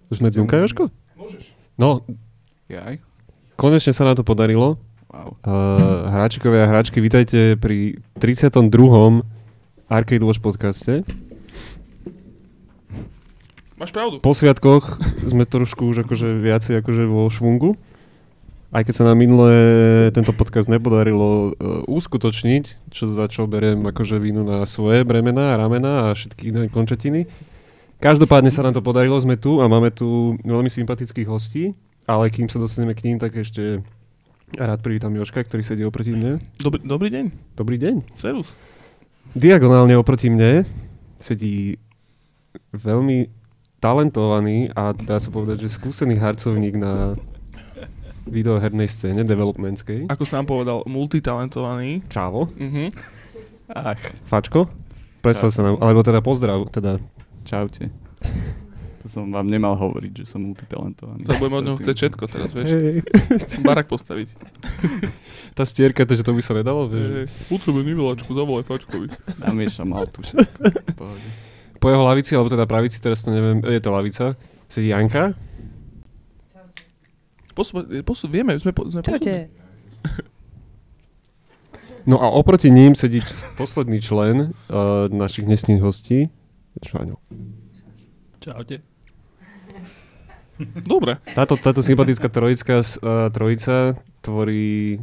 Sme Dunka, Jožko? Môžeš. No, Jaj. konečne sa nám to podarilo. Wow. Hráčikovia a hráčky, vítajte pri 32. Arcade Watch podcaste. Máš pravdu. Po sviatkoch sme trošku už akože viacej akože vo švungu. Aj keď sa nám minulé tento podcast nepodarilo uskutočniť, za čo beriem akože vínu na svoje bremená, ramena a všetky iné končatiny. Každopádne sa nám to podarilo, sme tu a máme tu veľmi sympatických hostí, ale kým sa dostaneme k ním, tak ešte rád privítam Jožka, ktorý sedí oproti mne. Dobrý deň. Dobrý deň. Servus. Diagonálne oproti mne sedí veľmi talentovaný a dá sa povedať, že skúsený harcovník na videohernej scéne, developmentskej. Ako sám povedal, multitalentovaný. Čavo. Ach, Fačko. Predstav sa nám, alebo teda pozdrav, teda. čaute. To som vám nemal hovoriť, že som multitalentovaný. Tak budeme od neho chcieť všetko teraz, vieš. Hej. Barak postaviť. Tá stierka, to, že to by sa nedalo, vieš. Potrebujem nivelačku, zavolaj Fačkovi. Namiešam maltu všetko. V pohode. Po jeho lavici, alebo teda pravici, teraz to neviem, je to lavica, sedí Janka. Vieme, sme Čaute. No a oproti ním sedí posledný člen našich dnešných hostí. Šáňo. Čaute. Dobre. Táto sympatická trojica tvorí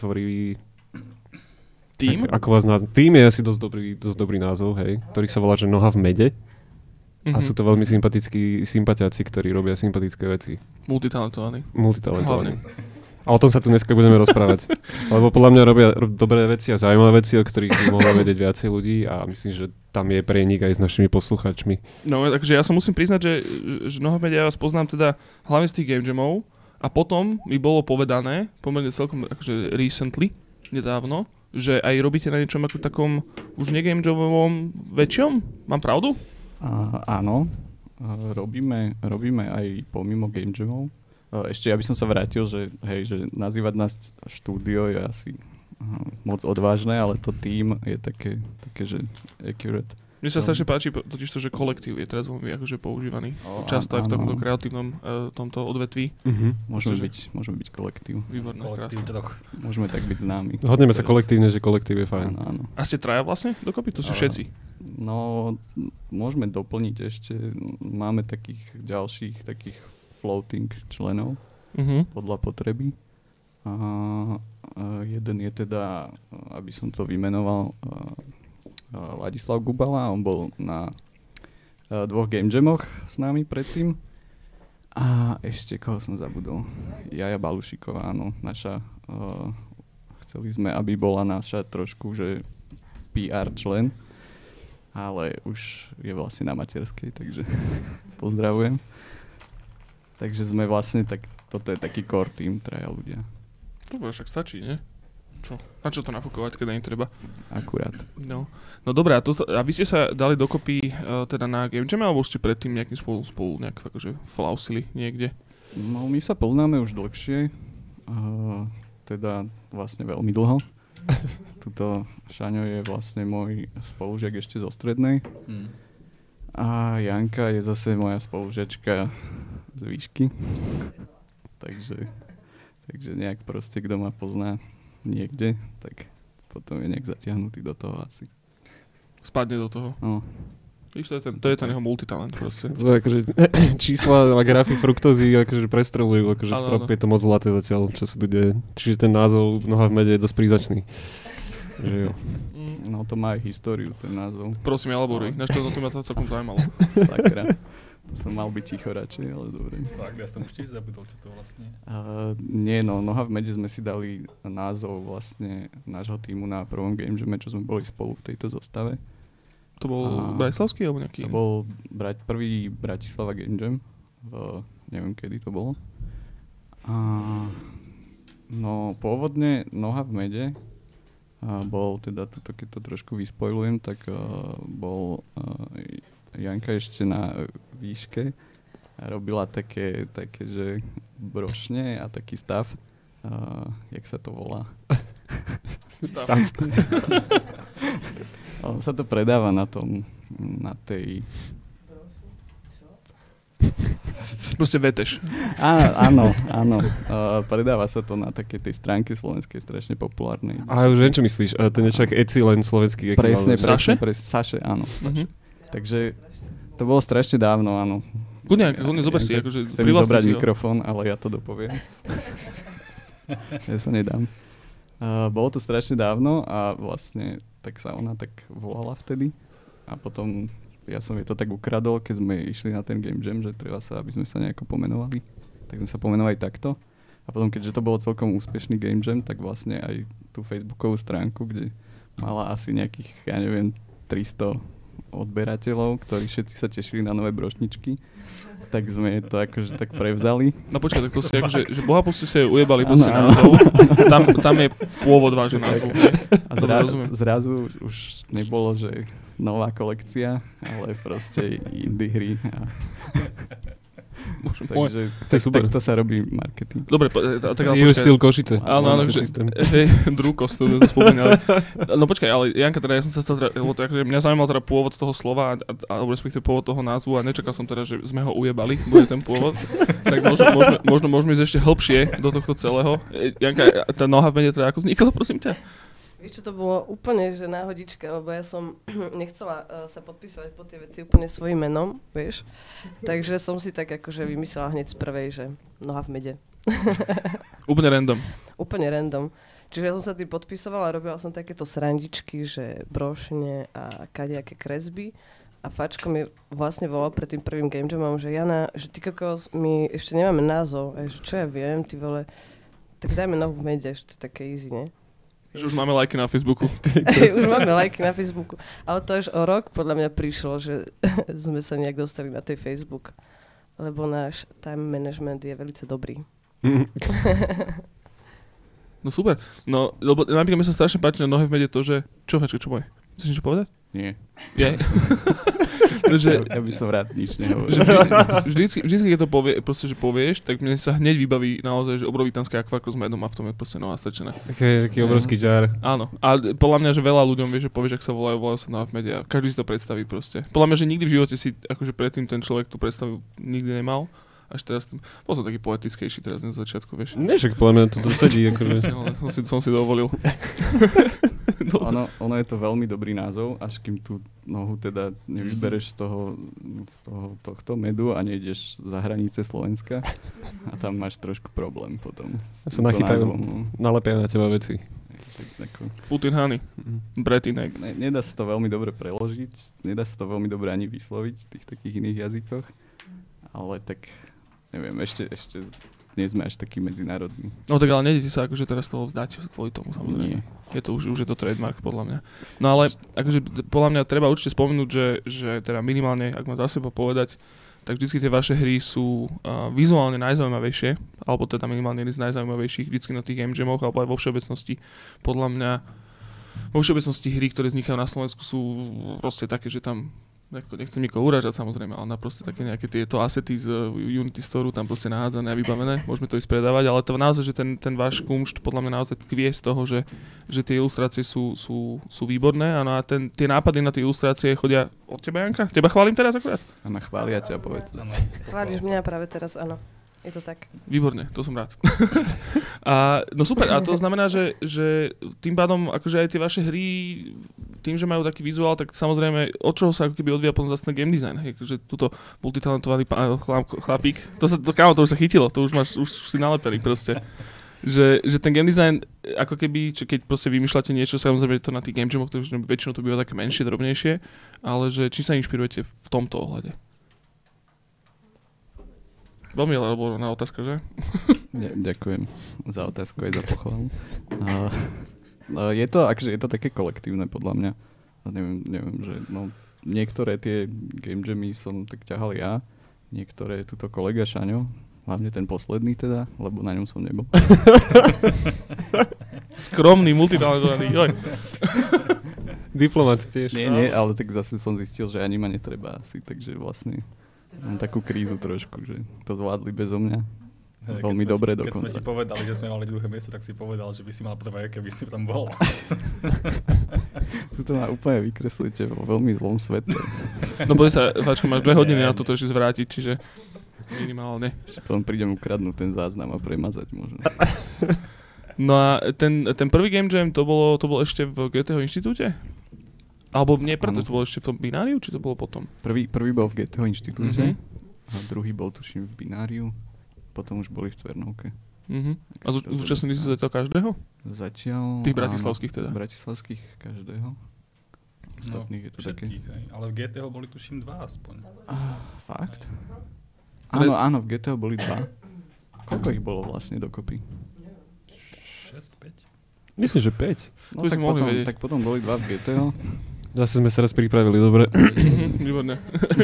Tým? Ako vás názov? Tým je asi dosť dobrý názov, hej, ktorý sa volá, že Noha v mede. A sú to veľmi sympatickí sympatiáci, ktorí robia sympatické veci. Multitalentovaný. Multitalentovaní. A o tom sa tu dneska budeme rozprávať. Lebo podľa mňa robia dobré veci a zaujímavé veci, o ktorých by mohlo vedieť viacej ľudí a myslím, že tam je prienik aj s našimi poslucháčmi. No, takže ja sa musím priznať, že Noha v mede ja vás poznám teda hlavne z tých game jamov a potom mi bolo povedané, pomerne celkom akože recently, nedávno, že aj robíte na niečom ako takom už negame jamovom väčšom? Mám pravdu? Áno, robíme aj pomimo game jamov. Ešte ja by som sa vrátil, že nazývať nás štúdio je asi moc odvážne, ale to tým je také že accurate. Mne sa strašne páči totiž to, že kolektív je teraz veľmi akože používaný. Často aj v tomto kreatívnom tomto odvetví. Môžeme byť kolektív. Výborné, krásne. Môžeme tak byť známi. Hodneme sa kolektívne, že kolektív je fajn. Áno. A ste traja vlastne dokopy? To sú všetci. No, môžeme doplniť ešte. Máme takých ďalších takých floating členov podľa potreby. Jeden je teda, aby som to vymenoval, Ladislav Gubala, on bol na 2 game jamoch s nami predtým. A ešte koho som zabudol? Jaja Balušiková, áno, naša, chceli sme, aby bola naša trošku, že PR člen, ale už je vlastne na materskej, takže pozdravujem. Takže sme vlastne, toto je taký core team, traja ľudia. Dobre, však stačí, nie? Čo? Na čo to nafúkovať, keď im treba? Akurát. No dobré, a vy ste sa dali dokopy teda na game jam, alebo ste predtým nejakým spolu nejak akože flausili niekde? No my sa poznáme už dlhšie, teda vlastne veľmi dlho. Tuto Šaňo je vlastne môj spolužiak ešte zo strednej. A Janka je zase moja spolužiačka z výšky. Takže nejak proste, kto ma pozná niekde, tak potom je nejak zatiahnutý do toho asi. Spadne do toho. No. Víš, to je ten jeho multitalent proste. To je akože čísla a grafy fruktózy akože prestrelujú, akože strop je to moc zlaté zatiaľ, čo sa tu deje. Čiže ten názov Noha v mede je dosť príznačný. Že jo. No to má aj históriu, ten názov. Prosím, elaboruj. Než to ma to celkom zaujímalo. Sakra. Som mal byť ticho radšej, ale dobre. Fakt, ja som už tiež zabudol, čo to vlastne. Nie, no, Noha v mede sme si dali názov vlastne nášho týmu na prvom game jame, čo sme boli spolu v tejto zostave. To bol bratislavský alebo nejaký? To bol prvý Bratislava game jam, neviem kedy to bolo. No pôvodne Noha v mede bol teda, keď to trošku vyspoilujem, tak bol Janka ešte na výške a robila také, že brošne a taký stav. Jak sa to volá? Stav. Sa to predáva na tej... Proste veteš. Áno. Predáva sa to na také tej stránke slovenskej, strašne populárnej. A už viem, čo myslíš. To niečo ako Etsy, len slovenský. Presne. Saše, áno. Saše. Takže to bolo strašne dávno, áno. Kudne zober si, akože chcem zobrať mikrofón, ale ja to dopoviem. Ja sa nedám. Bolo to strašne dávno a vlastne tak sa ona tak volala vtedy a potom ja som jej to tak ukradol, keď sme išli na ten Game Jam, že treba sa, aby sme sa nejako pomenovali. Tak sme sa pomenovali takto. A potom, keďže to bolo celkom úspešný Game Jam, tak vlastne aj tú facebookovú stránku, kde mala asi nejakých, 300 odberateľov, ktorí všetci sa tešili na nové brošničky, tak sme to akože tak prevzali. No počkaj, tak to si akože, že bohapu ste sa ujebali proste názov. Tam je pôvod vášho názvu. A zrazu už nebolo, že nová kolekcia, ale proste indie hry. Takže to je super. Tak to sa robí marketing. Dobre, tak ale počkaj. Styl Košice. Áno, Drúkos, to spomínali. No počkaj, ale Janka, teda ja som sa chcel, takže mňa zaujímal teda pôvod toho slova a respektíve pôvod toho názvu a nečakal som teda, že sme ho ujebali, bude ten pôvod. Tak možno môžeme ísť ešte hlbšie do tohto celého. Janka, tá noha v mene teda ako vznikla, prosím ťa? Vieš čo, to bolo úplne, že náhodička, lebo ja som nechcela sa podpísať pod tie veci úplne svojím menom, vieš. Takže som si tak akože vymyslela hneď z prvej, že noha v mede. Úplne random. Úplne random. Čiže ja som sa tým podpisovala, robila som takéto srandičky, že brošne a kadejaké kresby. A Fačko mi vlastne volal pred tým prvým Game Jamom, že Jana, že ty kokos, my ešte nemáme názov. A že čo ja viem, ty vole, tak dajme nohu v mede, že to je také easy, ne? Že už máme lajky na Facebooku. Už máme lajky na Facebooku. Ale to až o rok podľa mňa prišlo, že sme sa nejak dostali na tej Facebook. Lebo náš time management je veľmi dobrý. No super. No, lebo napríklad mi sa strašne páči na nohe v mede to, že... Čo moje? Chceš niečo povedať? Nie. Je? Ja by som rád nič nehovoril. Vždycky, keď to proste, že povieš, tak mne sa hneď vybaví naozaj, že obrovitánske akvárko s medom a v tom je proste nová strčená. Taký obrovský jar. Áno. A podľa mňa, že veľa ľuďom vie, že povieš, ak sa volajú sa na v media. Každý si to predstaví proste. Podľa mňa, že nikdy v živote si, akože predtým ten človek tú predstavu nikdy nemal. Až teraz, bol som taký poetickejší teraz na začiatku, vieš. Nie, však podľa mňa to sedí, akože. Som si dovolil. Ono je to veľmi dobrý názov, až kým tú nohu teda nevybereš z tohto medu a nejdeš za hranice Slovenska a tam máš trošku problém potom. A sa nachytajú, nalepia na teba veci. Futin Honey, Bretinek. Nedá sa to veľmi dobre preložiť, nedá sa to veľmi dobre ani vysloviť v tých takých iných jazykoch, ale tak neviem, ešte nie sme až taký medzinárodný. No tak ale nejdete sa akože teraz toho vzdať kvôli tomu, samozrejme. Je to už je to trademark podľa mňa. No ale akože podľa mňa treba určite spomenúť, že teda minimálne, ak mám za seba povedať, tak vždycky tie vaše hry sú vizuálne najzaujímavejšie, alebo teda minimálne jedny z najzaujímavejších vždycky na tých game jamoch, alebo aj vo všeobecnosti. Podľa mňa vo všeobecnosti hry, ktoré vznikajú na Slovensku, sú proste také, že tam nechcem nikoho uražať samozrejme, ale na proste také nejaké tieto asety z Unity Storeu tam proste nahádzané a vybavené, môžeme to ísť predávať, ale to naozaj, že ten váš kumšt podľa mňa naozaj tkvie z toho, že tie ilustrácie sú výborné a tie nápady na tie ilustrácie chodia od teba, Janka? Teba chválim teraz akurát? Áno, chvália ťa, povedz. Chváliš mňa práve teraz, áno. Je to tak. Výborne, to som rád. No super, a to znamená, že tým pádom akože aj tie vaše hry, tým, že majú taký vizuál, tak samozrejme od čoho sa ako keby odvíja potom zase ten game design. Akože túto multitalentovaný chlapík, to už sa chytilo, to už si nalepeli proste. Že ten game design, ako keby, keď proste vymýšľate niečo, samozrejme to na tých game jamoch, takže väčšinou to býva také menšie, drobnejšie, ale že či sa inšpirujete v tomto ohľade? Veľmi elaborovaná otázka, že? Ďakujem za otázku aj za pochvalu. Je to také kolektívne podľa mňa. Neviem, že niektoré tie game jammy som tak ťahal ja, niektoré tuto kolega Šaňo, hlavne ten posledný teda, lebo na ňom som nebol. Skromný, multitalentovaný, joj. Diplomat tiež. Nie, ale tak zase som zistil, že ani ma netreba asi, takže vlastne mám takú krízu trošku, že to zvládli bezo mňa. Veľmi dobre dokonca. Keď sme ti povedali, že sme mali druhé miesto, tak si povedal, že by si mal prvé, keby si tam bol. To ma úplne vykreslíte vo veľmi zlom svete. No boj sa, Fačko, máš 2 hodiny na toto ešte zvrátiť, čiže... minimálne. Potom prídem ukradnúť ten záznam a premazať možno. No a ten prvý Game Jam, to bolo ešte v GTH inštitúte? Alebo nie, preto to bolo ešte v tom bináriu, či to bolo potom? Prvý bol v GTH inštitúte Mhm. a druhý bol tuším v bináriu, potom už boli v Cvernovke. A zúčastnili si sa to každého? Zatiaľ... Tých bratislavských teda? Bratislavských každého. Ostatných je to také. Hej. Ale v GTO boli tuším 2 aspoň. Fakt? Áno, v GTO boli 2. Koľko ich bolo vlastne dokopy? 6, 5. Myslím, že 5. To by sme mohli vedieť. Tak potom boli 2 v GTO. Zase sme sa raz pripravili, dobre. Výborné.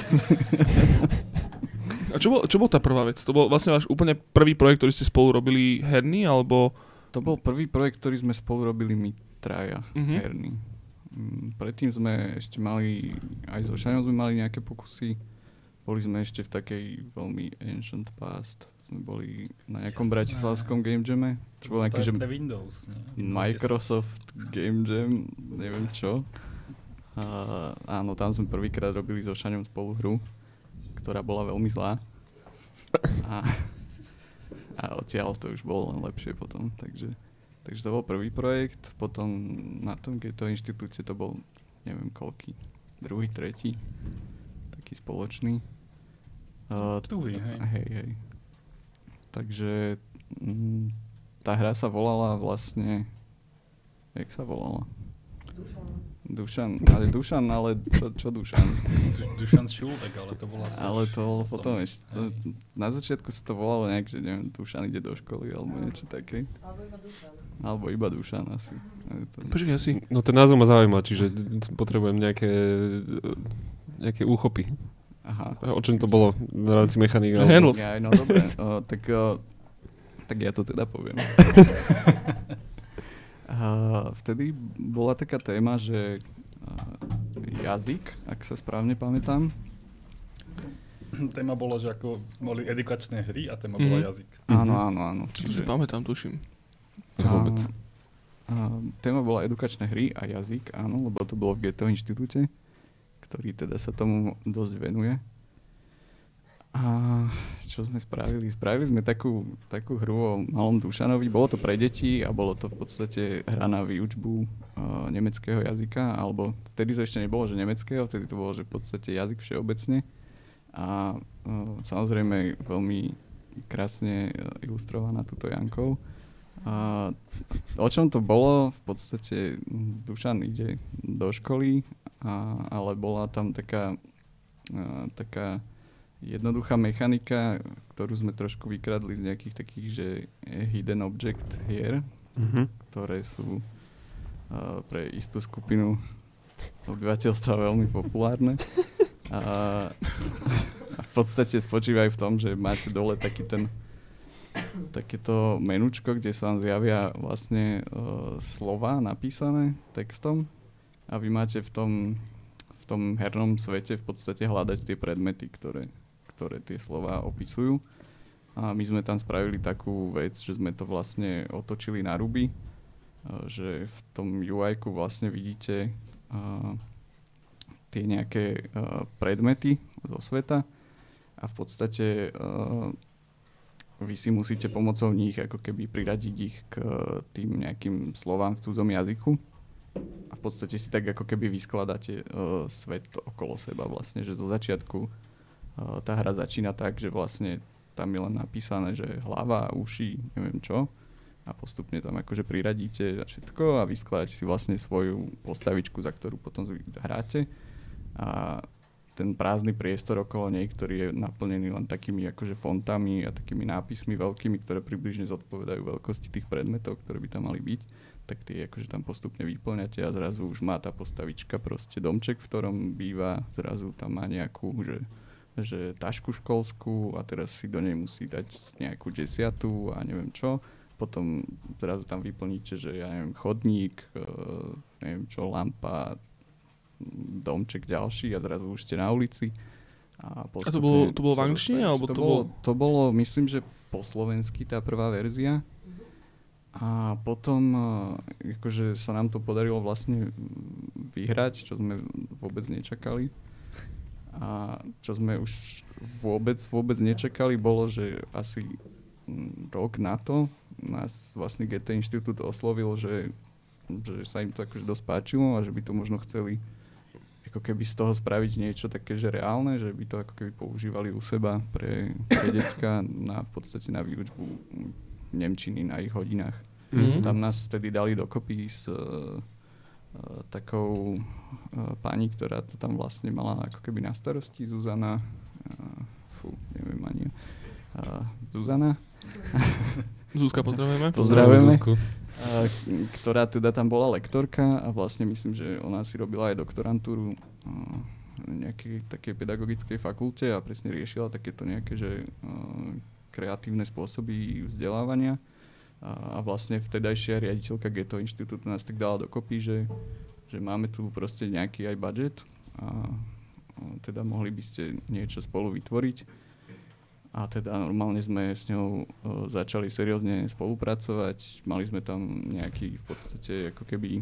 A čo bol tá prvá vec? To bol vlastne váš úplne prvý projekt, ktorý ste spolu robili herný, alebo... To bol prvý projekt, ktorý sme spolu robili my traja, herný. Predtým sme ešte mali, aj so Šaňom sme mali nejaké pokusy. Boli sme ešte v takej veľmi ancient past. Sme boli na nejakom bratislavskom Game Jame. Čo bol nejaký, že... Windows, nie? Microsoft Game Jam, neviem čo. Áno, tam sme prvýkrát robili so Šaňom spolu hru, ktorá bola veľmi zlá. A odtiaľ to už bolo len lepšie potom. Takže to bol prvý projekt. Potom na tom GTO inštitúte to bol, neviem koľký, druhý, tretí. Taký spoločný. Druhý, hej. Hej. Takže tá hra sa volala vlastne... Jak sa volala? Dušan, ale čo Dušan? Dušan Šulek, ale to bola asi... Ale to potom ešte... Na začiatku sa to volalo nejak, že neviem, Dušan ide do školy, alebo niečo také. Alebo iba Dušan asi. Počkaj, asi... No ten názov ma zaujíma, čiže potrebujem nejaké úchopy. Aha. O čom to bolo v rámci mechaník? Handles. No dobre, tak ja to teda poviem. Vtedy bola taká téma, že jazyk, ak sa správne pamätám. Téma bolo, že ako boli edukačné hry a téma bola jazyk. Áno. To si pamätám, tuším. Vôbec. Téma bola edukačné hry a jazyk, áno, lebo to bolo v GTO inštitúte, ktorý teda sa tomu dosť venuje. A čo sme spravili? Spravili sme takú hru o malom Dušanovi. Bolo to pre deti a bolo to v podstate hra na výučbu nemeckého jazyka, alebo vtedy to ešte nebolo, že nemeckého, vtedy to bolo, že v podstate jazyk všeobecne. A samozrejme veľmi krásne ilustrovaná túto Jankou. O čom to bolo? V podstate Dušan ide do školy, ale bola tam taká jednoduchá mechanika, ktorú sme trošku vykradli z nejakých takých, že hidden object hier, ktoré sú pre istú skupinu obyvateľstva veľmi populárne. A v podstate spočívajú v tom, že máte dole takéto menučko, kde sa vám zjavia vlastne slova napísané textom a vy máte v tom hernom svete v podstate hľadať tie predmety, ktoré tie slova opisujú. A my sme tam spravili takú vec, že sme to vlastne otočili na ruby, že v tom UI-ku vlastne vidíte tie nejaké predmety zo sveta a v podstate vy si musíte pomocou nich ako keby priradiť ich k tým nejakým slovám v cudzom jazyku. A v podstate si tak ako keby vyskladáte svet okolo seba vlastne, že zo začiatku tá hra začína tak, že vlastne tam je len napísané, že hlava, uši, neviem čo a postupne tam akože priradíte všetko a vyskladáte si vlastne svoju postavičku, za ktorú potom hráte a ten prázdny priestor okolo nej, ktorý je naplnený len takými akože fontami a takými nápismi veľkými, ktoré približne zodpovedajú veľkosti tých predmetov, ktoré by tam mali byť, tak tie akože tam postupne vyplňate a zrazu už má tá postavička proste domček, v ktorom býva, zrazu tam má nejakú, že tašku školskú a teraz si do nej musí dať nejakú 10 a neviem čo. Potom zrazu tam vyplníte, že ja neviem, chodník, neviem čo, lampa, domček ďalší a zrazu už ste na ulici. A to bolo v angličtine? To bolo, myslím, že po slovensky tá prvá verzia. A potom akože sa nám to podarilo vlastne vyhrať, čo sme vôbec nečakali. A čo sme už vôbec nečakali, bolo, že asi rok na to nás vlastne GT Inštitút oslovil, že sa im to akože dosť páčilo a že by to možno chceli ako keby z toho spraviť niečo také, že reálne, že by to ako keby používali u seba pre decka v podstate na výučbu nemčiny na ich hodinách. Tam nás vtedy dali dokopy s takou pani, ktorá to tam vlastne mala ako keby na starosti, Zuzana, neviem ani, Zuzana. Zuzka, pozdravujeme. Pozdravujeme. Ktorá teda tam bola lektorka a vlastne myslím, že ona si robila aj doktorantúru na nejakej takej pedagogickej fakulte a presne riešila takéto nejaké, že kreatívne spôsoby vzdelávania. A vlastne vtedajšia riaditeľka GTO Inštitútu nás tak dala dokopy, že máme tu proste nejaký aj budget a teda mohli by ste niečo spolu vytvoriť. A teda normálne sme s ňou začali seriózne spolupracovať. Mali sme tam nejaký v podstate ako keby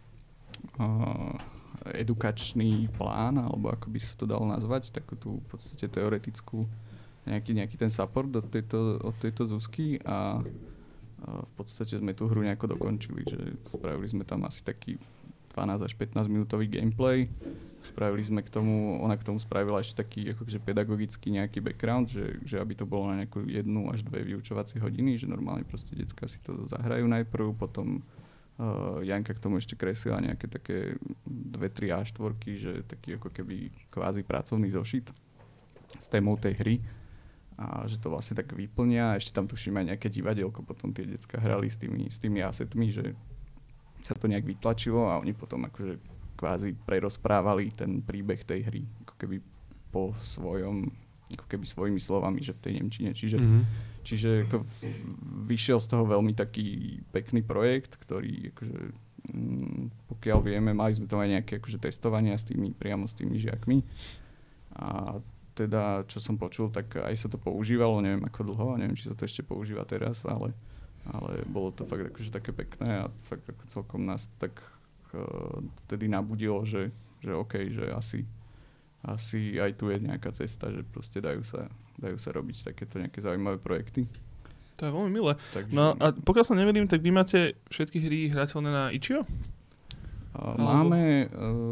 edukačný plán, alebo ako by sa to dalo nazvať, takú tú v podstate teoretickú nejaký ten support od tejto Zuzky a v podstate sme tú hru nejako dokončili, že spravili sme tam asi taký 12 až 15 minútový gameplay. Spravili sme ona k tomu spravila ešte taký akože pedagogický nejaký background, že aby to bolo na nejakú 1 až 2 vyučovacie hodiny, že normálne proste decká si to zahrajú najprv, potom Janka k tomu ešte kreslila nejaké také 2-3 A4, že taký ako keby kvázi pracovný zošit s témou tej hry. A že to vlastne tak vyplnia a ešte tam tuším aj nejaké divadielko, potom tie decká hrali s tými asetmi, že sa to nejak vytlačilo a oni potom akože kvázi prerozprávali ten príbeh tej hry, ako keby po svojom, ako keby svojimi slovami, že v tej nemčine. Čiže ako vyšiel z toho veľmi taký pekný projekt, ktorý akože, pokiaľ vieme, mali sme tam aj nejaké akože testovania priamo s tými žiakmi. A teda, čo som počul, tak aj sa to používalo, neviem ako dlho, neviem, či sa to ešte používa teraz, ale bolo to fakt akože také pekné a fakt ako celkom nás tak vtedy nabudilo, že OK, že asi aj tu je nejaká cesta, že proste dajú sa robiť takéto nejaké zaujímavé projekty. To je veľmi milé. Takže, no a pokiaľ sa neverím, tak vy máte všetky hry hrateľné na Itch.io? Máme...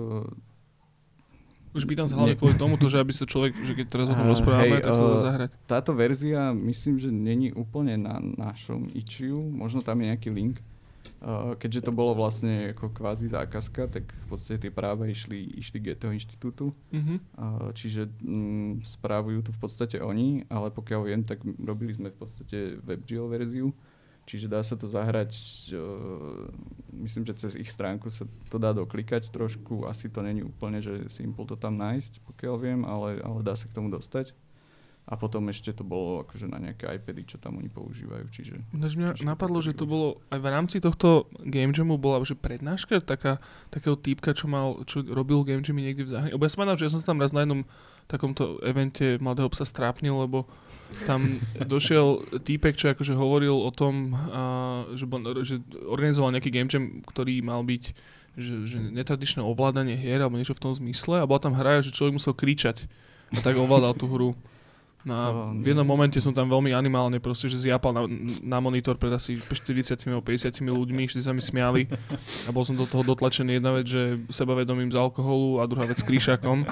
Už pýtam sa hlavne kvôli tomuto, že aby sa človek, že keď teraz o tom rozprávame, tak sa dá zahrať. Táto verzia myslím, že není úplne na našom Itch.io, možno tam je nejaký link. Keďže to bolo vlastne ako kvázi zákazka, tak v podstate tie práva išli GTO Inštitútu. Čiže správujú to v podstate oni, ale pokiaľ viem, tak robili sme v podstate WebGL verziu. Čiže dá sa to zahrať, myslím, že cez ich stránku sa to dá doklikať trošku. Asi to není úplne, že simple to tam nájsť, pokiaľ viem, ale dá sa k tomu dostať. A potom ešte to bolo akože na nejaké iPady, čo tam oni používajú. Čiže mňa napadlo, že to bolo aj v rámci tohto Game Jamu bola že prednáška takého týpka, čo robil Game Jamy niekde v zahraničí. Ja som že ja som sa tam raz na jednom takomto evente Mladého psa strápnil, lebo tam došiel týpek, čo akože hovoril o tom, že organizoval nejaký Game Jam, ktorý mal byť že netradičné ovládanie hier alebo niečo v tom zmysle a bola tam hra, že človek musel kričať a tak ovládal tú hru. No a v jednom momente som tam veľmi animálne proste, že zjapal na monitor pred asi 40 alebo 50 ľuďmi, všetci sa mi smiali a bol som do toho dotlačený. Jedna vec, že sebavedomím z alkoholu a druhá vec s kríšakom,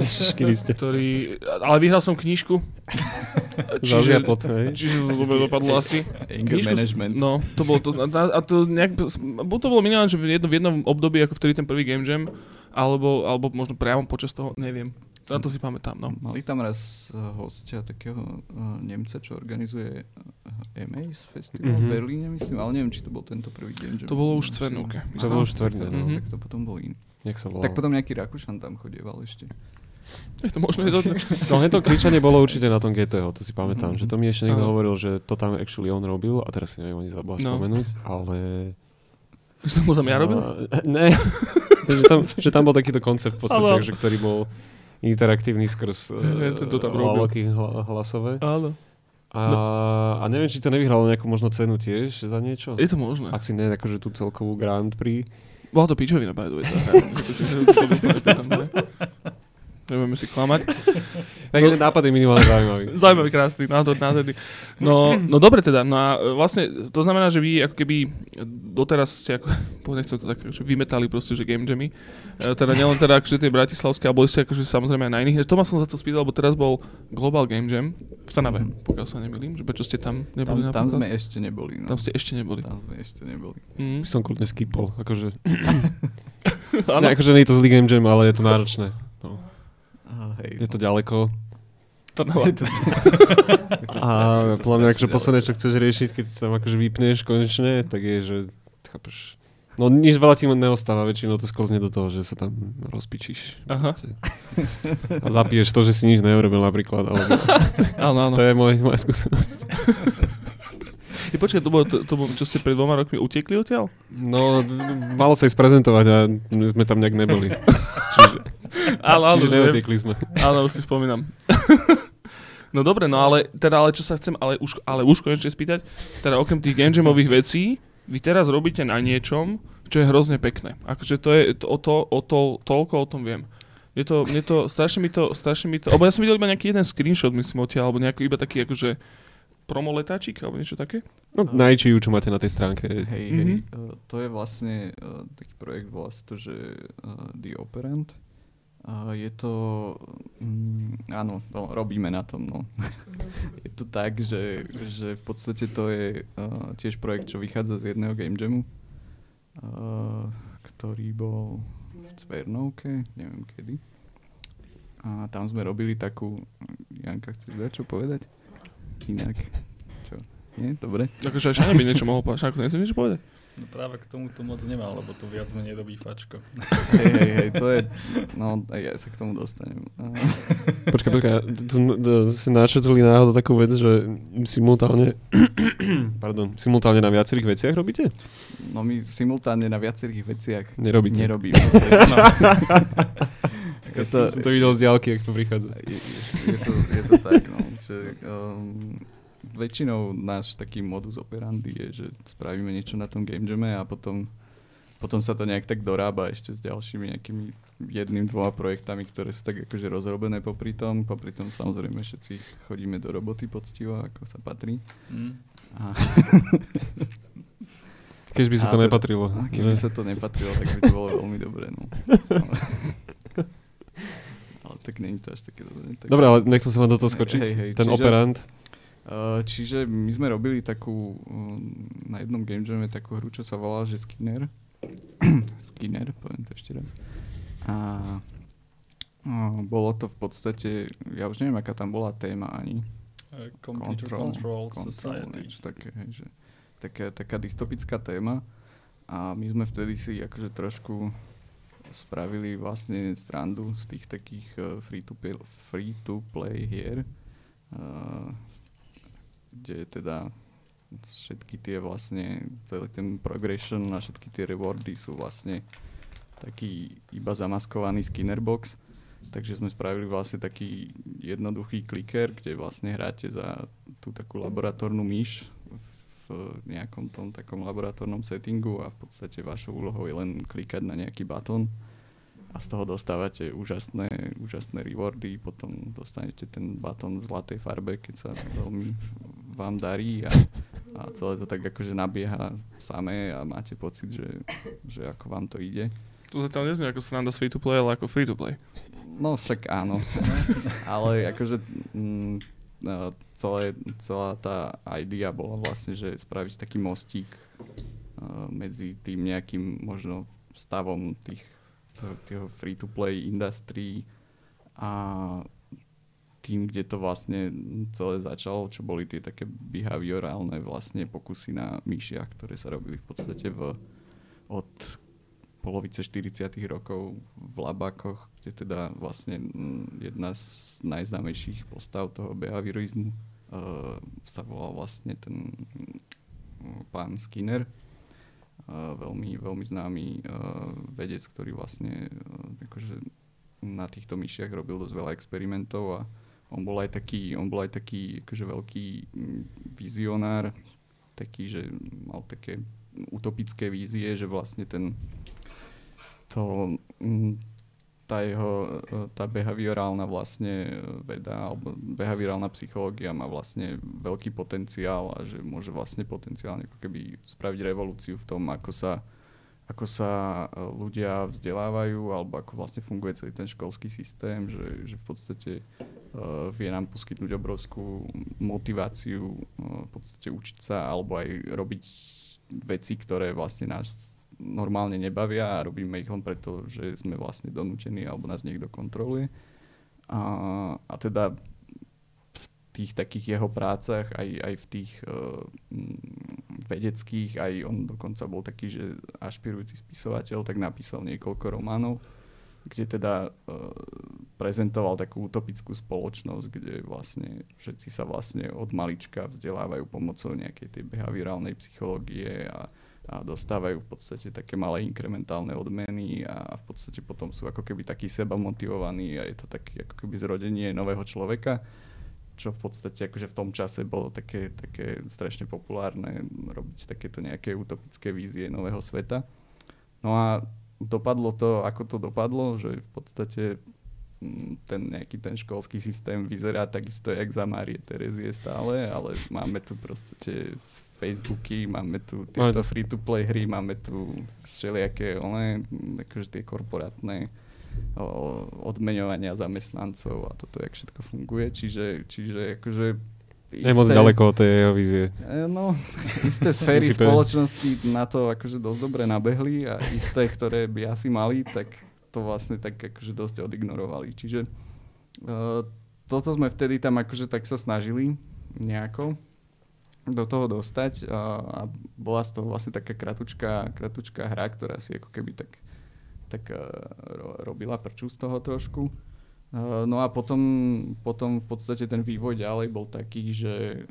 ale vyhral som knižku. Čiže to dobre dopadlo asi. Anger management. No, to bolo to. A to nejak, to bolo minimálne, že v jednom období, ako vtedy ten prvý Game Jam, alebo možno priamo počas toho, neviem. Na to si pamätám, no. Mali tam raz hostia takého Nemca, čo organizuje Emaze Festival v Berlíne, myslím, ale neviem, či to bol tento prvý deň. To bolo už v Cvernovke. To bolo už v Cvernovke, no. Tak to potom bol iný. Jak sa volal? Tak potom nejaký Rakúšan tam chodieval ešte. Je to možné. To kričanie bolo určite na tom GTO, to si pamätám, že to mi ešte niekto hovoril, že to tam actually on robil a teraz si neviem ani zabudol spomenúť, ale... Že som tam ja robil? Ne, že tam bol takýto koncept v podstate, že ktorý bol interaktívny skrz hlavky hlasové. Áno. A neviem, či to nevyhralo nejakú možno cenu tiež za niečo? Je to možné. Asi ne, akože tú celkovú Grand Prix. Bola to pičovina, by the way. nebudeme si klamať. Tak nápad je minimálne zaujímavý. Zaujímavý, krásny, nádherný. No dobre teda, no a vlastne to znamená, že vy ako keby doteraz ste, nechcem to tak, že vymetali proste, že game jammy, teda nielen teda akože tie bratislavské, ale boli ste akože samozrejme aj na iných. To ma som sa to spýtal, lebo teraz bol Global Game Jam v Trnave, pokiaľ sa nemýlim, že prečo ste tam neboli Tam sme ešte neboli. No. Tam ste ešte neboli. By som kľudne skipol, akože... Ne, akože nie je to zlý game jam, ale je to náročné. No. Je to ďaleko. Trnava. A podľa mňa, akože posledné, čo chceš riešiť, keď sa tam akože vypneš konečne, tak je, že chápeš... No nič veľa ti neostáva, väčšinou to sklzne do toho, že sa tam rozpičíš. Aha. A zapiješ to, že si nič neurobil napríklad. Alebo... Áno. To je moja skúsenosť. Počkaj, to bolo, čo ste pred 2 rokmi utekli odtiaľ? No, malo sa ísť prezentovať a my sme tam nejak neboli. Čiže neutiekli sme. Áno, už si spomínam. No dobre, no ale čo sa chcem, ale už konečne spýtať, teda okrem tých game jamových vecí, vy teraz robíte na niečom, čo je hrozne pekné. Akože to je toľko o tom viem. Mne to strašne mi to, lebo ja som videl iba nejaký jeden screenshot, myslím, odtiaľ, alebo nejaký iba taký akože promo letáčik, alebo niečo také? No, na IGU, čo máte na tej stránke. Hej, to je vlastne taký projekt, volá sa to, že The Operant. Je to, áno, no, robíme na tom, no. Je to tak, že v podstate to je tiež projekt, čo vychádza z jedného game jamu, ktorý bol v Cvernovke, neviem kedy. A tam sme robili takú, Janka, chceš viac čo povedať? Inak. Čo? Nie? Dobre. Akože aj Šáňa by niečo mohol povedať. Šáňko, nechcem niečo povedať? No práve k tomu to moc nemal, lebo to viac menej dobí fačko. Hej, to je... No, ja sa k tomu dostanem. Počkaj, tu si načetli náhodou takú vec, že simultálne na viacerých veciach robíte? No my simultánne na viacerých veciach nerobíme. Som to videl z diaľky, jak to prichádza. Je to tak, no. Väčšinou náš taký modus operandi je, že spravíme niečo na tom game jame a potom sa to nejak tak dorába ešte s ďalšími nejakými 1-2 projektami, ktoré sú tak akože rozrobené popri tom. Popri tom samozrejme všetci chodíme do roboty poctivo, ako sa patrí. Keď by sa to nepatrilo. Keby sa to nepatrilo, tak by to bolo veľmi dobré. No. Ale tak nie je to až také dobré. Dobre, ale nechcel som vám do toho skočiť. Ten operant. Čiže my sme robili takú, na jednom game jame takú hru, čo sa volá, že Skinner. Skinner, poviem to ešte raz. A bolo to v podstate, ja už neviem, aká tam bola téma ani. Computer Control Society. Také, že taká dystopická téma. A my sme vtedy si akože trošku spravili vlastne srandu z tých takých free-to-play hier, kde teda všetky tie vlastne, celý ten progression a všetky tie rewardy sú vlastne taký iba zamaskovaný Skinner box. Takže sme spravili vlastne taký jednoduchý kliker, kde vlastne hráte za tú takú laboratórnu myš v nejakom tom takom laboratórnom settingu a v podstate vašou úlohou je len klikať na nejaký batón a z toho dostávate úžasné rewardy, potom dostanete ten batón v zlatej farbe, keď sa veľmi vám darí a celé to tak akože nabieha samé a máte pocit, že ako vám to ide. To zatiaľ neznie ako sranda free to play, ale ako free to play. No však áno, ale akože celá tá idea bola vlastne, že spraviť taký mostík medzi tým nejakým možno stavom tého free-to-play industry a tým, kde to vlastne celé začalo, čo boli tie také behaviorálne vlastne pokusy na myšiach, ktoré sa robili v podstate od polovice 40. rokov v labákoch, kde teda vlastne jedna z najznámejších postav toho behaviorizmu sa volal vlastne ten pán Skinner. Veľmi, veľmi známy vedec, ktorý vlastne akože na týchto myšiach robil dosť veľa experimentov a on bol aj taký akože veľký vizionár, taký, že mal také utopické vízie, že vlastne tá behaviorálna vlastne veda alebo behaviorálna psychológia má vlastne veľký potenciál a že môže vlastne potenciálne ako keby spraviť revolúciu v tom, ako sa ľudia vzdelávajú alebo ako vlastne funguje celý ten školský systém, že v podstate vie nám poskytnúť obrovskú motiváciu v podstate učiť sa alebo aj robiť veci, ktoré vlastne nás normálne nebavia a robíme ich len preto, že sme vlastne donútení alebo nás niekto kontroluje. A teda v tých takých jeho prácach, aj v tých vedeckých, aj on dokonca bol taký, že ašpirujúci spisovateľ, tak napísal niekoľko románov, kde teda prezentoval takú utopickú spoločnosť, kde vlastne všetci sa vlastne od malička vzdelávajú pomocou nejakej tej behaviorálnej psychológie a dostávajú v podstate také malé inkrementálne odmeny a v podstate potom sú ako keby takí seba motivovaní a je to také ako keby zrodenie nového človeka, čo v podstate akože v tom čase bolo také strašne populárne robiť takéto nejaké utopické vízie nového sveta. No a dopadlo to, ako to dopadlo, že v podstate ten školský systém vyzerá takisto jak za Márie Terezie stále, ale máme tu proste Facebooky, máme tu tieto free-to-play hry, máme tu všelijaké akože tie korporátne odmeňovania zamestnancov a toto, jak všetko funguje. Čiže akože moc ďaleko od tej jeho vízie. No, isté sféry spoločnosti na to akože dosť dobre nabehli a isté, ktoré by asi mali, tak to vlastne tak akože dosť odignorovali. Čiže toto sme vtedy tam akože tak sa snažili nejako do toho dostať a bola z toho vlastne taká kratučká hra, ktorá si ako keby tak robila prču z toho trošku. No a potom v podstate ten vývoj ďalej bol taký, že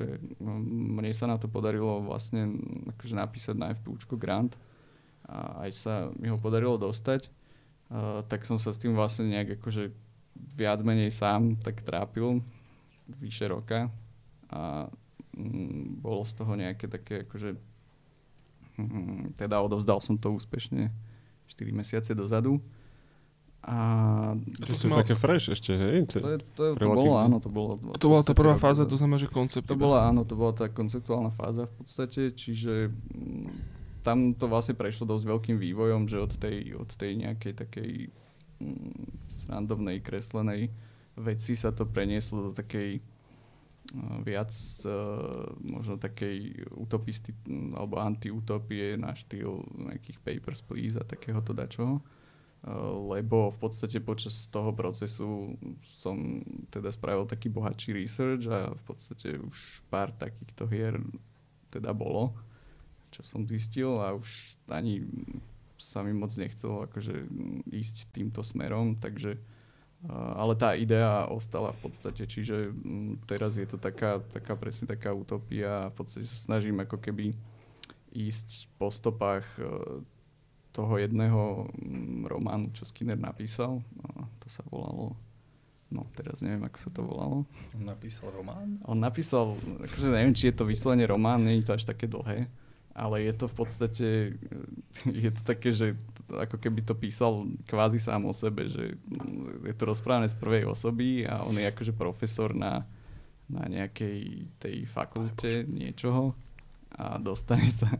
mne sa na to podarilo vlastne akože napísať na FPUčko grant a aj sa mi ho podarilo dostať. Tak som sa s tým vlastne nejak akože viac menej sám tak trápil vyše roka a bolo z toho nejaké také akože teda odovzdal som to úspešne 4 mesiace dozadu. A to sú také fresh ešte, hej? To bolo, áno, to bolo. A to bola tá prvá fáza, to znamená, že koncept. To bola tá konceptuálna fáza v podstate, čiže tam to vlastne prešlo dosť veľkým vývojom, že od tej nejakej takej srandovnej, kreslenej veci sa to prenieslo do takej viac možno takej utopisty alebo anti-utopie na štýl nejakých Papers, Please a takéhoto dačoho. Lebo v podstate počas toho procesu som teda spravil taký bohatší research a v podstate už pár takýchto hier teda bolo, čo som zistil a už ani sa mi moc nechcelo akože ísť týmto smerom, takže ale tá idea ostala v podstate, čiže teraz je to taká presne taká utopia a v podstate sa snažím ako keby ísť po stopách toho jedného románu, čo Skinner napísal. To sa volalo, teraz neviem, ako sa to volalo. On napísal román? On napísal, akože neviem, či je to vyslovene román, nie je to až také dlhé, ale je to v podstate, je to také, že ako keby to písal kvázi sám o sebe, že je to rozprávané z prvej osoby a on je akože profesor na nejakej tej fakulte niečoho a dostane sa...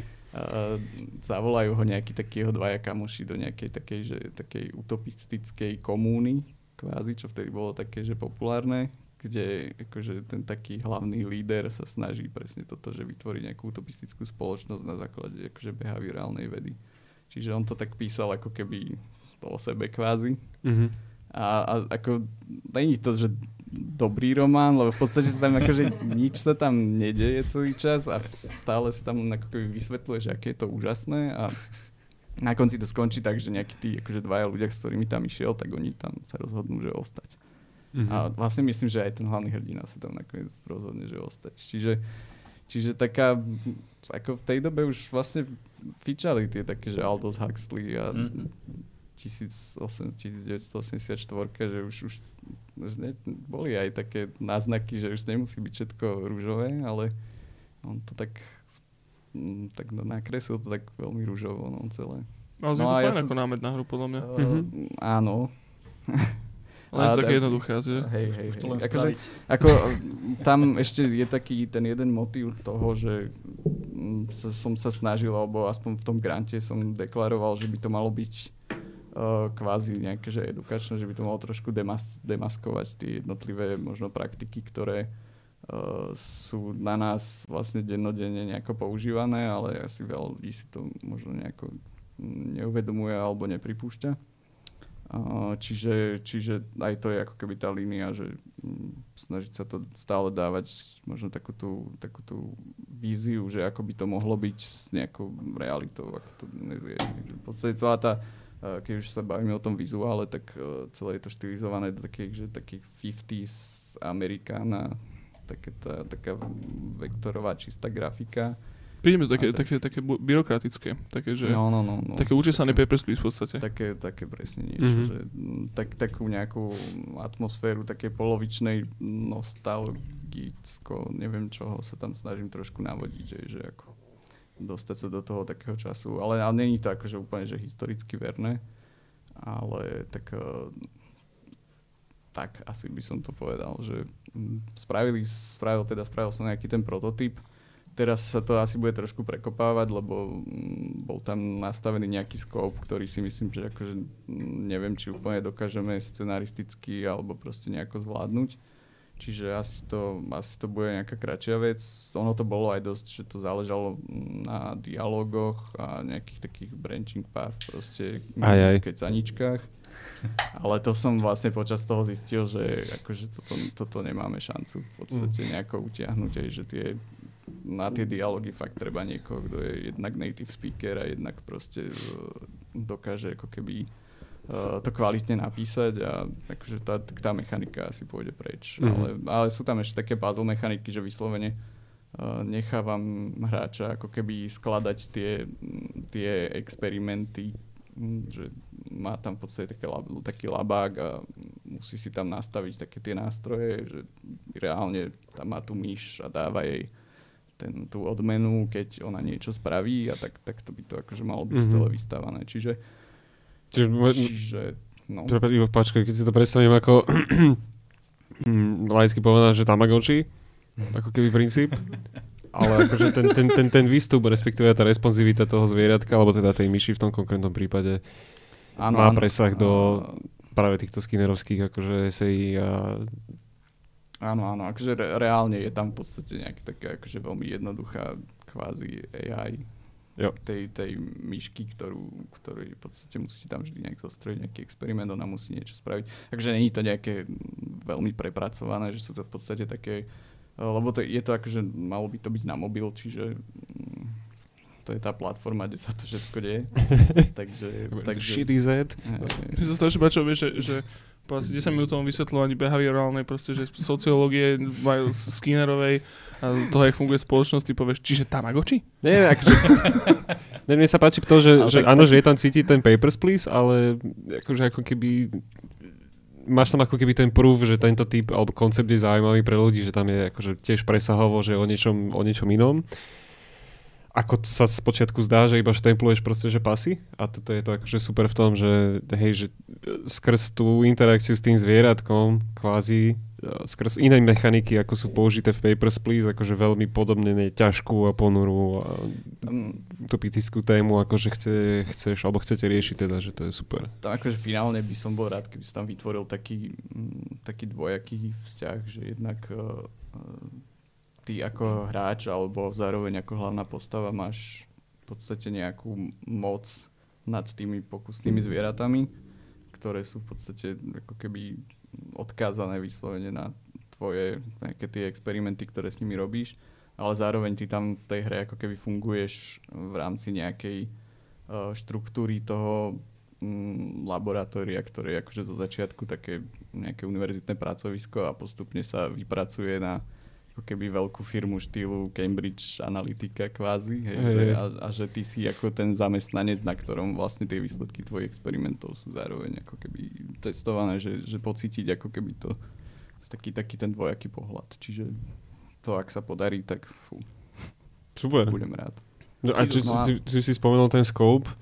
zavolajú ho nejakí takí jeho dvaja kamoši do nejakej takej utopistickej komúny, kvázi, čo vtedy bolo také, že populárne, kde akože ten taký hlavný líder sa snaží presne toto, že vytvoriť nejakú utopistickú spoločnosť na základe akože behaviorálnej vedy. Čiže on to tak písal ako keby to o sebe kvázi. Mm-hmm. A ako není to, že dobrý román, lebo v podstate sa tam akože nič sa tam nedeje celý čas a stále sa tam ako keby vysvetľuje, že aké je to úžasné a na konci to skončí tak, že nejakí tí akože dvaja ľudia, s ktorými tam išiel, tak oni tam sa rozhodnú, že ostať. Mm-hmm. A vlastne myslím, že aj ten hlavný hrdina sa tam nakoniec rozhodne, že ostať. Čiže taká, ako v tej dobe už vlastne fičali tie také, že Aldous Huxley a 1984, že už boli aj také náznaky, že už nemusí byť všetko rúžové, ale on to tak nakreslil to tak veľmi rúžovo, celé. Ale znie No to a ja fajn som- ako námed na hru, podľa mňa. Áno. Len A také tak- jednoduché asi, že? Hej, Už to len akože, spraviť. ako, tam ešte je taký ten jeden motív toho, že som sa snažil, alebo aspoň v tom grante som deklaroval, že by to malo byť kvázi nejaké že edukačné, že by to malo trošku demaskovať tie jednotlivé možno praktiky, ktoré sú na nás vlastne dennodenne nejako používané, ale asi veľa ľudí si to možno nejako neuvedomuje alebo nepripúšťa. Čiže aj to je ako keby tá línia, že snažiť sa to stále dávať možno takú tú víziu, že ako by to mohlo byť s nejakou realitou, ako to dnes je. V podstate celá tá, keď už sa bavíme o tom vizuále, tak celé je to štilizované do takých 50s Amerikána, taká vektorová čistá grafika. Príde mi to také byrokratické, také, že No. také učesané Papers, Please v podstate. Také presne niečo, že takú nejakú atmosféru také polovičnej nostalgicko, neviem čoho sa tam snažím trošku navodiť, že ako dostať sa do toho takého času, ale není to akože úplne, že historicky verné, ale tak asi by som to povedal, že spravil som nejaký ten prototyp. Teraz sa to asi bude trošku prekopávať, lebo bol tam nastavený nejaký scope, ktorý si myslím, že akože neviem, či úplne dokážeme scenaristicky alebo proste nejako zvládnuť. Čiže asi to bude nejaká kratšia vec. Ono to bolo aj dosť, že to záležalo na dialogoch a nejakých takých branching path, proste kecaničkách. Ale to som vlastne počas toho zistil, že akože toto nemáme šancu v podstate nejako utiahnuť, aj že na tie dialógy fakt treba niekoho, kto je jednak native speaker a jednak proste dokáže ako keby to kvalitne napísať a akože tá mechanika asi pôjde preč. Ale sú tam ešte také puzzle mechaniky, že vyslovene nechávam hráča ako keby skladať tie experimenty, že má tam v podstate taký labák a musí si tam nastaviť také tie nástroje, že reálne tam má tú myš a dáva jej tú odmenu, keď ona niečo spraví a tak to by to akože malo byť celé vystávané. Čiže no. Počkaj, keď si to predstavím ako laicky povedané, že Tamagotchi, ako keby princíp, ale akože ten výstup, respektíve tá responsivita toho zvieratka, alebo teda tej myši v tom konkrétnom prípade má presah do práve týchto skinnerovských akože esejí a Áno, akože reálne je tam v podstate nejaká taká akože veľmi jednoduchá kvázi AI tej myšky, ktorú v podstate musíte tam vždy nejak zostrojiť nejaký experiment, ona musí niečo spraviť. Takže není to nejaké veľmi prepracované, že sú to v podstate také, lebo je to akože malo by to byť na mobil, čiže to je tá platforma, kde sa to všetko deje. takže shit is it. Ty sa strašne páčil, vieš, že po asi 10 minútovom vysvetľovaní behaviorálnej, proste, že z sociológie, Skinnerovej a toho, jak funguje spoločnosť, ty povieš, čiže Tamagotchi? Nie, akože mne sa páči to, že áno, že je tam cítiť ten Papers, Please, ale akože ako keby máš tam ako keby ten proof, že tento typ alebo koncept je zaujímavý pre ľudí, že tam je akože tiež presahovo, že o niečom inom. Ako sa spočiatku zdá, že iba štempluješ proste, že pasy a toto je to akože super v tom, že hej, že skrz tú interakciu s tým zvieratkom kvázi, skrz iné mechaniky, ako sú použité v Papers, Please, akože veľmi podobne ťažkú a ponurú a utopistickú tému, akože chceš, alebo chcete riešiť teda, že to je super. Tam akože finálne by som bol rád, keby sa tam vytvoril taký dvojaký vzťah, že jednak ty ako hráč alebo zároveň ako hlavná postava máš v podstate nejakú moc nad tými pokusnými zvieratami, ktoré sú v podstate ako keby odkázané vyslovene na tvoje nejaké tie experimenty, ktoré s nimi robíš, ale zároveň ty tam v tej hre ako keby funguješ v rámci nejakej štruktúry toho laboratória, ktoré je akože zo začiatku také nejaké univerzitné pracovisko a postupne sa vypracuje na keby veľkú firmu štýlu Cambridge Analytica kvázi, a že ty si ako ten zamestnanec, na ktorom vlastne tie výsledky tvojich experimentov sú zároveň ako keby testované, že pocítiť ako keby to taký ten dvojaký pohľad. Čiže to, ak sa podarí, tak super. Budem rád. No a si spomenul ten scope,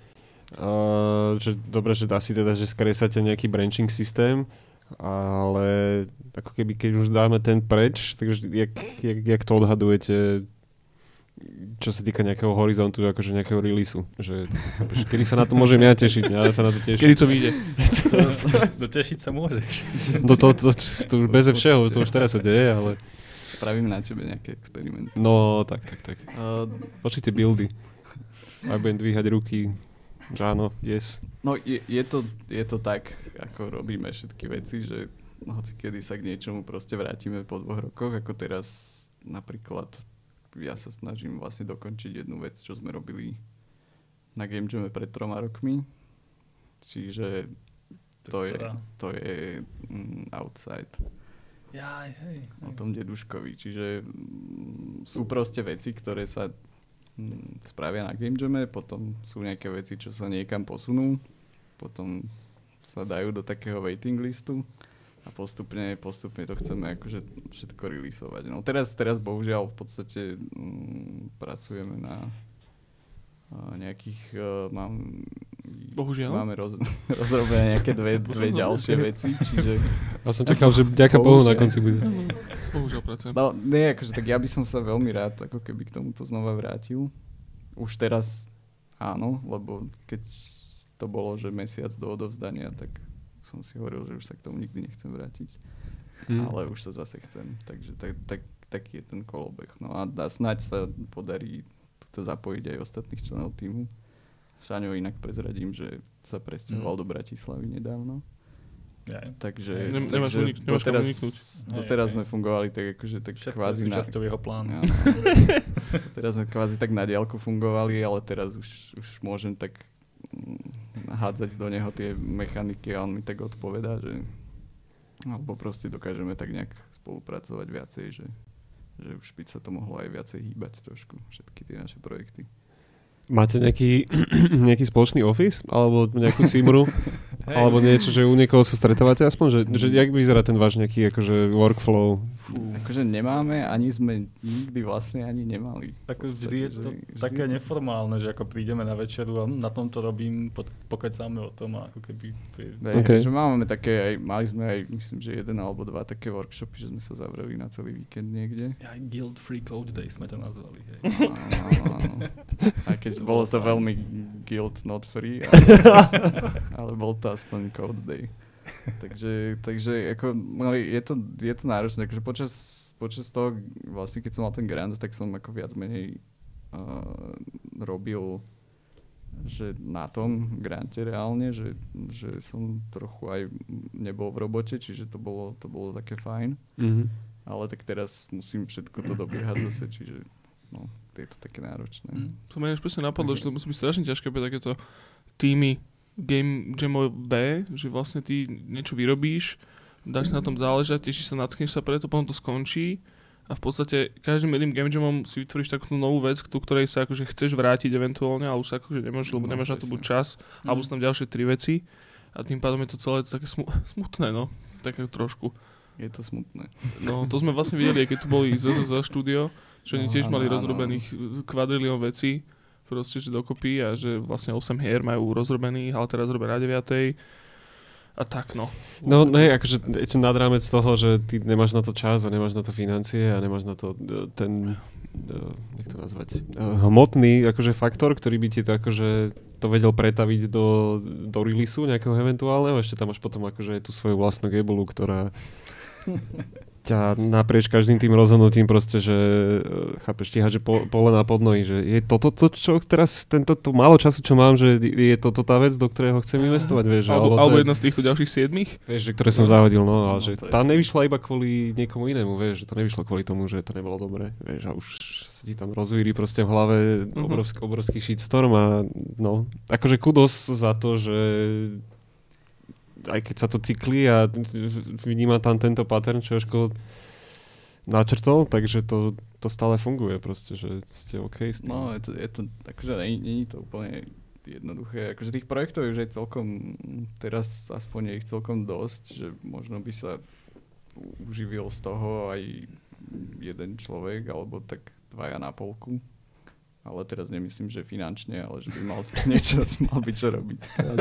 Že dobre, že asi teda, že skresate nejaký branching systém, ale ako keby, keď už dáme ten preč, takže jak to odhadujete, čo sa týka nejakého horizontu, akože nejakého releaseu? Že kedy sa na to môžem ja tešiť? Ja sa na to teším. Kedy to vyjde? Tešiť sa môžeš. To už beze všeho, to už teraz sa deje, ale... Spravím na tebe nejaké experimenty. No, tak. Počujte buildy. Ak budem dvíhať ruky, že áno, yes. No je to tak, ako robíme všetky veci, že hoci kedy sa k niečomu proste vrátime po 2 rokoch, ako teraz napríklad ja sa snažím vlastne dokončiť jednu vec, čo sme robili na Game Jame pred 3 rokmi. Čiže to je Outside. Jaj, hej. O tom deduškovi. Čiže sú proste veci, ktoré sa spravia na Game Jame, potom sú nejaké veci, čo sa niekam posunú, potom sa dajú do takého waiting listu a postupne to chceme akože všetko releaseovať. No teraz bohužiaľ v podstate pracujeme na nejakých máme rozrobené nejaké dve ďalšie veci, čiže... Ja som čakal, že ďaká Bohu na konci bude. Bohužiaľ pracujem. No, nie, akože tak ja by som sa veľmi rád ako keby k tomuto znova vrátil. Už teraz áno, lebo keď to bolo, že mesiac do odovzdania, tak som si hovoril, že už sa k tomu nikdy nechcem vrátiť. Ale už sa zase chcem. Takže taký je ten kolobeh. No a snáď sa podarí to zapojiť aj ostatných členov týmu. Šaňo inak prezradím, že sa presťahoval do Bratislavy nedávno. Takže nemáš doteraz sme fungovali tak akože tak kvázi na súčasťou jeho plánu. Teraz sme kvázi tak na diaľku fungovali, ale teraz už môžem tak hádzať do neho tie mechaniky a on mi tak odpovedá, že alebo proste dokážeme tak nejak spolupracovať viacej, že už by sa to mohlo aj viacej hýbať trošku, všetky tie naše projekty. Máte nejaký spoločný office? Alebo nejakú cimru? Alebo niečo, že u niekoho sa stretávate aspoň? Že jak vyzerá ten váš nejaký akože workflow? Akože nemáme, ani sme nikdy vlastne ani nemali. Tak vždy je to také neformálne, že ako prídeme na večeru a na tomto robím, pokecáme o tom a ako keby... Že máme také, mali sme aj, myslím, že 1 alebo 2 také workshopy, že sme sa zavreli na celý víkend niekde. Aj Guild Free Code Day sme to nazvali. Hej. Áno. Aj keď bolo to veľmi guild not free, ale bol to aspoň Code Day. Takže ako, no, je to náročné. Akože počas toho, vlastne keď som mal ten grant, tak som ako viac menej robil že na tom grante reálne, že som trochu aj nebol v robote, čiže to bolo také fajn. Mm-hmm. Ale tak teraz musím všetko to dobiehať zase, čiže no, je to také náročné. To ma presne napadlo, že to musí byť strašne ťažké pre takéto týmy Game Jamové, že vlastne ty niečo vyrobíš, dáš na tom záležať, tešíš sa, natkneš sa preto, potom to skončí a v podstate každým jedným Game Jamom si vytvoríš takú novú vec, ku ktorej sa akože chceš vrátiť eventuálne, ale už sa akože nemôžeš, lebo nemáš na to buď čas, alebo sú tam ďalšie 3 veci a tým pádom je to celé také smutné, no, také trošku. Je to smutné. No, to sme vlastne videli, keď tu boli ZZZ štúdio, že oni tiež mali rozrobených kvadrilión vecí, proste, že dokopy a že vlastne 8 hier majú rozrobených, ale teraz robia na 9. A tak, no. No, akože je to nad rámec toho, že ty nemáš na to čas a nemáš na to financie a nemáš na to ten, jak to nazvať, hmotný akože faktor, ktorý by ti to akože to vedel pretaviť do releaseu nejakého eventuálneho. Ešte tam máš potom akože tú svoju vlastnú gebulu, ktorá ťa naprieč každým tým rozhodnutím proste, že chápeš, tíha, že pole na podnohy, že je toto, čo teraz, to málo času, čo mám, že je toto tá vec, do ktorého chcem investovať, vieš. Alebo jedna z týchto ďalších 7? Vieš, že ktoré som zahodil, no, ale že tá nevyšla iba kvôli niekomu inému, vieš, že to nevyšlo kvôli tomu, že to nebolo dobré, vieš, a už sa ti tam rozvíri proste v hlave obrovský shitstorm a no, akože kudos za to, že aj keď sa to cyklí a vníma tam tento pattern, čo Jožko načrtol, takže to stále funguje proste, že ste OK s tým. No, je to akože nie je to úplne jednoduché. Akože tých projektov je už aj celkom, teraz aspoň je ich celkom dosť, že možno by sa uživil z toho aj jeden človek, alebo tak 2 na polku. ale teraz nemyslím, že finančne, ale že by mal mal byť čo robiť.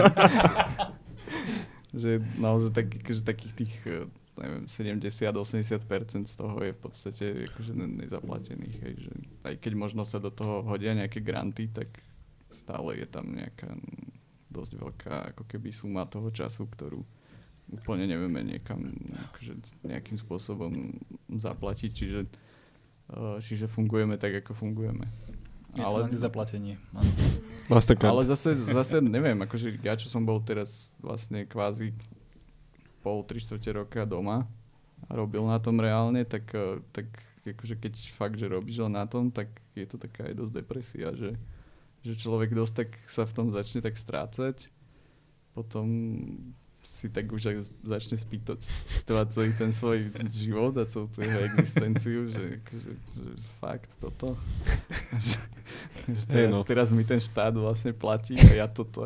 Že naozaj takých tých, neviem, 70-80% z toho je v podstate akože nezaplatených. Hej, že aj keď možno sa do toho hodia nejaké granty, tak stále je tam nejaká dosť veľká ako keby suma toho času, ktorú úplne nevieme niekam akože nejakým spôsobom zaplatiť, čiže fungujeme tak, ako fungujeme. Je to len zaplatenie. Ale zase neviem, akože ja, čo som bol teraz vlastne kvázi 3/4 roka doma a robil na tom reálne, tak akože keď fakt, že robíš len na tom, tak je to taká aj dosť depresia, že človek dosť tak sa v tom začne tak strácať, potom si tak už aj začne spýtovať celý ten svoj život a celú tú jeho existenciu, že fakt toto. Teraz mi ten štát vlastne platí a ja toto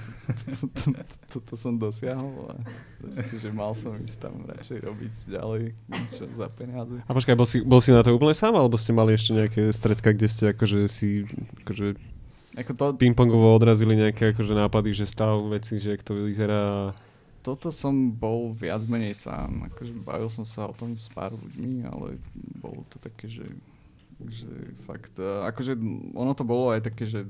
som dosiahol a proste, že mal som ísť tam radšej robiť ďalej niečo za peniaze. A počkaj, bol si na to úplne sám, alebo ste mali ešte nejaké stredka, kde ste akože si pingpongovo odrazili nejaké akože nápady, že stav veci, že jak to vyzerá? Toto som bol viac menej sám. Akože bavil som sa o tom s pár ľuďmi, ale bolo to také, že fakt, akože ono to bolo aj také, že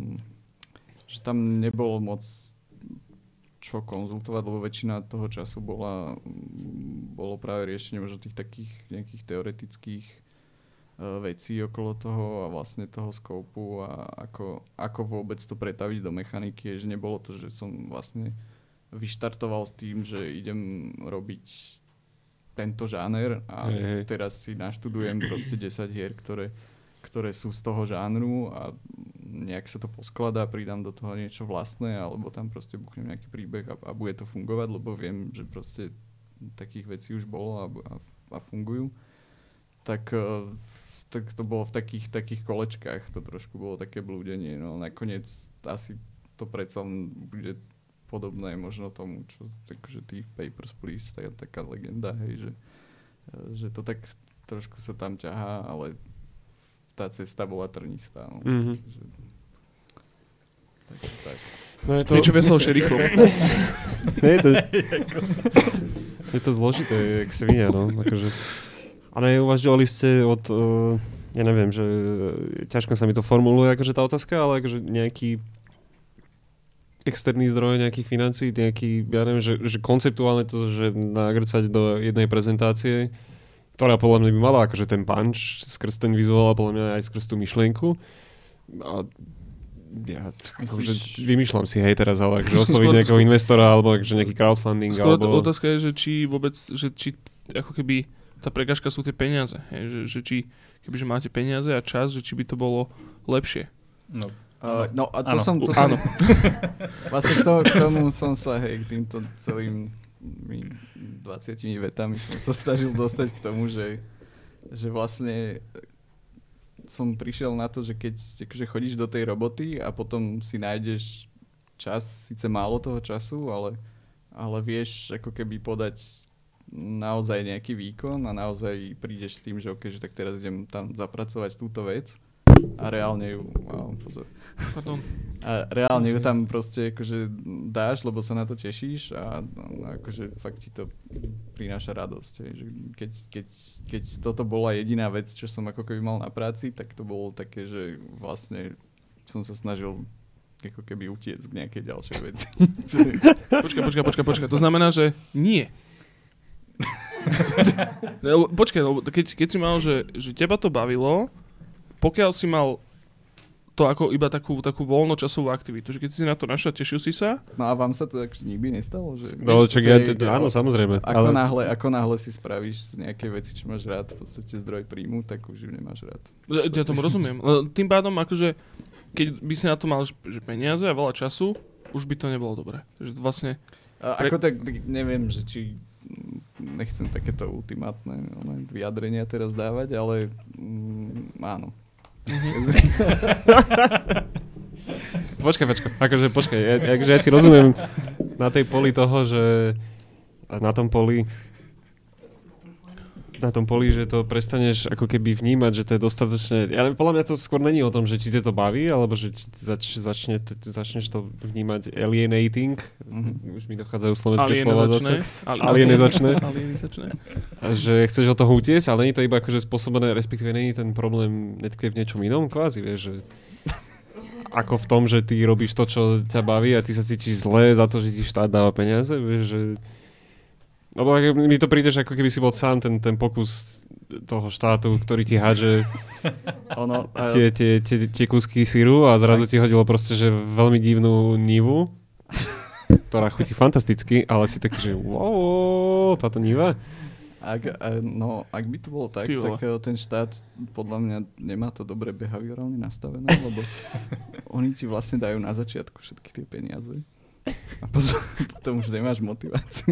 tam nebolo moc čo konzultovať, lebo väčšina toho času bolo práve riešenie možno tých takých nejakých teoretických vecí okolo toho a vlastne toho skoupu a ako vôbec to pretaviť do mechaniky, že nebolo to, že som vlastne vyštartoval s tým, že idem robiť tento žáner a teraz si naštudujem proste 10 hier, ktoré sú z toho žánru a nejak sa to poskladá, pridám do toho niečo vlastné alebo tam proste buchnem nejaký príbeh a bude to fungovať, lebo viem, že proste takých vecí už bolo a fungujú. Tak to bolo v takých kolečkách, to trošku bolo také blúdenie, no nakoniec asi to predsa bude podobné možno tomu, čo takže tí Papers, Please, taká legenda, hej, že to tak trošku sa tam ťahá, ale tá cesta bola trnistá. No. Mm-hmm. Tak. No je to niečo veselšie, rýchlo. Je to zložité, jak svinia, no. Akože. Ale uvažovali ste ja neviem, že ťažko sa mi to formuluje, akože tá otázka, ale akože nejaký externý zdroj nejakých financií, ja neviem, že konceptuálne to, že nagrcať do jednej prezentácie, ktorá podľa mňa by mala akože ten punch skrz ten vizuál a podľa mňa aj skrz tú myšlienku. A ja akože vymýšľam si, hej, teraz, ale akože osloviť nejakého investora alebo akože nejaký crowdfunding. Skôr otázka je, že či vôbec, že či ako keby tá prekážka sú tie peniaze, hej, že či kebyže máte peniaze a čas, že či by to bolo lepšie. No a to som vlastne k tomu som sa k týmto celým 20 vetami som sa snažil dostať k tomu, že vlastne som prišiel na to, že keď akože chodíš do tej roboty a potom si nájdeš čas, síce málo toho času, ale vieš ako keby podať naozaj nejaký výkon a naozaj prídeš s tým, že že tak teraz idem tam zapracovať túto vec. A reálne ju, reálne ju tam proste akože dáš, lebo sa na to tešíš a akože fakt ti to prináša radosť. Že keď toto bola jediná vec, čo som ako keby mal na práci, tak to bolo také, že vlastne som sa snažil ako keby utiecť k nejakej ďalšej veci. Počkaj. To znamená, že nie. Počkaj, keď si mal, že teba to bavilo, pokiaľ si mal to ako iba takú voľnočasovú aktivitu, že keď si na to našiel, tešil si sa? No a vám sa to nikdy nestalo? Že no, áno, samozrejme. Ako náhle si spravíš z nejakej veci, čo máš rád, v podstate zdroj príjmu, tak už ju nemáš rád. Ja tomu rozumiem. Tým pádom, akože, keď by si na to mal že peniaze a veľa času, už by to nebolo dobré. Takže vlastne... Ako tak neviem, že či... Nechcem takéto ultimátne vyjadrenia teraz dávať, ale áno. Počkaj. Akože počkaj, ja ti rozumiem na tej poli toho, že na tom poli na tom poli, že to prestaneš ako keby vnímať, že to je dostatočne... Ale podľa mňa to skôr není o tom, že či to baví, alebo že začneš to vnímať alienating. Už mi dochádzajú slovenské slova zase. Alienizačné. A že chceš od toho utiesť, ale nie je to iba akože spôsobené, respektíve nie je ten problém netkvie v niečom inom, kvázi, vieš, že ako v tom, že ty robíš to, čo ťa baví a ty sa cítiš zle za to, že ti štát dáva peniaze, vieš, že... Lebo mi to príde, že ako keby si bol sám ten pokus toho štátu, ktorý ti hádže tie kúsky syru a zrazu ti hodilo proste, že veľmi divnú nivu, ktorá chutí fantasticky, ale si taký, že wow, táto niva. Ak by to bolo tak ten štát podľa mňa nemá to dobre behaviorálne nastavené, lebo oni ti vlastne dajú na začiatku všetky tie peniaze. A potom už nemáš motiváciu.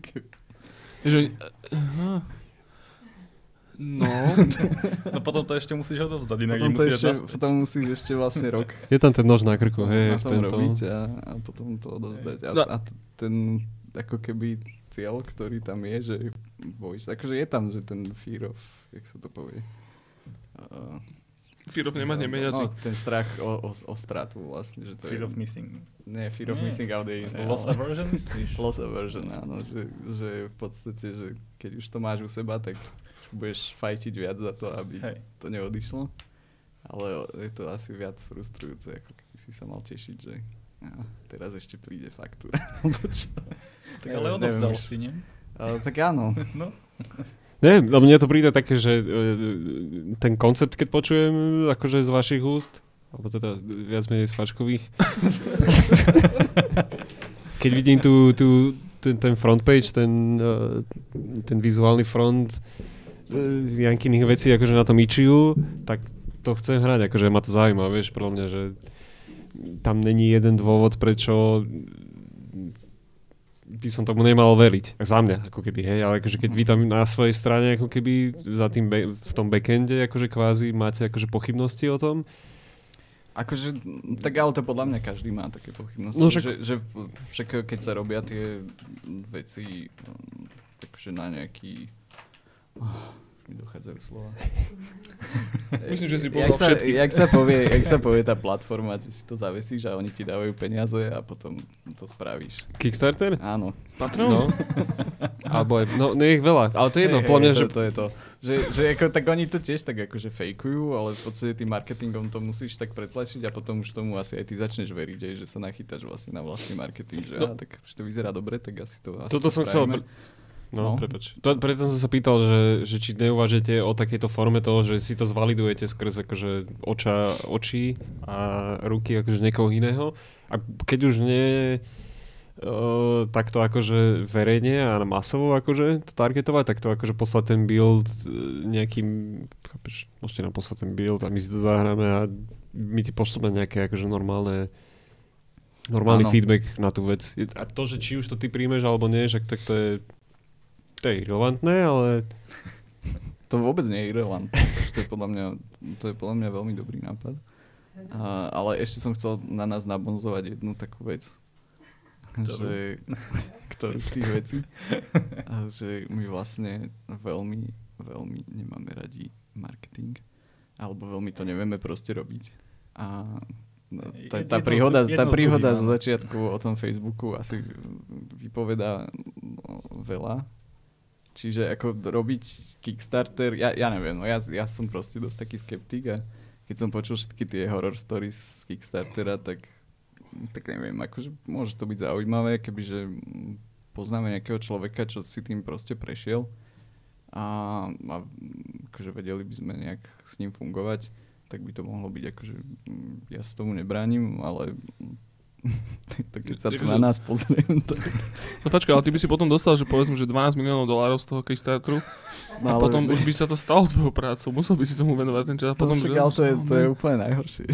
No potom to ešte musíš odovzdať, inak potom musíš ešte vlastne rok je tam ten nož na krku, hej, na tom robiť a potom to odovzdať. A ten ako keby cieľ, ktorý tam je, že bojíš, akože je tam, že ten fear of, jak sa to povie? Fear of nemať peniazy. No, ten strach o stratu vlastne. Že to fear of missing. Nie, fear of missing out. Loss aversion myslíš? Loss aversion, áno. Že v podstate, že keď už to máš u seba, tak budeš fajčiť viac za to, aby to neodišlo. Ale je to asi viac frustrujúce, ako keby si sa mal tešiť, že teraz ešte príde faktúra. Tak ale odovzdal si, nie? Tak áno. No. Nie, lebo mne to príde také, že ten koncept, keď počujem akože z vašich úst, alebo teda viac menej z fačkových, keď vidím ten front page, ten vizuálny front z Jankyných vecí akože na tom Ichiu, tak to chcem hrať, akože ma to zaujíma, vieš, podľa mňa, že tam není jeden dôvod, prečo by som tomu nemal veriť. Za mňa, ako keby, hej, ale akože keď vy tam na svojej strane, ako keby za tým v tom backende, akože kvázi máte akože pochybnosti o tom. Akože, tak ale to podľa mňa každý má také pochybnosti, no, však keď sa robia tie veci takže na nejaký... mi dochádzajú slova. Myslím, že si povedal všetky. Jak sa povie tá platforma, že si to zavesíš a oni ti dávajú peniaze a potom to spravíš. Kickstarter? Áno. Patreon? No. Alebo aj, no nie je ich veľa, ale to je jedno, podľa mňa, že... To je to. Že ako, tak oni to tiež tak akože fejkujú, ale v podstate tým marketingom to musíš tak pretlačiť a potom už tomu asi aj ty začneš veriť, že sa nachytáš vlastne na vlastný marketing, že tak už to vyzerá dobre, tak asi to asi toto som chcel... No, prepáč. Preto som sa pýtal, že či neuvažujete o takejto forme toho, že si to zvalidujete skrz akože oči a ruky akože niekoho iného. A keď už nie takto akože verejne a masovo akože to targetovať, tak to akože poslať ten build nejakým, chápeš, môžete nám poslať ten build a my si to zahráme a my ti pošleme nejaké akože normálny feedback na tú vec. A to, že či už to ty príjmeš alebo nie, tak to je irrelevantné, ale... To vôbec nie je irrelevantné. To je podľa mňa veľmi dobrý nápad. Ale ešte som chcel na nás nabonzovať jednu takú vec. Ktorú z tých vecí. Že my vlastne veľmi, veľmi nemáme radi marketing. Alebo veľmi to nevieme proste robiť. A tá príhoda z začiatku o tom Facebooku asi vypovedá veľa. Čiže ako robiť Kickstarter, ja neviem, no ja som proste dosť taký skeptik a keď som počul všetky tie horror stories z Kickstartera, tak neviem, akože môže to byť zaujímavé, kebyže poznáme nejakého človeka, čo si tým proste prešiel a akože vedeli by sme nejak s ním fungovať, tak by to mohlo byť akože, ja sa tomu nebránim, ale... keď sa tu na nás pozriem. No počkaj, ale ty by si potom dostal, že povedzme, že $12 miliónov z toho Kickstarteru a potom už by sa to stalo tvojou prácou. Musel by si tomu venovať ten čas. Potom, ale to je úplne najhoršie.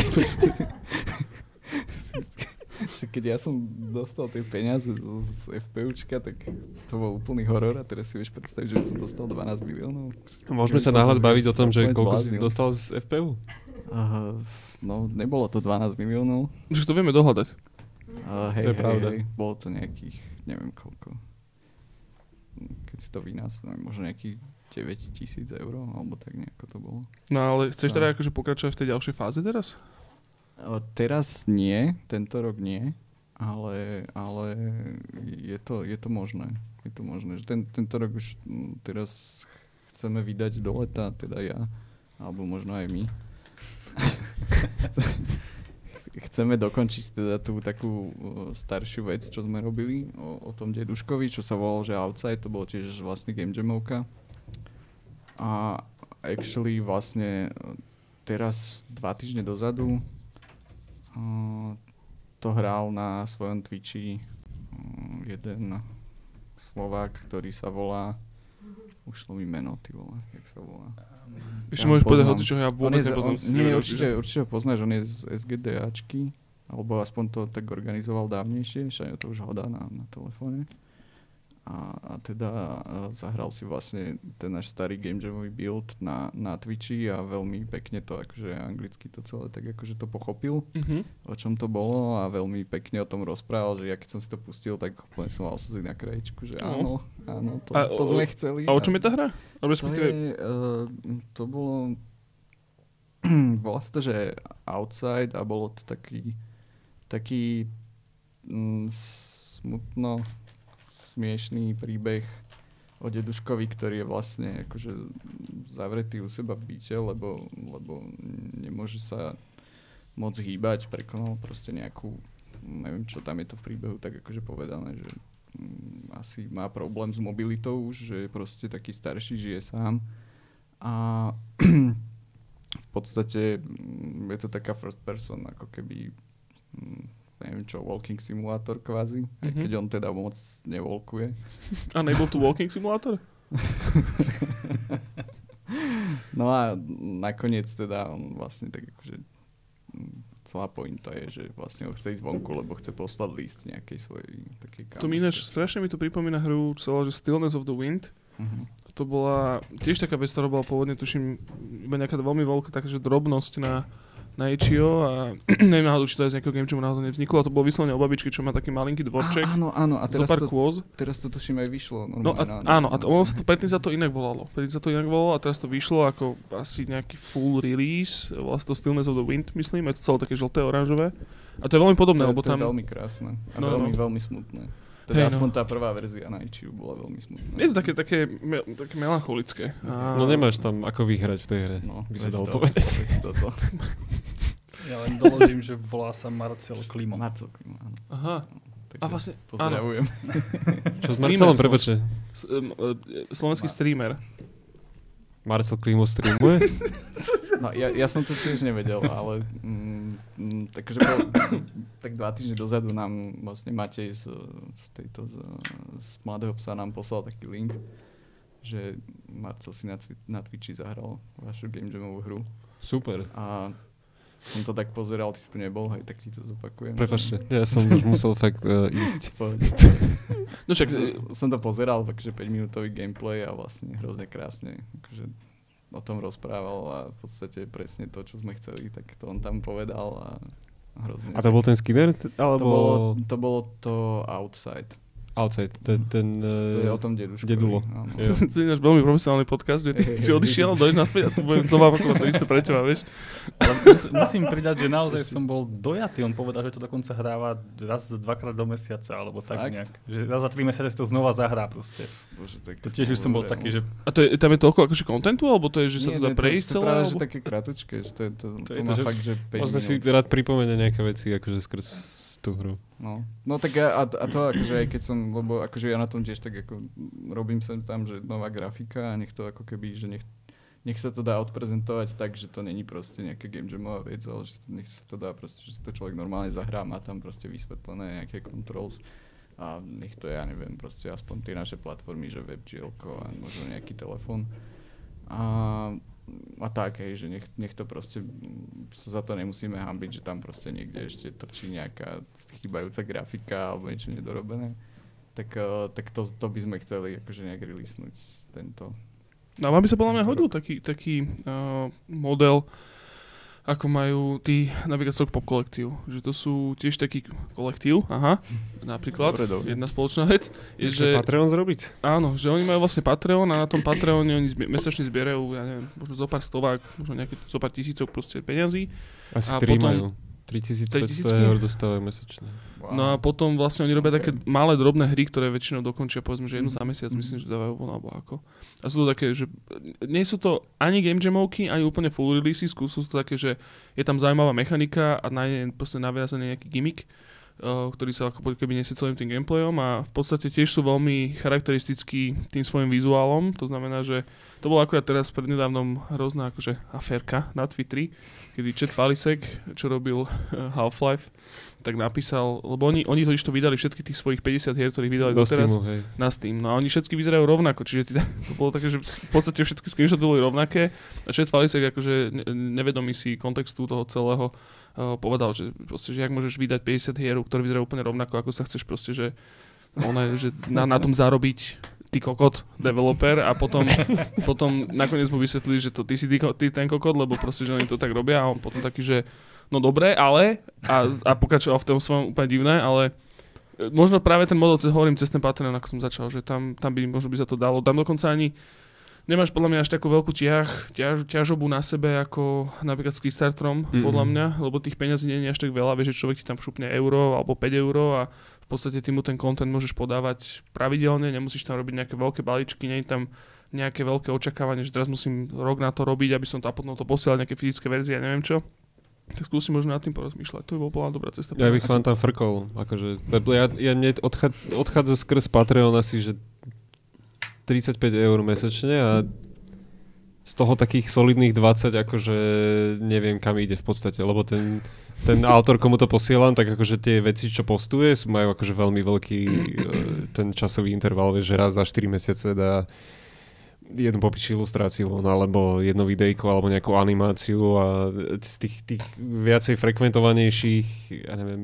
Keď ja som dostal tie peniaze z FPUčka, tak to bol úplný horor a teraz si vieš predstaviť, že som dostal 12 miliónov. Môžeme sa náhľad baviť o tom, že koľko si dostal z FPU? No, nebolo to 12 miliónov. Už to vieme dohľadať. To je pravda. Bolo to nejakých, neviem koľko. Keď si to vynásobíme, možno nejakých 9,000 €, alebo tak nejako to bolo. No ale chceš teda akože pokračovať v tej ďalšej fáze teraz? Teraz nie, tento rok nie, ale je to možné. Je to možné, že tento rok už teraz chceme vydať do leta, teda ja, alebo možno aj my. Chceme dokončiť teda tú takú staršiu vec, čo sme robili o tom deduškovi, čo sa volalo, že Outside, to bolo tiež vlastný game jamovka. A actually vlastne teraz 2 týždne dozadu to hral na svojom Twitchi jeden Slovák, ktorý sa volá, ušlo mi meno, ty vole, jak sa volá. Ešte môžeš povedať hoci, čo ja vôbec nepoznám. Nie, určite ho poznáš, on je z SGDAčky, alebo aspoň to tak organizoval dávnejšie, však to už ho dá na telefóne. A teda zahral si vlastne ten náš starý game jamový build na Twitchi a veľmi pekne to, akože anglicky to celé tak akože to pochopil, o čom to bolo a veľmi pekne o tom rozprával, že ja keď som si to pustil, tak úplne som mal slzy na krajičku, že áno, to sme chceli. A o čom je tá hra? To bolo, volá sa to, že Outside a bolo to taký smutno smiešný príbeh o deduškovi, ktorý je vlastne akože zavretý u seba v byte, lebo nemôže sa moc hýbať, prekonal proste nejakú, neviem čo tam je to v príbehu tak akože povedané, že asi má problém s mobilitou už, že je proste taký starší, žije sám a v podstate je to taká first person, ako keby neviem čo, walking simulátor kvázi, aj keď on teda moc nevolkuje. A nebol tu walking simulátor? No a nakoniec teda on vlastne tak akože celá pointa je, že vlastne ho chce ísť vonku, lebo chce poslať list nejakej svojej takej kamoške. To mi ináč strašne mi to pripomína hru, čo sa volá, že Stillness of the Wind. To bola tiež taká vec, ktorá bola pôvodne, tuším, iba nejaká veľmi veľká takže drobnosť na Itch.io a neviem náhodou, či to aj z nejakého game jamu náhodou nevzniklo, a to bolo vyslovene o babičke, čo má taký malinký dvorček. Áno, a teraz to tuším aj vyšlo. Áno, a ono sa to predtým sa to inak volalo. A teraz to vyšlo ako asi nejaký full release, volá sa to Stillness of the Wind, myslím, je to celé také žlté, oranžové. A to je veľmi podobné, lebo tam... To je veľmi krásne a veľmi smutné. Teda aspoň tá prvá verzia na Itch.io bola veľmi smutná. Je to také melancholické. No nemáš tam ako vyhrať v tej hre, by sa dalo povedať. Ja len doložím, že volá sa Marcel Klimo. Marcel Klimo, áno. Aha. Takže a vlastne, pozdravujem. Čo s Marcelom, prepače? Slovenský streamer. Marcel Klimo streamuje? No, ja som to tiež nevedel, ale takže tak 2 týždne dozadu nám vlastne Matej z Mladého psa nám poslal taký link, že Marcel si na Twitchi zahral vašu game jamovú hru. Super. A som to tak pozeral, ty si tu nebol, hej, tak ti to zopakujem. Prepáčte, ja som už musel fakt ísť. No však som to pozeral, takže 5-minútový gameplay a vlastne hrozne krásne akože o tom rozprával a v podstate presne to, čo sme chceli, tak to on tam povedal a hrozne. A to bol ten Skinner? Alebo... To bolo to Outside. Outside, to je o tom deduškovi. Dedulo. To je náš veľmi profesionálny podcast, že ty si odišiel, dojdeš naspäť a tu budem to opakovať to isté pre teba, vieš. Ale musím pridať, že naozaj som bol dojatý. On povedal, že to dokonca hráva raz 2-krát do mesiaca, alebo tak nejak. Že raz za 3 mesiace to znova zahrá proste. Bože, to tiež už som bol taký, že... A tam je toľko akože kontentu, alebo to je, že sa to dá prejsť celé? Nie, to je práve, že také kratučké, že to má fakt, že 5 minút. Možno si rád pripomene nejaké veci, akože skrz tú hru. No tak a to akože aj keď som, lebo akože ja na tom tiež tak ako robím sem tam, že nová grafika a nech to ako keby, že nech sa to dá odprezentovať tak, že to není proste nejaká game jamová vec, ale že nech sa to dá proste, že si to človek normálne zahrá, má tam proste vysvetlené nejaké controls a nech to ja neviem, proste aspoň tie naše platformy, že WebGL-ko a možno nejaký telefón. A tak, hej, že nech to proste sa za to nemusíme hanbiť, že tam proste niekde ešte trčí nejaká chýbajúca grafika alebo niečo nedorobené. Tak to by sme chceli akože nejak releasnúť tento. No vám by sa podľa mňa hodil taký model ako majú tí napríklad Sok Pop kolektív. Že to sú tiež taký kolektív, napríklad, Dobre. jedna spoločná vec. Je, že Patreon zrobiť? áno, že oni majú vlastne Patreon a na tom Patreone oni mesačne zbierajú, ja neviem, možno zo pár stovák, možno nejaké zo pár tisícok proste peňazí. Asi A 3 potom- majú. 3500 3000? eur dostávajú mesačne. Wow. No a potom vlastne oni robia také malé drobné hry, ktoré väčšinou dokončia, povedzme, že jednu za mesiac, myslím, že dávajú von alebo ako. A sú to také, že nie sú to ani game jamovky, ani úplne full releasy, sú to také, že je tam zaujímavá mechanika a na nej proste naviazaný nejaký gimmick, ktorý sa ako keby nesie celým tým gameplayom a v podstate tiež sú veľmi charakteristickí tým svojim vizuálom. To znamená, že to bolo akurát teraz prednedávnom hrozná akože aférka na Twitteri, kedy Chet Falisek, čo robil Half-Life, tak napísal, lebo oni totiž to vydali všetky tých svojich 50 hier, ktorých vydali Do doteraz Steamu, hej. na Steam. No a oni všetky vyzerajú rovnako, čiže to bolo také, že v podstate všetky screenshoty boli rovnaké a Chet Falisek akože nevedomý si kontextu toho celého povedal, že proste, že jak môžeš vydať 50 hier, ktoré vyzerajú úplne rovnako, ako sa chceš proste, že na tom zarobiť ty kokot, developer a potom nakoniec mu vysvetlili, že to ty si ty ten kokot, lebo proste, že oni to tak robia a on potom taký, že no dobre, ale a pokračoval v tom svojom úplne divné, ale možno práve ten model, hovorím cez ten Patreon, ako som začal, že tam by možno by sa to dalo. Tam dokonca ani nemáš podľa mňa až takú veľkú ťažobu na sebe, ako napríklad s Kickstarterom, podľa mňa, lebo tých peňazí nie je až tak veľa, vieš, že človek ti tam šupne euro alebo 5 euro a v podstate ty mu ten content môžeš podávať pravidelne, nemusíš tam robiť nejaké veľké balíčky, nie je tam nejaké veľké očakávanie, že teraz musím rok na to robiť, aby som to a potom to posielal nejaké fyzické verzie, ja neviem čo. Tak skúsim možno nad tým porozmýšľať, to by bola dobrá cesta. Ja bych vám tam frkol, akože, mne odchádza skrz Patreon asi, že 35 eur mesačne a z toho takých solidných 20 akože neviem kam ide v podstate, lebo ten autor, komu to posielam, tak akože tie veci, čo postuje, majú akože veľmi veľký ten časový interval, vieš, že raz za 4 mesiace dá jednu popiči ilustráciu alebo jedno videjko alebo nejakú animáciu a z tých viacej frekventovanejších, ja neviem,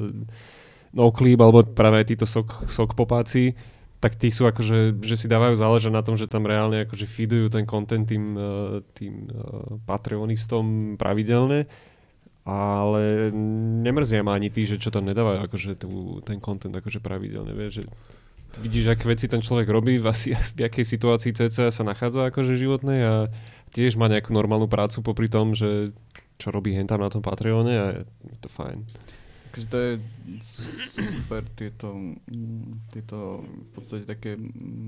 Noclip alebo práve aj títo sok popáci, tak tí sú akože, že si dávajú záležať na tom, že tam reálne akože feedujú ten content tým Patreonistom pravidelne, ale nemrzia ma ani tí, že čo tam nedávajú akože ten content akože pravidelne, vieš, že vidíš, aké veci ten človek robí, v akej situácii cca sa nachádza akože životnej a tiež má nejakú normálnu prácu popri tom, že čo robí hen tam na tom Patreone a je to fajn. Takže to je super tieto v podstate také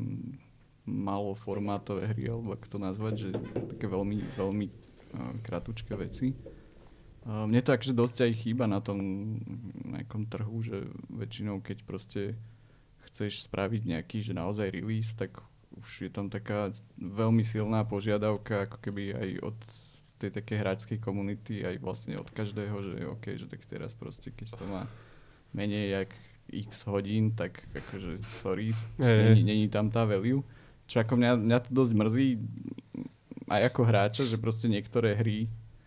maloformátové hry, alebo ako to nazvať, že také veľmi, veľmi kratučké veci. Mne to akože dosť aj chýba na tom nejakom trhu, že väčšinou keď proste chceš spraviť nejaký, že naozaj release, tak už je tam taká veľmi silná požiadavka, ako keby aj od tej také hráčskej komunity, aj vlastne od každého, že OK, že tak teraz proste, keď to má menej jak x hodín, tak akože sorry, není tam tá value. Čo ako mňa to dosť mrzí aj ako hráča, že proste niektoré hry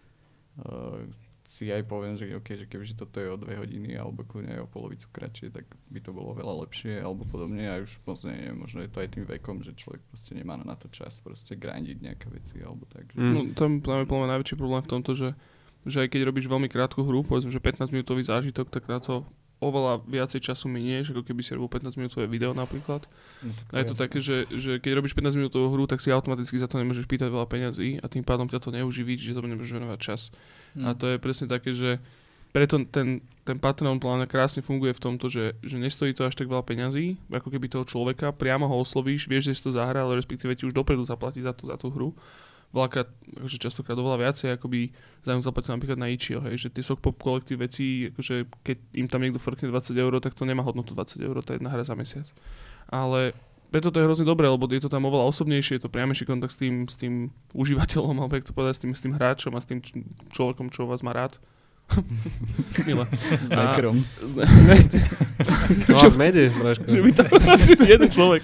si aj poviem, že OK, že kebyže toto je o 2 hodiny alebo kľudne aj o polovicu kratšie, tak by to bolo veľa lepšie alebo podobne a už vlastne neviem, možno je to aj tým vekom, že človek proste nemá na to čas proste grindiť nejaké veci alebo tak. Že... No, tam je podľa mňa najväčší problém v tomto, že aj keď robíš veľmi krátku hru, povedzme, že 15-minútový zážitok, tak na to oveľa viacej času minieš, ako keby si robil 15-minútové video napríklad. No, a je to také, že keď robíš 15-minútovú hru, tak si automaticky za to nemôžeš pýtať veľa peňazí a tým pádom ťa to neuživí, že to nemôžeš venovať čas. A to je presne také, že preto ten Patreon plán krásne funguje v tomto, že nestojí to až tak veľa peňazí, ako keby toho človeka, priamo ho oslovíš, vieš, že si to zahrá, ale respektíve ti už dopredu zaplatí za tú hru. Veľakrát, akože častokrát oveľa viacej, ako by za ňu zaplatil napríklad na Itch.io, hej, že tie Sok Pop kolektív veci, akože keď im tam niekto frkne 20 €, tak to nemá hodnotu 20 €, to je jedna hra za mesiac. Ale preto to je hrozne dobré, lebo je to tam oveľa osobnejšie, je to priamejší kontakt s tým užívateľom, alebo jak to povedať, s tým hráčom a s tým človekom, čo vás má rád. Milé. S nekrom. No a v mede, Braško. Jeden človek.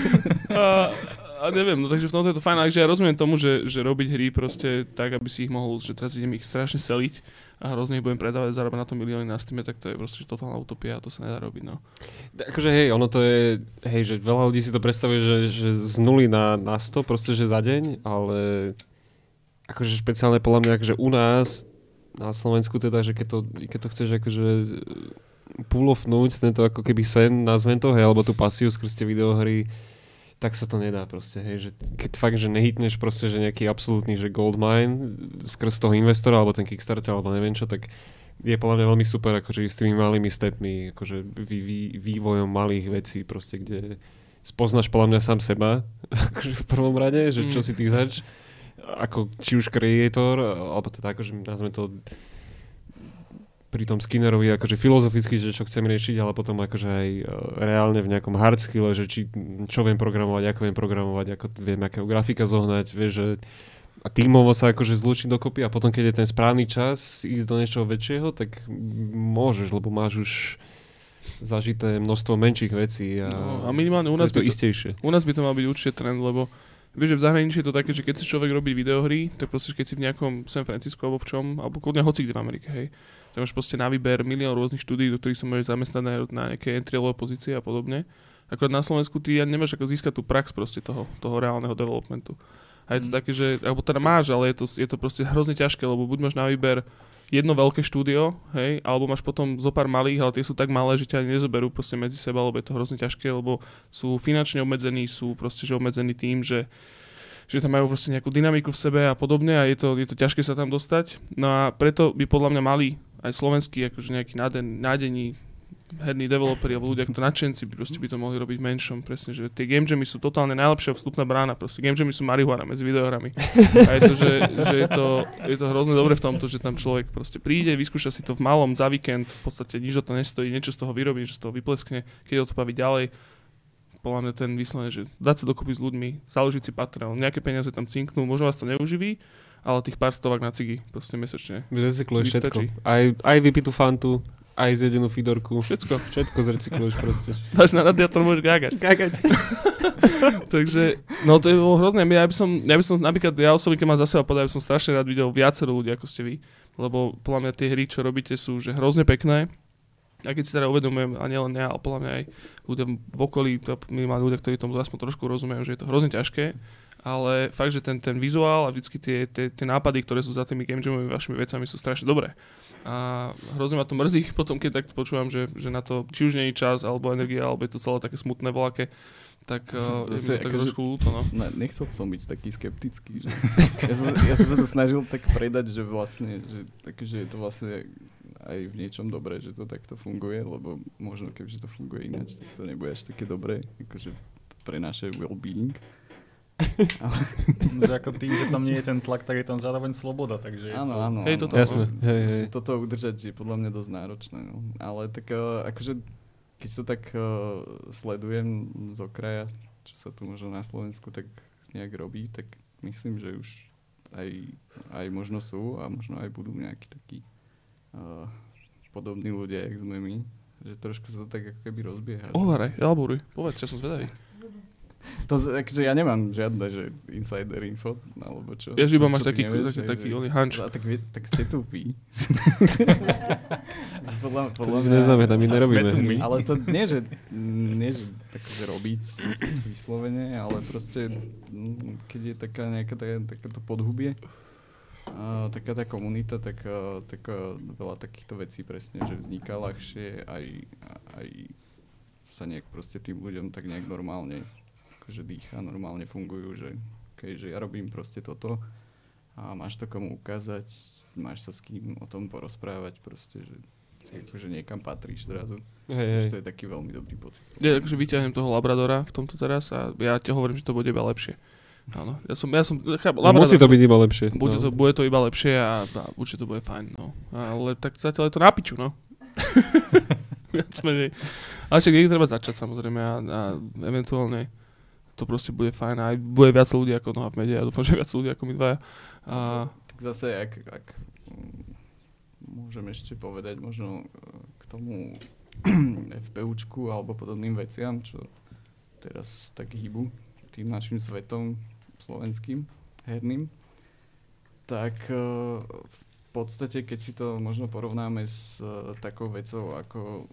A neviem, no takže v tomto je to fajn, takže ja rozumiem tomu, že robiť hry proste tak, aby si ich mohol, že teraz idem ich strašne seliť a hrozne ich budem predávať, zarábať na to milióny na Steam, tak to je proste totálna utopia a to sa nedá robiť, no. Akože hej, ono to je, hej, že veľa ľudí si to predstavuje, že z 0 na 100, proste, že za deň, ale akože špeciálne podľa mňa, že u nás na Slovensku teda, že keď to chceš akože pull-offnúť, tento ako keby sen, nazvem to, hej, alebo tú pasiu skrz tie videohry, tak sa to nedá proste, hej, že keď fakt, že nehitneš proste, že nejaký absolútny, že gold mine skrz toho investora, alebo ten Kickstarter, alebo neviem čo, tak je podľa mňa veľmi super, akože s tými malými stepmi, akože vývojom malých vecí, proste, kde spoznáš podľa mňa sám seba, akože v prvom rade, že čo si ty zač, ako či už creator, alebo teda akože nazveme to pri tom Skinnerovi akože filozoficky, že čo chcem riešiť, ale potom akože aj reálne v nejakom hard skille, že čo viem programovať, ako viem, akého grafika zohnať, vieš, že a tímovo sa akože zlúčiť dokopy a potom, keď je ten správny čas ísť do niečoho väčšieho, tak môžeš, lebo máš už zažité množstvo menších vecí a minimálne u nás je to istejšie. U nás by to mal byť určite trend, lebo vieš, že v zahraničí je to také, že keď si človek robí videohry, tak proste keď si v nejakom San Francisco alebo v čom, alebo kľudne hoci kde v Amerike, hej, tak máš proste na výber milión rôznych štúdií, do ktorých sa môžeš zamestnať na nejaké entry-level pozície a podobne. Akorát na Slovensku ty nemáš ako získať tú prax proste toho reálneho developmentu. A je to také, že, alebo teda máš, ale je to proste hrozne ťažké, lebo buď máš na výber jedno veľké štúdio, hej, alebo máš potom zo pár malých, ale tie sú tak malé, že ťa ani nezoberú proste medzi seba, lebo je to hrozne ťažké, lebo sú finančne obmedzení, sú proste že obmedzení tým, že tam majú proste nejakú dynamiku v sebe a podobne a je to ťažké sa tam dostať. No a preto by podľa mňa mali aj slovenskí akože nejakí nádení herní developeri alebo ľudia, ako to nadšenci by to mohli robiť v menšom, presne, že tie game jammy sú totálne najlepšia vstupná brána, proste game jammy sú marihuana medzi videohrami. A je to, že je to hrozne dobre v tomto, že tam človek proste príde, vyskúša si to v malom za víkend, v podstate nič o to nestojí, niečo z toho vyrobí, že z toho vypleskne, keď to baví ďalej. Podľa mňa ten výsledný, že dať sa dokopy s ľuďmi, založiť si Patreon, nejaké peniaze tam cinknú, možno vás to neuživí, ale tých pár stovák na cigy proste mesačne. Recykluješ všetko. Aj vypitú fantu, aj zjedenú fidorku. Všetko zrecykluješ proste. Dáš na radiátor, môžeš gágať. Takže, no to je bolo hrozné. Ja by som napríklad, ja osobne, keď mám za seba povedať, by som strašne rád videl viacero ľudí, ako ste vy. Lebo podľa mňa tie hry, čo robíte, sú že hrozne pekné. A keď si teda uvedomujem, a nielen ja, ale podľa mňa aj ľudia v okolí, minimálne ľudia, ktorí tomu aspoň trošku rozumejú, že je to hrozne ťažké. Ale fakt, že ten vizuál a vždycky tie nápady, ktoré sú za tými game jamovými vašimi vecami, sú strašne dobré. A hrozne ma to mrzí potom, keď takto počúvam, že na to či už nie je čas, alebo energia, alebo je to celé také smutné voľaké, tak je mi to tak trošku ľúto. No. Nechcel som byť taký skeptický. Že ja som sa to snažil tak predať, že vlastne, že je to vlastne aj v niečom dobré, že to takto funguje, lebo možno kebyže to funguje ináč, tak to nebude až také dobré, akože pre naše well-being. Že ako tým, že tam nie je ten tlak, tak je tam zároveň sloboda, takže áno. Hej, toto. Jasné. Hej. Toto udržať je podľa mňa dosť náročné. No. Ale tak akože, keď to tak sledujem z okraja, čo sa tu možno na Slovensku tak nejak robí, tak myslím, že už aj možno sú a možno aj budú nejakí takí podobní ľudia, jak sme my. Že trošku sa to tak ako keby rozbieha. Ohováraj, elaboruj, povedz, ja som zvedavý. To, akože ja nemám žiadne, že insider info, alebo čo. Ja iba čo máš taký hunch. Tak ste tupí. podľa mňa neznamená, my nerobíme. Ale to nie, že takže robiť vyslovene, ale proste, keď je taká nejaká takéto podhubie, taká tá komunita, tak veľa takýchto vecí presne, že vzniká ľahšie, aj sa nejak proste tým ľuďom tak nejak normálne že dýcha, normálne fungujú, že ja robím proste toto a máš to komu ukázať, máš sa s kým o tom porozprávať proste, že si akože niekam patríš zrazu. Hej. To je taký veľmi dobrý pocit. Ja akože vyťahnem toho Labradora v tomto teraz a ja ti hovorím, že to bude iba lepšie. Áno, ja som musí to byť iba lepšie. Bude to iba lepšie a určite to bude fajn, no. Ale tak zatiaľ je to na piču, no. Viac menej. Ale však niekde treba začať samozrejme a eventuálne to proste bude fajn a aj bude viac ľudí ako Noha v Mede a dúfam, že viac ľudí ako my dvaja. Tak zase, ak môžem ešte povedať možno k tomu FPUčku alebo podobným veciam, čo teraz tak hýbu tým našim svetom slovenským, herným, tak v podstate, keď si to možno porovnáme s takou vecou ako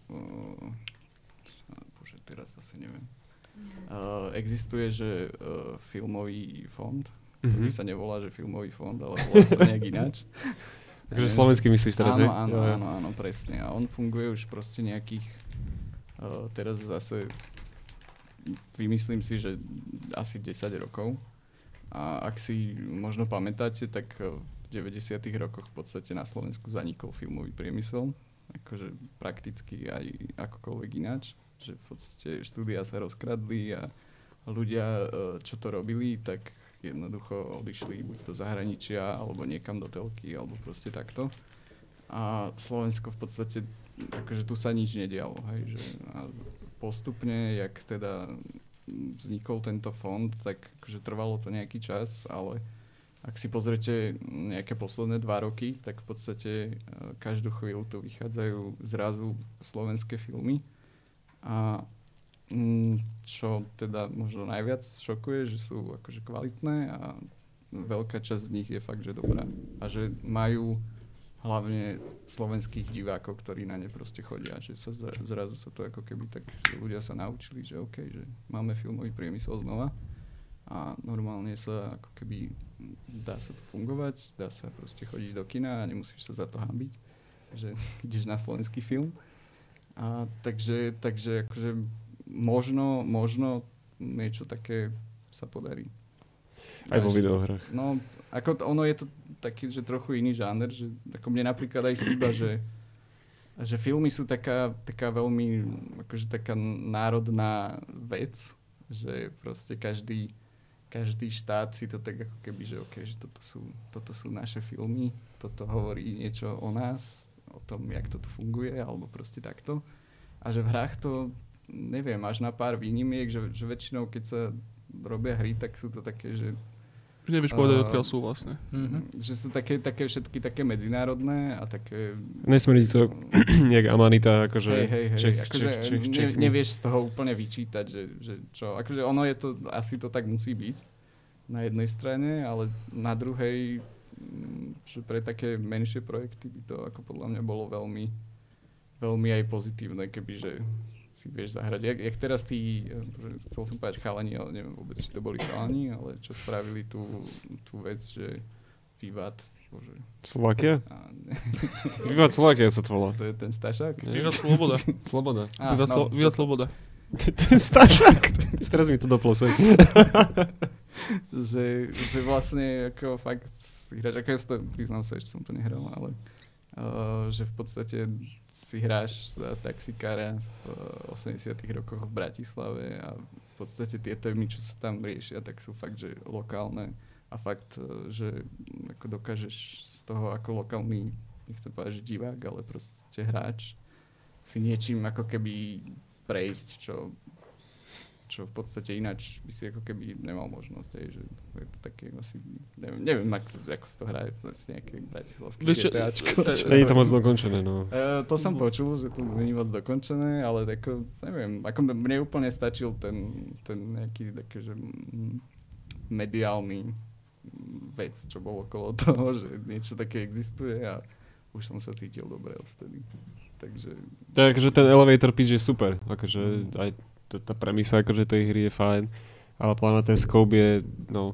teraz zase neviem. Existuje, že filmový fond, ktorý sa nevolá, že filmový fond, ale volá sa nejak ináč. Takže slovenský myslíš teraz, hej? Áno, presne. A on funguje už proste nejakých, teraz zase vymyslím si, že asi 10 rokov. A ak si možno pamätáte, tak v 90. rokoch v podstate na Slovensku zanikol filmový priemysel. Akože prakticky aj akokoľvek ináč. Že v podstate štúdia sa rozkradli a ľudia, čo to robili, tak jednoducho odišli buď do zahraničia, alebo niekam do telky, alebo proste takto. A Slovensko v podstate, akože tu sa nič nedialo, hej, že a postupne, jak teda vznikol tento fond, tak akože trvalo to nejaký čas, ale ak si pozrete nejaké posledné 2 roky, tak v podstate každú chvíľu tu vychádzajú zrazu slovenské filmy. A čo teda možno najviac šokuje, že sú akože kvalitné a veľká časť z nich je fakt, že dobrá. A že majú hlavne slovenských divákov, ktorí na ne proste chodia. Že sa zrazu sa to ako keby tak, že ľudia sa naučili, že OK, že máme filmový priemysel znova a normálne sa ako keby dá sa tu fungovať, dá sa proste chodiť do kina a nemusíš sa za to hanbiť, že ideš na slovenský film. A takže akože možno niečo také sa podarí. Aj vo videohrách. No, ako ono je to taký, že trochu iný žáner, že ako mne napríklad aj chýba, že filmy sú taká veľmi, akože taká národná vec, že proste každý štát si to tak ako keby, že okay, že toto sú naše filmy, toto hovorí niečo o nás, o tom, jak to tu funguje, alebo proste takto. A že v hrách to neviem, až na pár výnimiek, že väčšinou, keď sa robia hry, tak sú to také, že nevieš povedať, odkiaľ sú vlastne. Že sú také všetky také medzinárodné a také... Nesmie to jak Amanita, akože Čech. Nevieš z toho úplne vyčítať, že čo... Akože ono je to, asi to tak musí byť na jednej strane, ale na druhej, že pre také menšie projekty by to ako podľa mňa bolo veľmi, veľmi aj pozitívne, kebyže si vieš zahrať. Jak teraz chcel som povedať chalani, ale neviem vôbec, či to boli chalani, ale čo spravili tú vec, že Vivat, bože. Slovakia? Vivat Slovakia sa to volá. To je ten Stašák? Vivat Sloboda. Sloboda. Vivat Sloboda. Ten Stašák. Teraz mi to doplo svet. že vlastne ako fakt hráš, ako ja to priznám sa, ešte som to nehral, ale že v podstate si hráš za taxikára v 80 rokoch v Bratislave a v podstate tie témy, čo sa tam riešia, tak sú fakt, že lokálne a fakt, že ako dokážeš z toho ako lokálny, nechcem povedať, že divák, ale proste hráč si niečím ako keby prejsť, čo v podstate ináč by si ako keby nemal možnosť, že je to také asi, neviem ako sa to hraje, to asi nejaké bratislavské GTAčko. Nie je to moc dokončené, no. To som počul, že to nie je moc dokončené, ale ako, neviem, ako mne úplne stačil ten nejaký taký, že mediálny vec, čo bolo okolo toho, že niečo také existuje a už som sa cítil dobre odvtedy. Takže ten elevator pitch je super, akože aj tá premisa akože tej hry je fajn, ale plána ten scope je, no,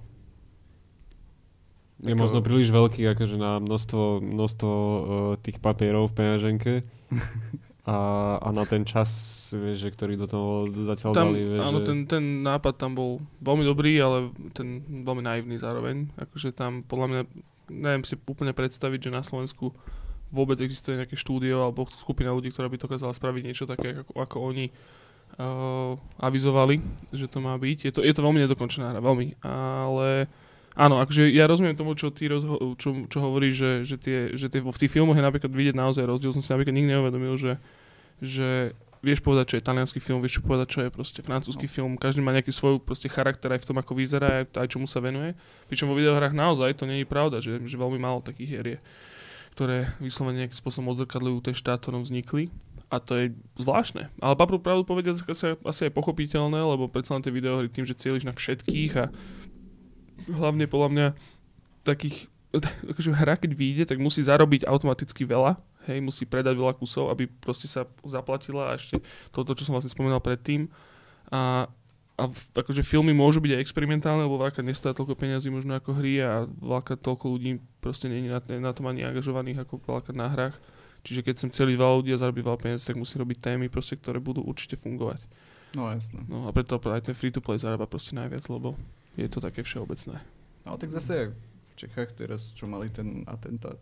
je možno príliš veľký akože na množstvo tých papierov v peňaženke a na ten čas, vieš, že ktorý do toho zatiaľ dali. Vieš, áno, ten nápad tam bol veľmi dobrý, ale ten veľmi naivný zároveň. Akože tam podľa mňa, neviem si úplne predstaviť, že na Slovensku vôbec existuje nejaké štúdio alebo skupina ľudí, ktorá by dokázala spraviť niečo také, ako oni avizovali, že to má byť. Je to veľmi nedokončená hra, veľmi. Ale áno, akože ja rozumiem tomu, čo ty čo hovoríš, že v tých filmoch je napríklad vidieť naozaj rozdiel. Som si napríklad nikdy neuvedomil, že vieš povedať, čo je taliansky film, vieš povedať, čo je proste francúzsky film. Každý má nejaký svoj proste charakter aj v tom, ako vyzerá, aj čomu sa venuje. Pričom vo videohrách naozaj to nie je pravda, že veľmi málo takých hier je, ktoré vyslovene nejakým spôsobom odzrkadľujú ten štát, ktorom vznikli. A to je zvláštne. Ale pravdu povedať, asi aj pochopiteľné, lebo predsa len tie videohry tým, že cieliš na všetkých a hlavne podľa mňa takých, akože hra keď vyjde, tak musí zarobiť automaticky veľa, hej, musí predať veľa kusov, aby proste sa zaplatila a ešte toto, čo som vlastne spomínal predtým. A akože filmy môžu byť aj experimentálne, lebo veľká nestoja toľko peniazí možno ako hry a veľká toľko ľudí proste nie je na tom ani angažovaných ako veľká na hrách. Čiže keď sem celý veľa ľudí a zarobí veľa peniazí, tak musí robiť témy proste, ktoré budú určite fungovať. No jasné. No a preto aj ten free-to-play zarába proste najviac, lebo je to také všeobecné. No tak zase v Čechách teraz, čo mali ten atentát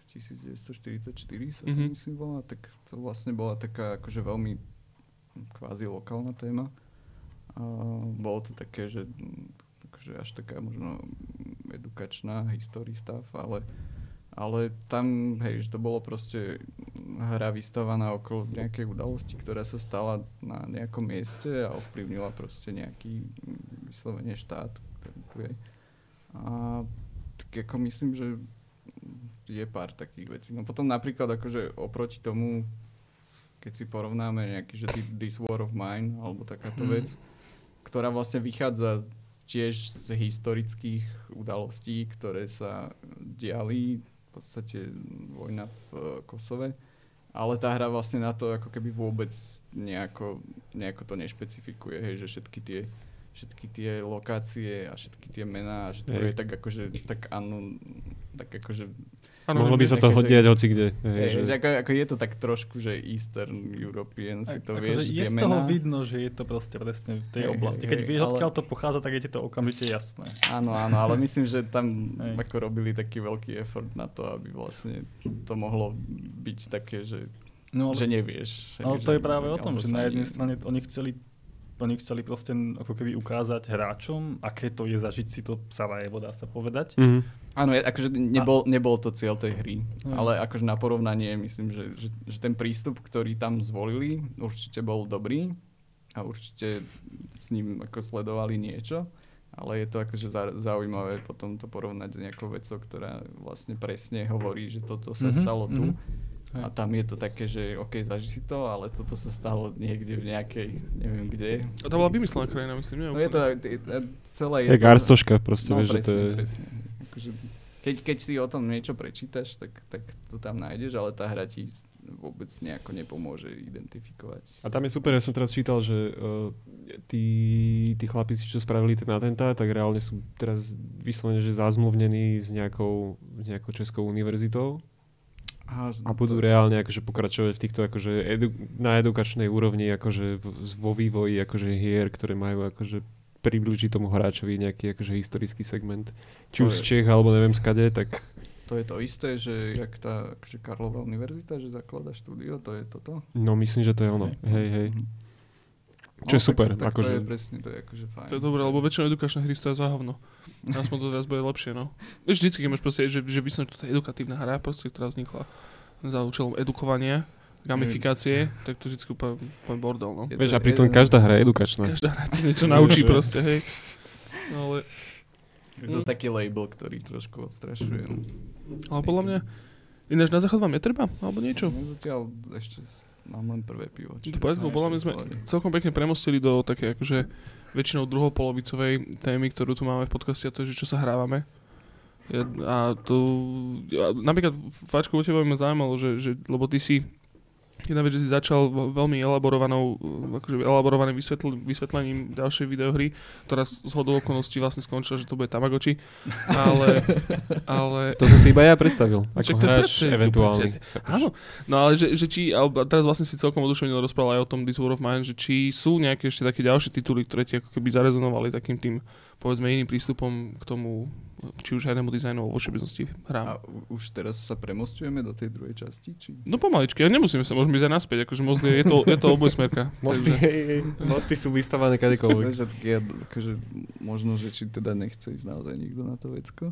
1944 sa to myslím volá, tak to vlastne bola taká akože veľmi kvázi lokálna téma. A bolo to také, že akože až taká možno edukačná history stav, ale tam, hej, že to bolo proste hra vystavaná okolo nejakej udalosti, ktorá sa stala na nejakom mieste a ovplyvnila proste nejaký vyslovene štát, ktorý tu je. A tak ako myslím, že je pár takých vecí. No potom napríklad akože oproti tomu, keď si porovnáme nejaký, že This War of Mine, alebo takáto vec, ktorá vlastne vychádza tiež z historických udalostí, ktoré sa diali, v podstate vojna v Kosove, ale tá hra vlastne na to ako keby vôbec nejako to nešpecifikuje, hej, že všetky tie lokácie a všetky tie mená a všetko je tak akože, tak áno, tak akože mohlo by sa to diať hoci kde. Že ako je to tak trošku, že Eastern European si to vieš, je z toho vidno, že je to proste presne v tej oblasti. Keď vieš, odkiaľ to pochádza, tak je ti to okamžite jasné. Áno, ale myslím, že tam ako robili taký veľký effort na to, aby vlastne to mohlo byť také, že nevieš. Ale to je práve o tom, že na jednej strane oni chceli proste ako keby ukázať hráčom, aké to je zažiť si to Sarajevo, dá sa povedať. Áno, akože nebol to cieľ tej hry, ale akože na porovnanie myslím, že ten prístup, ktorý tam zvolili, určite bol dobrý a určite s ním ako sledovali niečo, ale je to akože zaujímavé potom to porovnať s nejakou vecou, ktorá vlastne presne hovorí, že toto sa stalo tu. A tam je to také, že OK, zaži si to, ale toto sa stalo niekde v nejakej, neviem kde. A to bola vymyslená krajina, myslím, nie? No je to celé... Je Garstoška proste, vieš, presne, že to je... Presne. Akože, keď si o tom niečo prečítaš, tak to tam nájdeš, ale tá hra ti vôbec nejako nepomôže identifikovať. A tam je super, ja som teraz čítal, že tí chlapíci, čo spravili ten atentát, tak reálne sú teraz vyslovene, že zazmluvnení s nejakou českou univerzitou. A budú reálne akože pokračovať v týchto akože na edukačnej úrovni akože vo vývoji akože hier, ktoré majú akože priblížiť tomu hráčovi nejaký akože historický segment. Či už z Čech, alebo neviem skade, tak... To je to isté, že jak tá akože Karlova univerzita, že zaklada štúdio, to je toto? No myslím, že to je ono. Hej. Čo je super. Tak akože... to je presne, to je akože fajn. To je dobré, lebo väčšinou edukačné hry stoja za hovno. Aspoň to teraz bude lepšie, no. Vieš, vždycky, keď máš proste, že by som toto edukatívna hra, proste, ktorá vznikla za účelom edukovania, gamifikácie, tak to vždycky úplne bordel, no. Vieš, a pritom každá hra je edukačná. Každá hra ti niečo naučí proste, hej. No, ale... Je to taký label, ktorý trošku odstrašuje. Ale podľa mňa, ináč na záchod vám netreba? Alebo niečo? No zatiaľ ešte mám len prvé pivo. Podľa mňa sme celkom pekne premostili do také akože väčšinou druhopolovicovej témy, ktorú tu máme v podcaste, a to je, že čo sa hrávame. Napríklad Fáčko, u teba ma zaujímalo, že lebo ty si jedna vec, že si začal veľmi elaborovaným vysvetlením ďalšej videohry, ktorá z hodou okolností vlastne skončila, že to bude Tamagotchi, ale... To som si iba ja predstavil, ako hráč eventuálny. Áno, no ale že či, teraz vlastne si celkom oduševne rozprával aj o tom This War of Mine, že či sú nejaké ešte také ďalšie tituly, ktoré ti ako keby zarezonovali takým tým, povedzme, iným prístupom k tomu, či už hernému dizajnu alebo všeobecnosti hrám. A už teraz sa premostujeme do tej druhej časti? Či... No pomaličky, nemusíme sa, môžeme ísť aj naspäť, akože je to obojsmerka. Mosty sú vystavané kadekoľvek. Akože, možno, že či teda nechce ísť naozaj nikto na to vecko?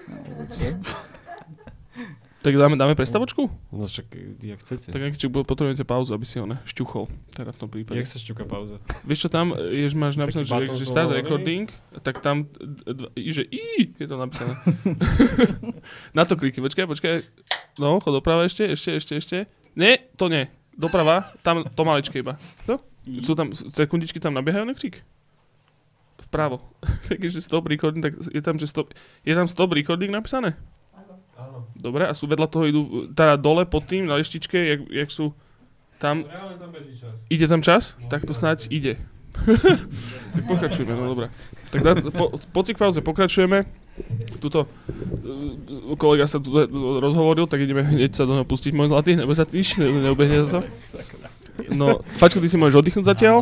Tak dáme prestavočku? No však, jak chcete. Tak keď potrebujete pauzu, aby si ho šťuchol. Teda v tom prípade. Jak sa šťuka pauza? Vieš čo tam, máš napísané, že start recording, tak tam, že je to napísané. Na to kliky, počkaj. No, chod doprava ešte. Nie, to nie. Doprava, tam to maličké iba. To? Sú tam, sekundičky tam nabiehajú na krík? Vpravo. Takže stop recording, tak je tam stop recording napísané? Áno. Dobre, a sú vedľa toho idú teda dole pod tým na lištičke, jak sú tam... Reálne tam beží čas. Ide tam čas? No, tak to snáď ide. Tak pokračujeme, no dobré. Tak po pauze pokračujeme. Tuto kolega sa tu rozhovoril, tak ideme hneď sa do neho pustiť, môj zlatý, nebo sa nič neubehne to. No, Fačko, ty si môžeš oddychnúť zatiaľ.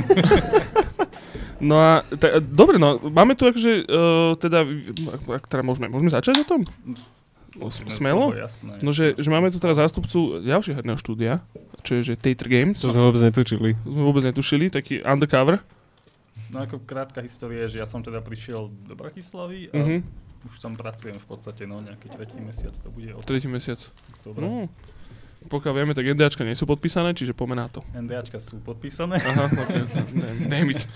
No a, dobre, no, máme tu akože, teda môžeme začať o tom? Smelo? No, že máme tu teraz zástupcu ďalšieho herného štúdia, čo je, že Theater Games. To sme vôbec netušili. Taký undercover. No ako krátka história, že ja som teda prišiel do Bratislavy a už tam pracujem v podstate, no nejaký 3. mesiac to bude. 3. mesiac. No, pokiaľ vieme, tak NDAčka nie sú podpísané, čiže poďme na to. NDAčka sú podpísané. Aha, ok. Name it.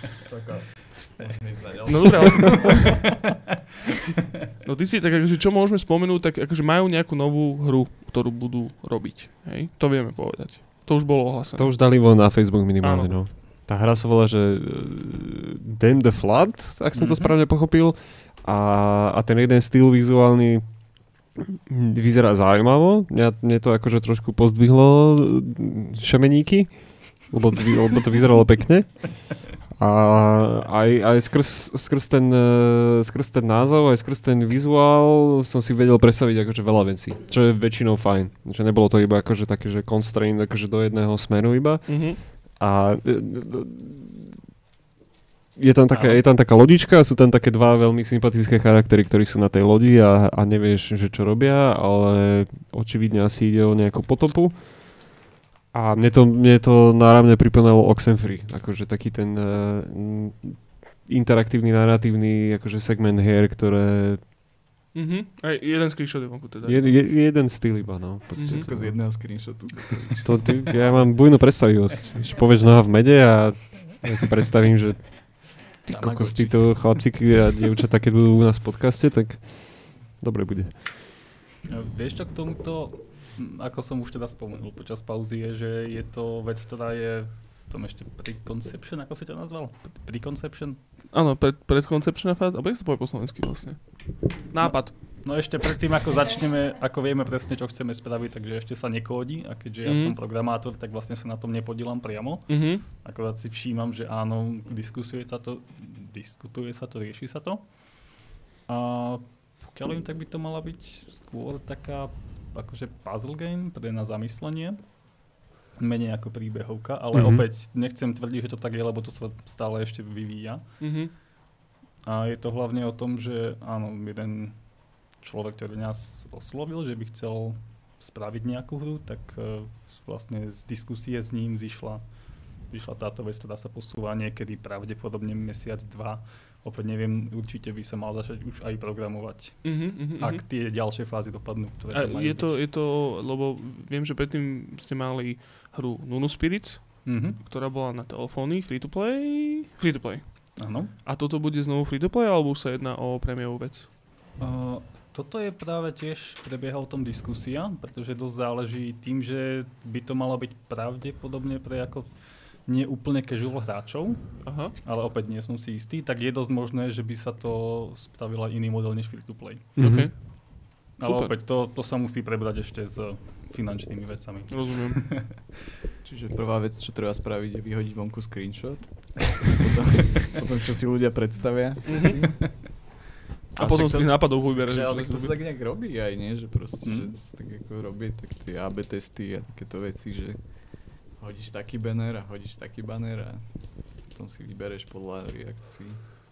No dobré, ale... No ty si, tak akože čo môžeme spomenúť, tak akože majú nejakú novú hru, ktorú budú robiť, hej? To vieme povedať. To už bolo ohlásené. To už dali von na Facebook minimálne, no. Tá hra sa volá, že Damn the Flood, ak som to správne pochopil. A ten jeden štýl vizuálny vyzerá zaujímavo. Mne to akože trošku pozdvihlo šameníky, lebo to vyzeralo pekne. A aj skrz ten názov, aj skrz ten vizuál som si vedel predstaviť akože veľa vecí, čo je väčšinou fajn. Že nebolo to iba akože také, že constraint akože do jedného smeru iba. A je tam taká lodička, sú tam také dva veľmi sympatické charaktery, ktorí sú na tej lodi a nevieš, že čo robia, ale očividne asi ide o nejakú potopu. A mne to náramne pripomínalo Oxenfree, akože taký ten interaktívny, narratívny akože segment hier, ktoré... Aj jeden screenshot je vonku teda. Jeden styl iba, no. Všetko z jedného screenshotu. Ja mám bujnú predstavivosť. Že povieš noha v mede a ja si predstavím, že ty kokos, títo chlapciky a dievčatá, keď budú u nás v podcaste, tak dobre bude. Vieš čo k tomuto, ako som už teda spomenul počas pauzy, je, že je to vec, ktorá je v tom ešte preconception, ako si to nazval? Preconception? Áno, predkoncepčná fáza. A jak sa povie po slovensky vlastne? Nápad. No ešte predtým, ako začneme, ako vieme presne, čo chceme spraviť, takže ešte sa nekódi a keďže ja som programátor, tak vlastne sa na tom nepodielam priamo. Akorát si všímam, že áno, diskutuje sa to, rieši sa to. A pokiaľ viem, tak by to mala byť skôr taká akože puzzle game pre na zamyslenie. Menej ako príbehovka, ale opäť nechcem tvrdiť, že to tak je, lebo to sa stále ešte vyvíja. A je to hlavne o tom, že áno, jeden človek, ktorý nás oslovil, že by chcel spraviť nejakú hru, tak vlastne z diskusie s ním vyšla táto vec, ktorá sa posúva niekedy pravdepodobne mesiac, dva. Opäť neviem, určite by sa mal začať už aj programovať. Ak tie ďalšie fázy dopadnú, ktoré majú je to, lebo viem, že predtým ste mali hru Nunu Spirits, ktorá bola na telefóny, free to play. Áno. A toto bude znovu free to play, alebo už sa jedná o prémiovú vec? Toto je práve tiež, prebieha o tom diskusia, pretože dosť záleží tým, že by to malo byť pravdepodobne pre ako nie úplne casual hráčov, ale opäť nie som si istý, tak je dosť možné, že by sa to spravila iný model než free to play. Okay. Ale opäť to sa musí prebrať ešte s finančnými vecami. Rozumiem. Čiže prvá vec, čo treba spraviť, je vyhodiť vonku screenshot. potom čo si ľudia predstavia. A potom z tých nápadov vyberať. Ale to sa tak nejak robí aj, nie? Že proste, že tak ako robí tak tie AB testy a takéto veci, že hodíš taký banner a hodíš taký banner a potom si vybereš podľa reakcií.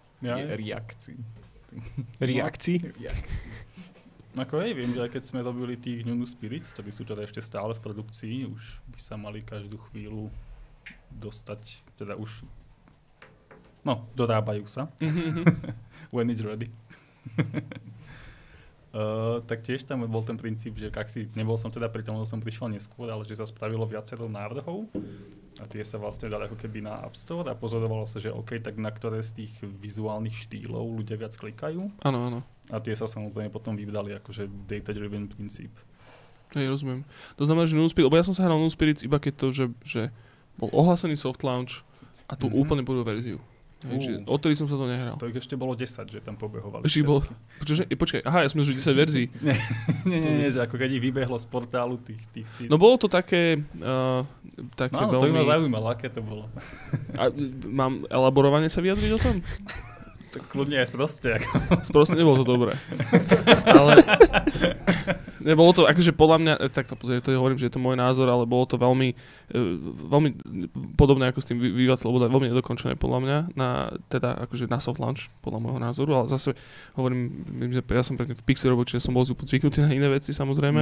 Reakcií? Ako viem, že aj keď sme robili tých Nunu Spirits, ktorí sú teda ešte stále v produkcii, už by sa mali každú chvíľu dostať, teda už, dorábajú sa. When it's ready. Tak tiež tam bol ten princíp, že nebol som teda pri tom, že som prišiel neskôr, ale že sa spravilo viacero návrhov a tie sa vlastne dali ako keby na App Store a pozorovalo sa, že OK, tak na ktoré z tých vizuálnych štýlov ľudia viac klikajú. Áno. A tie sa samozrejme potom vydali akože data-driven princíp. Rozumiem. To znamená, že Nunu Spirits, lebo ja som sa hral Nunu Spirits iba keď to, že bol ohlásený soft launch a tú úplne prvú verziu. Takže odtedy som sa to nehral. To ich ešte bolo 10, že tam pobehovali. Ešte bolo, počkaj, aha, ja som myslel, že 10 verzií. Nie, že ako keď ich vybehlo z portálu tých síd. No bolo to také No, veľmi... to by ma zaujímalo, aké to bolo. A mám elaborovane sa vyjadriť o tom? Tak kľudne aj sproste. Sproste nebolo to dobré. Ale nebolo to, akože podľa mňa, takto to hovorím, že je to môj názor, ale bolo to veľmi podobné ako s tým Viva Sloboda, veľmi nedokončené podľa mňa, teda akože na soft launch, podľa môjho názoru, ale zase hovorím, že ja som predtým v Pixel robil, čiže som bol zvyknutý na iné veci samozrejme,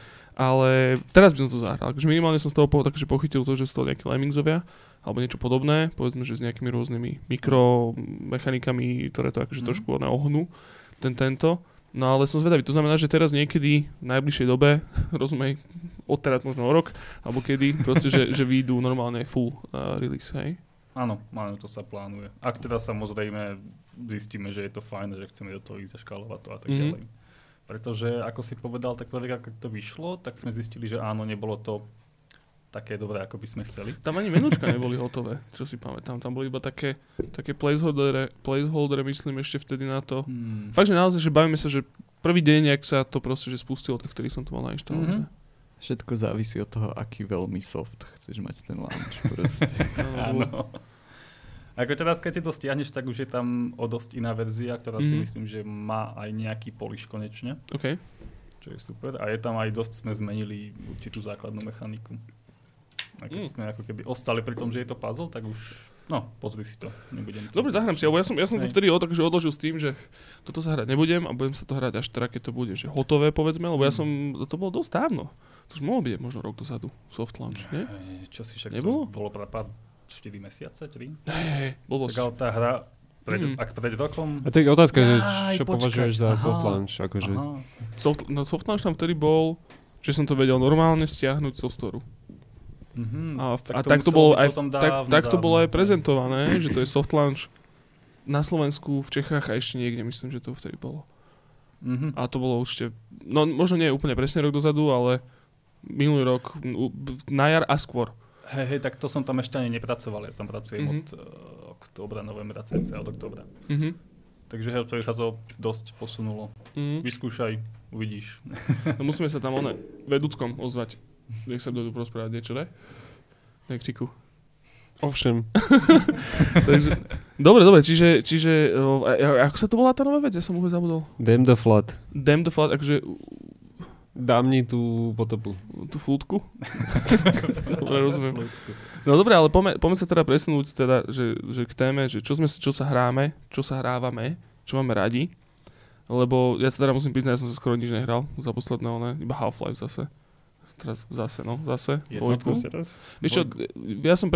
ale teraz by som to zahral. Akože minimálne som z toho takže pochytil to, že sú to nejakí Lemmingsovia, alebo niečo podobné, povedzme, že s nejakými rôznymi mikromechanikami, ktoré to akože trošku ohnú, tento. No ale som zvedavý, to znamená, že teraz niekedy v najbližšej dobe, rozumej, odteraz možno o rok, alebo kedy, proste, že vyjdú normálne full release, hej? Áno, to sa plánuje. Ak teda samozrejme zistíme, že je to fajn, že chceme do toho ísť a škálovať to a tak ďalej. Pretože, ako si povedal, tak prvýkrát, keď to vyšlo, tak sme zistili, že áno, nebolo to také dobré, ako by sme chceli. Tam ani menučka neboli hotové, čo si pamätám. Tam boli iba také placeholdere, myslím, ešte vtedy na to. Fakt, že naozaj, že bavíme sa, že prvý deň, ak sa to proste že spustilo, tak vtedy som to mal nainštalované. Všetko závisí od toho, aký veľmi soft chceš mať ten launch. Proste. Áno. Ako teraz, keď si to stiahneš, tak už je tam o dosť iná verzia, ktorá si myslím, že má aj nejaký polish konečne. OK. Čo je super. A je tam aj dosť, sme zmenili určitú základnú mechaniku. A keď sme ako keby ostali pri tom, že je to puzzle, tak už, pozri si to. Nebudem to. Dobre, zahrám si, lebo ja som to vtedy odložil s tým, že toto sa hrať nebudem a budem sa to hrať až teda, keď to bude že hotové, povedzme, lebo to bolo dosť dávno. To už mohlo byť možno rok dozadu, soft launch, nie? Čo si však nebolo? To bolo pár 4 mesiace, 3? Blbosť. Tak ale tá hra, ak pred rokom... A to je otázka, že čo považuješ za soft launch? Akože... Soft launch tam vtedy bol, že som to vedel normálne stiahnuť zo storu. A tak to bolo aj prezentované, že to je soft launch na Slovensku, v Čechách a ešte niekde, myslím, že to vtedy bolo. A to bolo určite, možno nie úplne presne rok dozadu, ale minulý rok, na jar a skôr. Hej, tak to som tam ešte ani nepracoval, ja tam pracujem od októbra, novembra, cca od októbra. Takže sa to dosť posunulo. Vyskúšaj, uvidíš. No musíme sa tam vedúckom ozvať. Nech sa dojdú prosprávať niečo, ne? Nech křiku. Ovšem. Takže, dobre, čiže ako sa to volá tá nová vec? Ja som úplne zabudol. Damn the Flood, akože... Dámni tú potopu. Tú flútku? Dobre, rozumiem. No dobre, ale poďme sa teda presunúť, teda, že k téme, že čo sa hráme, čo sa hrávame, čo máme radi. Lebo ja sa teda musím priznať, ja som sa skoro nič nehral za posledné, iba Half-Life zase. Teraz zase. Vojtku. Vieš čo, ja som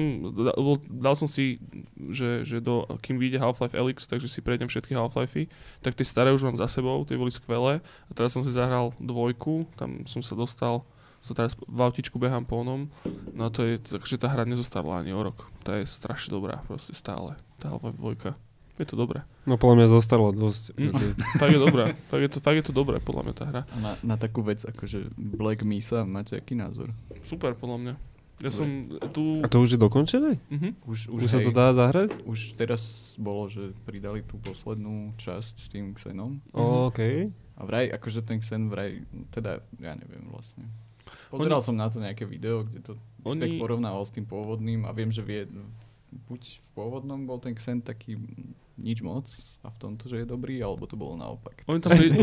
dal som si, že kým vyjde Half-Life Alyx, takže si prejdem všetky Half-Lifey, tak tie staré už mám za sebou, tie boli skvelé. A teraz som si zahral 2, tam som sa dostal, teraz v autičku behám po onom, no to je, takže tá hra nezostávala ani o rok. Tá je strašne dobrá, proste stále, tá Half-Life 2. Je to dobré. No podľa mňa zostalo dosť. Tak je dobré. Tak je to dobré, podľa mňa tá hra. Na takú vec, akože Black Mesa, máte aký názor? Super, podľa mňa. Ja som tu... A to už je dokončené? Už sa to dá zahrať? Už teraz bolo, že pridali tú poslednú časť s tým Xenom. OK. A vraj, akože ten Xen teda ja neviem vlastne. Pozeral som na to nejaké video, kde to tak porovnával s tým pôvodným a viem, že buď v pôvodnom bol ten Xen taký nič moc a v tomto, že je dobrý, alebo to bolo naopak. Oni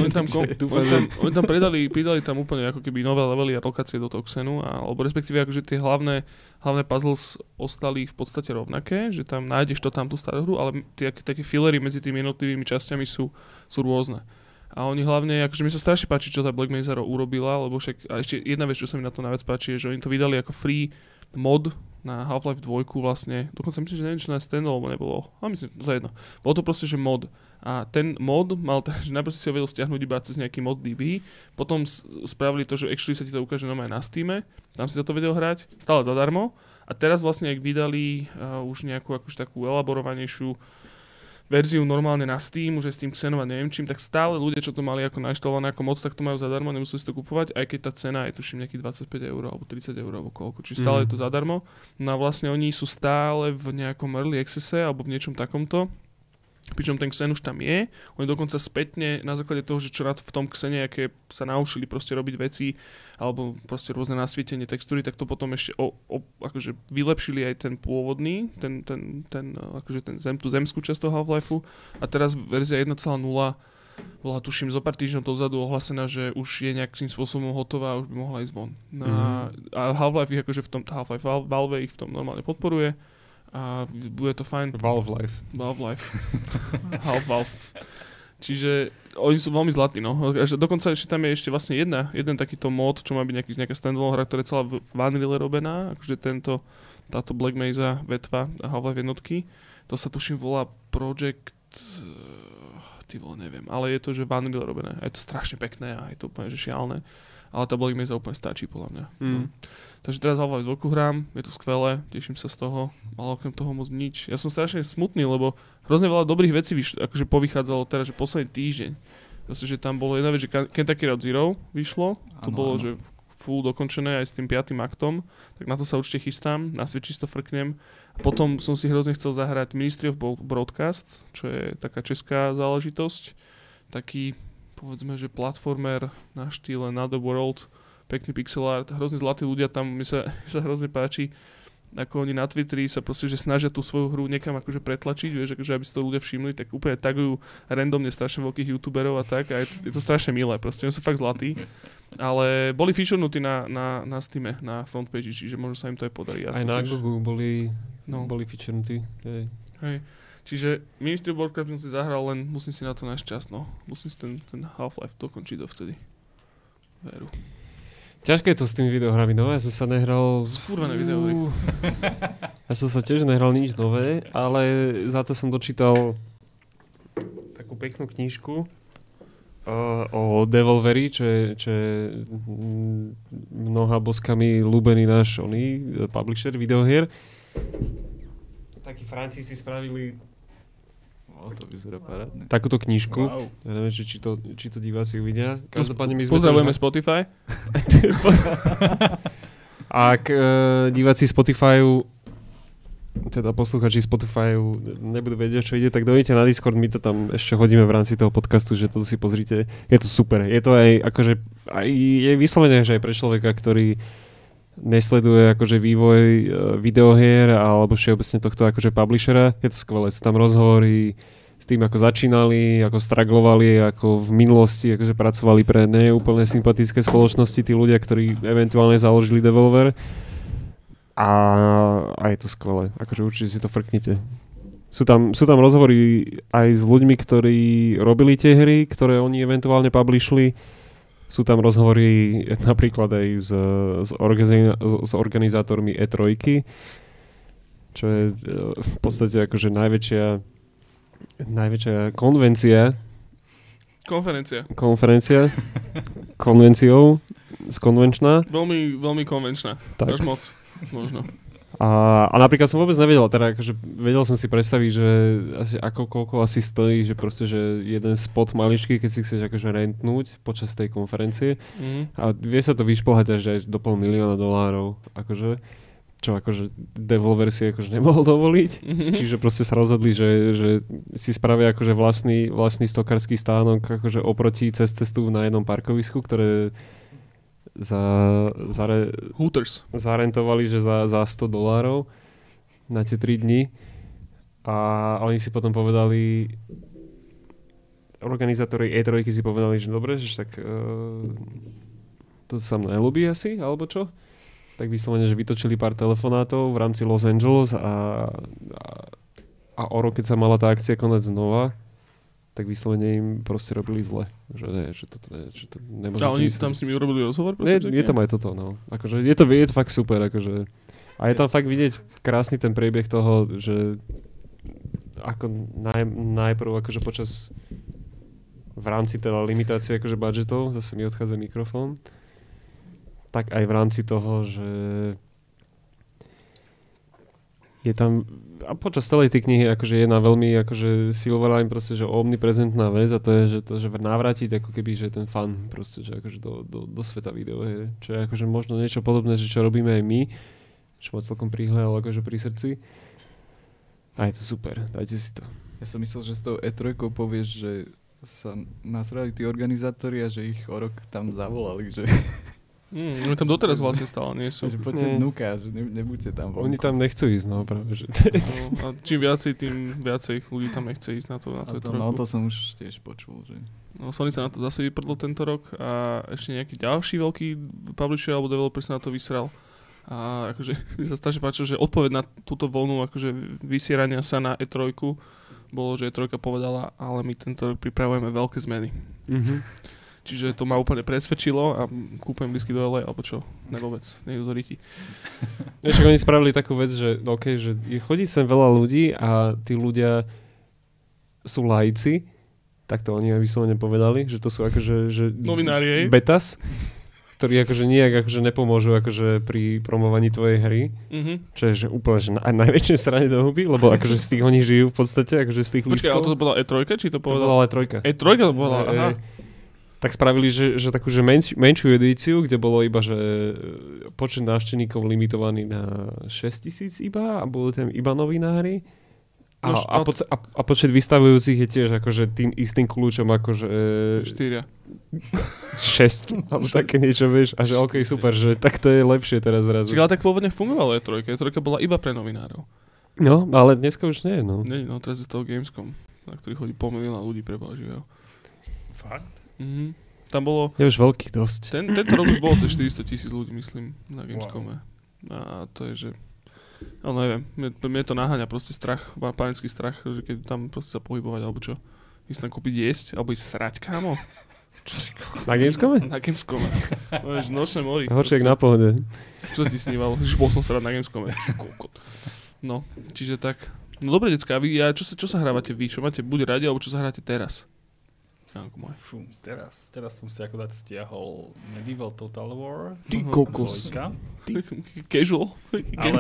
tam pridali tam úplne ako keby nové levely a lokácie do toho Xenu, alebo respektíve akože tie hlavné puzzles ostali v podstate rovnaké, že tam nájdeš to tam tú starú hru, ale tie také fillery medzi tými jednotlivými časťami sú rôzne. A oni hlavne, akože mi sa strašne páči, čo tá Black Mesa urobila, lebo však, a ešte jedna vec, čo sa mi na to najviac páči, je, že oni to vydali ako free mod na Half-Life 2 vlastne, dokonca myslím, že neviem, či na standalone nebolo, ale myslím, to je jedno. Bolo to proste, že mod. A ten mod mal tak, že najprv si ho vedel stiahnuť iba cez nejaký mod DB, potom spravili to, že actually sa ti to ukáže normálne na Steame, tam si za to vedel hrať, stále zadarmo. A teraz vlastne, ak vydali už nejakú akože takú elaborovanejšiu verziu normálne na Steam, už aj Steam Xenon a neviem čím, tak stále ľudia, čo to mali ako nainštalované ako mod, tak to majú zadarmo, nemuseli si to kupovať, aj keď tá cena je tuším nejakých 25 € alebo 30 € alebo koľko, čiže stále je to zadarmo. No a vlastne oni sú stále v nejakom early accesse alebo v niečom takomto. Pričom ten Xen už tam je, oni dokonca spätne na základe toho, že čo v tom Xene, aké sa naučili proste robiť veci alebo proste rôzne nasvietenie textúry, tak to potom ešte akože vylepšili aj ten pôvodný, tú zemskú časť toho Half-Lifeu a teraz verzia 1.0 bola tuším zo pár týždňov dozadu ohlasená, že už je nejakým spôsobom hotová a už by mohla ísť von. A Half-Life ich akože v tom Valve ich v tom normálne podporuje. A bude to fajn. Valve Life. Half-Valve. Čiže oni sú veľmi zlatí, no. Dokonca ešte tam je ešte vlastne jeden takýto mod, čo má byť nejaká standalone hra, ktorá je celá v vanille robená. Akože táto Black Mesa vetva a Half-Life jednotky. To sa tuším volá Project... neviem. Ale je to, že vanille robené. A je to strašne pekné a je to úplne že šialné. Ale tá Black Mesa úplne stačí, podľa mňa. No. Takže teraz Half-Life 2 hrám, je to skvelé, teším sa z toho, ale okrem toho moc nič. Ja som strašne smutný, lebo hrozne veľa dobrých vecí akože povychádzalo teraz, že posledný týždeň. Zase, že tam bolo jedna vec, že Kentucky Road Zero vyšlo, to bolo, že full dokončené aj s tým 5. aktom, tak na to sa určite chystám, na Switchi to frknem. A potom som si hrozne chcel zahrať Ministry of Broadcast, čo je taká česká záležitosť, taký povedzme, že platformer na štýle Another World, pekný pixel art, hrozne zlatí ľudia tam, mi sa hrozne páči, ako oni na Twitteri sa proste, že snažia tú svoju hru niekam akože pretlačiť, vieš, akože aby si to ľudia všimli, tak úplne tagujú randomne strašne veľkých youtuberov a tak a je to strašne milé, proste, oni sú fakt zlatí, ale boli featurenutí na Steame, na frontpage, čiže možno sa im to aj podarí. Aj na Google boli featurenutí. Hej. Čiže Ministry of Broadcast som si zahral, len musím si na to nájsť čas, no. Musím si ten Half-Life dokončiť dovtedy. Veru. Ťažké je to s tými videohrami, no. Ja som sa nehral... Skúrvené videohry. Ja som sa tiež nehral nič nové, ale za to som dočítal takú peknú knižku o Devolveri, čo je mnoha boskami ľúbený náš publisher videohier. Takí Francúzi spravili to vyzerá parádne. Takúto knižku. Wow. Ja neviem, či to diváci uvidia. Každopádne my sme pozdravujeme Spotify. Ak diváci Spotifyu, teda posluchači Spotifyu nebudú vedieť, čo ide, tak dojdete na Discord, my to tam ešte hodíme v rámci toho podcastu, že to si pozrite. Je to super. Je to aj akože aj je vyslovene, že aj pre človeka, ktorý nesleduje akože vývoj videohier alebo všeobecne tohto akože publishera. Je to skvelé. Sú tam rozhovory s tým, ako začínali, ako straglovali, ako v minulosti akože pracovali pre neúplne sympatické spoločnosti, tí ľudia, ktorí eventuálne založili Devolver. A je to skvelé. Akože určite si to frknite. Sú tam rozhovory aj s ľuďmi, ktorí robili tie hry, ktoré oni eventuálne publishli. Sú tam rozhovory napríklad aj s organizátormi E3, čo je v podstate akože najväčšia konvencia. Konvenciou. Konvenčná. Veľmi, veľmi konvenčná. Tak. Až moc, možno. A napríklad som vôbec nevedel, teda akože vedel som si predstaviť, že koľko asi stojí, že proste, že jeden spot maličký, keď si chceš akože rentnúť počas tej konferencie. A vie sa to vyšplhať až do $500,000, akože, čo akože Devolver si akože nemohol dovoliť. Čiže proste sa rozhodli, že si spravia akože vlastný stokarský stánok akože oproti cez cestu na jednom parkovisku, ktoré Hooters zarentovali, že za $100 na tie 3 dni. A oni si potom povedali, organizátori E3 si povedali, že dobre, že tak to sa mne nelúbi asi, alebo čo? Tak vyslovene, že vytočili pár telefonátov v rámci Los Angeles a o rok, keď sa mala tá akcia konať znova, tak vyslovene im proste robili zle. Že ne, že to nemôžete... A oni tam s nimi urobili rozhovor? Je tam aj toto, no. Akože, je to fakt super, akože. A je tam fakt vidieť krásny ten priebeh toho, že ako najprv akože počas v rámci teda limitácie akože budžetov, zase mi odchádza mikrofón, tak aj v rámci toho, že je tam, a počas celej tej knihy akože jedna veľmi akože silver line proste, že omniprezentná vec a to je, že navrátiť ako keby, že ten fun proste, že akože do sveta videohier. Čo je akože možno niečo podobné, že čo robíme aj my, čo ma celkom prihľadal akože pri srdci. A je to super, dajte si to. Ja som myslel, že s tou E3 povieš, že sa nasrali tí organizátori a že ich o rok tam zavolali, že... Oni tam doteraz vlastne stále nie sú. Že poďte dnuka, že nebuďte tam vonku. Oni tam nechcú ísť, no práve. Že... A čím viacej, tým viacej ľudí tam nechce ísť na to E3. No to som už tiež počul, že... No Sony sa na to zase vyprdlo tento rok a ešte nejaký ďalší veľký publisher alebo developer sa na to vysral. A akože mi sa strašne páčilo, že odpoveď na túto voľnu akože vysierania sa na E3 bolo, že E3 povedala, ale my tento rok pripravujeme veľké zmeny. Čiže to ma úplne presvedčilo a kúpem lístky do LA, alebo čo? Ne vôbec, nejdu do riti. Však oni spravili takú vec, že okay, že chodí sem veľa ľudí a tí ľudia sú laici, tak to oni aj vyslovene povedali, že to sú akože novinári, betas, ktorí akože nijak akože nepomôžu akože pri promovaní tvojej hry, čo je že úplne že najväčšie strane do huby, lebo akože z tých oni žijú v podstate, akože z tých lístkov. Počkaj, ale to bola E3, či to povedala? To bola E3. E3 to bola, aha. Tak spravili, že takú že menšiu edíciu, kde bolo iba, že počet návštevníkov limitovaný na 6,000 iba a boli tam iba novinári. A počet vystavujúcich je tiež akože tým istým kľúčom akože... 4. 6, alebo také niečo, vieš. A že okej, super, že tak to je lepšie teraz zrazu. Čiže ale tak pôvodne fungovalo E3. E3 bola iba pre novinárov. No, ale dneska už nie, no. Nie, no teraz je z toho Gamescom, na ktorý chodí 500 000 ľudí, preboha. Fakt? Tam bolo... Je už veľký dosť. Tento rok už bolo cez 400 000 ľudí, myslím, na Gamescome. Wow. A to je, že... No neviem, mne to naháňa proste strach, panický strach, že keď tam proste sa pohybovať, alebo čo. Ísť tam kúpiť jesť, alebo ísť srať, kámo. Na Gamescome? Na Gamescome. Nočné mori. Horšie jak na pohode. Čo ti snívalo? Že bol som srať na Gamescome. No, čiže tak. No dobre, decká, vy, čo sa hrávate vy? Čo máte buď radi, alebo čo sa hráte teraz? Fú, teraz som si akorát stiahol Medieval Total War. Ty kokos. Casual. Ale...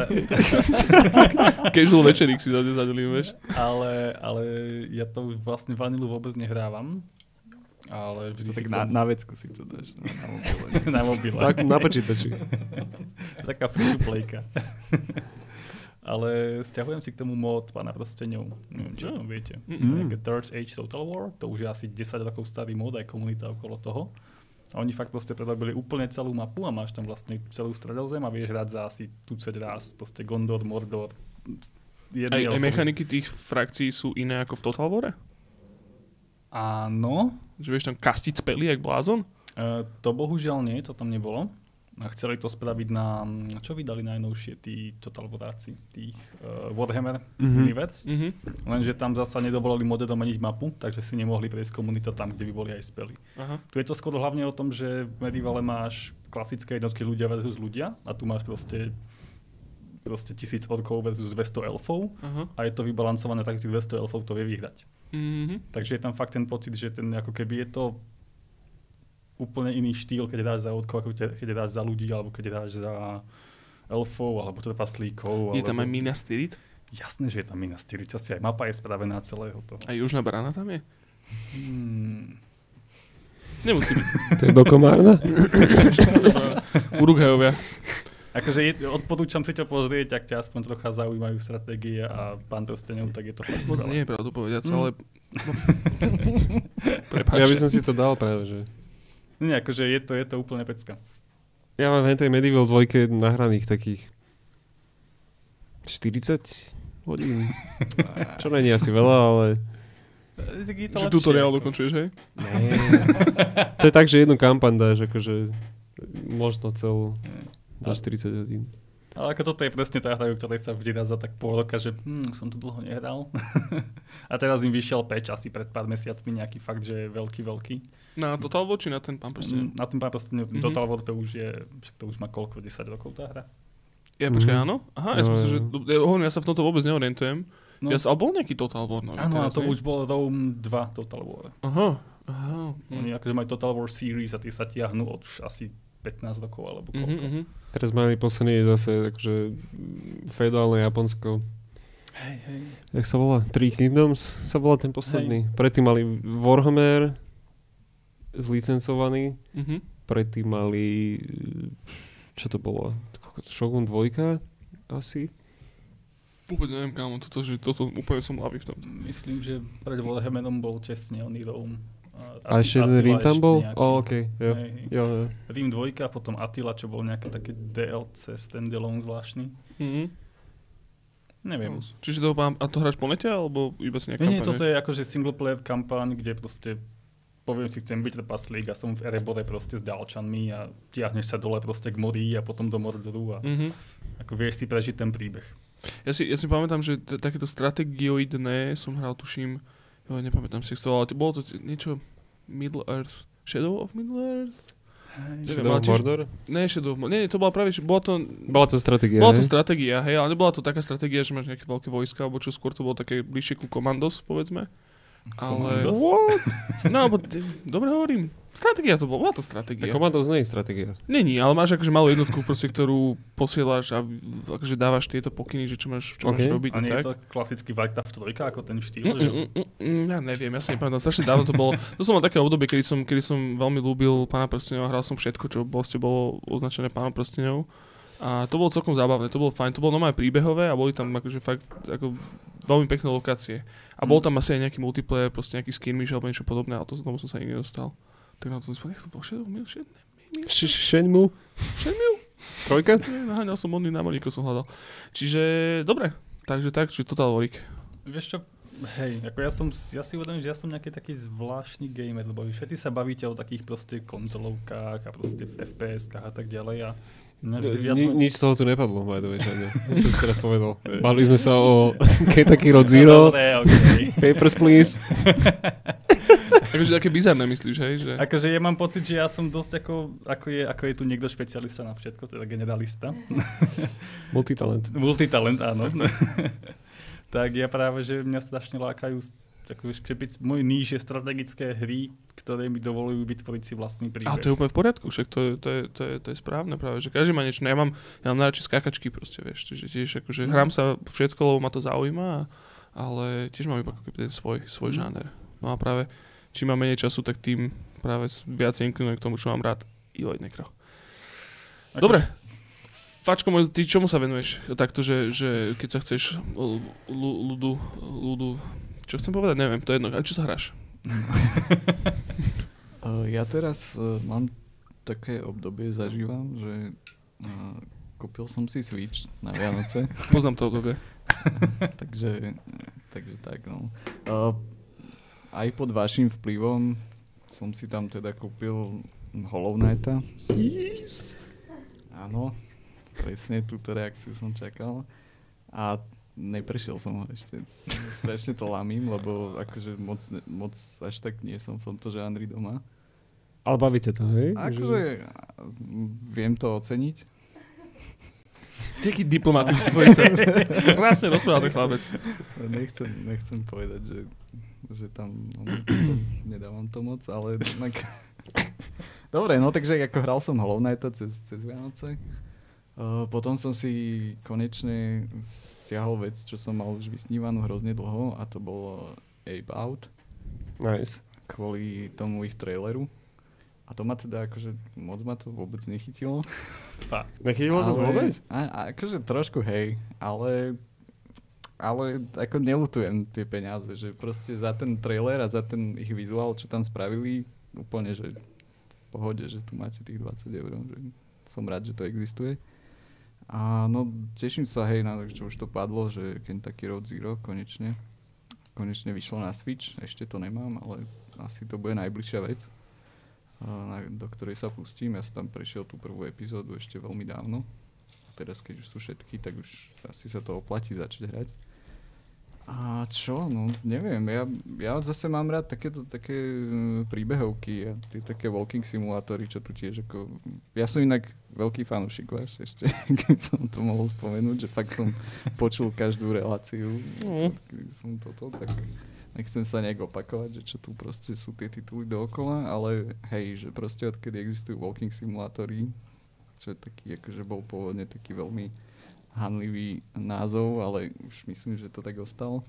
Casual večerík si zadelím, vieš. Ale ja to už vlastne vanilu vôbec nehrávam. Ale vždy tak si na vecku si to dáš. Na mobile. Na počítači. Taká free-to-playka. Ale stiahujem si k tomu mod Pána prsteňov. Neviem, či o tom viete. Third Age Total War, to už je asi 10 rokov starý mod, aj komunita okolo toho. A oni fakt proste predobili úplne celú mapu a máš tam vlastne celú Stredozem a vieš hrať za asi tucet raz. Proste Gondor, Mordor. Aj mechaniky tých frakcií sú iné ako v Total Warre? Áno. Že vieš tam kastiť spely jak blázon? To bohužiaľ nie, to tam nebolo. A chceli to spraviť na, čo vydali najnovšie tí Total Waráci, tých Warhammer Universe. Lenže tam zasa nedovolili modedom meniť mapu, takže si nemohli prejsť komunita tam, kde by boli aj spely. Tu je to skôr hlavne o tom, že v Medievale máš klasické jednotky ľudia versus ľudia a tu máš proste 1000 orkov versus 200 elfov a je to vybalancované tak, že 200 elfov to vie vyhrať. Takže je tam fakt ten pocit, že ten ako keby je to úplne iný štýl, keď dáš za orkov, ako keď dáš za ľudí, alebo keď dáš za elfov, alebo trpaslíkov. Je tam aj Minas Tirith? Jasné, že je tam Minas Tirith. Asi aj mapa je spravená celého toho. A Južná brána tam je? Nemusí byť. To je do Komárna? Urughajovia. Akože odporúčam si to pozrieť, ak ťa aspoň trocha zaujímajú stratégie a Pán prsteňov, tak je to fakt skvelé. Moc nie je pravdu povedať, ale... Ja by som si to dal práve, že... Nie, akože je to úplne pecka. Ja mám v tej Medieval 2 nahraných takých 40 hodín. Čo není asi veľa, ale... Že tutoriál dokončuješ, hej? Nie. To je tak, že jednu kampaň dáš, akože možno celú za 40 hodín. Ale ako toto je presne tá hra, ktorej sa vždy raz za tak pol roka, že som tu dlho nehral. A teraz im vyšiel patch asi pred pár mesiacmi nejaký fakt, že je veľký. Na Total War či na ten Pán prsteňov? Na ten Pán prsteňov. Total War to už je, to už má koľko, 10 rokov tá hra. Ja počkaj, áno? Aha, ja som si, že ja sa v tomto vôbec neorientujem. No. Ale bol nejaký Total War? Áno, a to už bol Rome 2 Total War. Aha. Oni akože majú Total War series a tie sa tiahnú od už asi 15 rokov alebo koľko. Teraz máme posledný zase akože feudálne Japonsko. Hej. Jak sa volá? Three Kingdoms sa volá ten posledný. Predtým mali Warhammer zlicencovaný. Predtým mali... Čo to bolo? Shogun 2 asi? Vôbec neviem, kámo, toto úplne som hlavý v tom. Myslím, že pred Warhammerom bol tesne oný Rome. A ešte ten Rím tam bol? Okej, jo. Rím 2 a potom Attila, čo bol nejaké také DLC standalone zvláštny. Neviem. Čiže to hráš po nete, alebo iba si nejaká kampaň? Nie, toto je akože single player kampaň, kde proste poviem si, chcem byť trpaslík a som v Erebore proste s ďalčanmi a tiahneš sa dole proste k morí a potom do Mordoru a ako vieš si prežiť ten príbeh. Ja si pamätám, že takéto strategioidné som hral, tuším, nepamätám si to, ale bolo to niečo Middle Earth, Shadow of Middle Earth? Shadow of Mordor? Nie, Shadow of Mordor, nie, to bola práve, bola to stratégia, bola to stratégia, hej, ale nebola to taká stratégia, že máš nejaké veľké vojska, alebo čo skôr to bolo také bližšie ku Commandos, povedzme. Ale... No, dobre hovorím. Stratégia to bola to stratégia. Tak Commandos nie je stratégia. Není, ale máš akože malú jednotku, proste, ktorú posielaš a akože dávaš tieto pokyny, že čo máš robiť. A nie tak? je to klasický Warcraft 3, ako ten štýl? Ja neviem, ja si nepamätám, strašne dávno to bolo. To som mal také obdobie, kedy som veľmi ľúbil Pána prsteňov a hral som všetko, čo bolo označené Pánom prsteňov. A to bolo celkom zábavné, to bolo fajn, to bolo normálne príbehové a boli tam akože fakt ako veľmi pekné lokácie. A bol tam asi aj nejaký multiplayer, proste nejaký skirmish alebo niečo podobné, ale tomu som sa nikdy nedostal. Tak na to som nech to bol Shenmue? Trojka? Naháňal som modný námorníkov, som hľadal. Čiže, dobre, takže Total Warik. Vieš čo, hej, ako ja si uvedom, že ja som nejaký taký zvláštny gamer, lebo všetci sa bavíte o takých proste konzolovkách a proste FPS-kách a tak ďalej a nič z toho tu nepadlo, by the way, čo si teraz povedal. Bavili sme sa o Kentucky Road Zero, Papers, Please. Takže také bizarné myslíš, hej? Že... Akože ja mám pocit, že ja som dosť ako je tu niekto špecialista na všetko, teda generalista. Multitalent, áno. Tak ja práve, že mňa strašne lákajú môj níž je strategické hry, ktoré mi dovolujú vytvoriť si vlastný príbeh. A to je úplne v poriadku, však to je správne práve, že každý má niečo, ja mám najradšej skákačky proste, vieš, čiže tiež akože hrám sa všetko, lebo ma to zaujíma, ale tiež mám iba ten svoj žáner. No a práve, čím mám menej času, tak tým práve viac inklinujem k tomu, čo mám rád. Joj, nekro. Dobre. Fačko, ty čomu sa venuješ? Takto, že keď sa chceš ľudu čo chcem povedať? Neviem, to je jedno. A čo sa hráš? Ja teraz mám také obdobie, zažívam, že kúpil som si Switch na Vianoce. Poznám to obdobie. takže tak, no. Aj pod vašim vplyvom som si tam teda kúpil Hollow Knighta. Yes. Áno, presne túto reakciu som čakal. A neprešiel som ho ešte. Strašne to lamím, lebo akože moc až tak nie som v tomto žánri doma. Ale bavíte to, hej? Akože viem to oceniť. Taký diplomatický sa. Krásne rozprával ten chlapec. Nechcem povedať, že tam nedávam to moc, ale dobre, no takže ako hral som Hollow Knighta cez Vianoce. Potom som si konečne stiahol vec, čo som mal už vysnívanú hrozne dlho a to bolo Ape Out. Nice. Kvôli tomu ich traileru. A to ma teda akože moc ma to vôbec nechytilo. Fakt. Nechytilo to vôbec? Akože trošku hej, ale ako neľutujem tie peniaze, že proste za ten trailer a za ten ich vizuál, čo tam spravili, úplne, že v pohode, že tu máte tých 20 €, že som rád, že to existuje. A no, teším sa, hej, na čo už to padlo, že Kentucky Road Zero konečne vyšlo na Switch. Ešte to nemám, ale asi to bude najbližšia vec, do ktorej sa pustím. Ja som tam prešiel tú prvú epizódu ešte veľmi dávno. Teraz, keď už sú všetky, tak už asi sa to oplatí začať hrať. A čo? No, neviem. Ja zase mám rád také príbehovky a tie také walking simulátory, čo tu tiež ako... Ja som inak veľký fanúšik váš ešte, keď som to mohol spomenúť, že fakt som počul každú reláciu, keď som tak nechcem sa nejak opakovať, že čo tu proste sú tie tituly dookola, ale hej, že proste odkedy existujú walking simulátory, čo je taký, akože bol pôvodne taký veľmi hanlivý názov, ale už myslím, že to tak ostalo.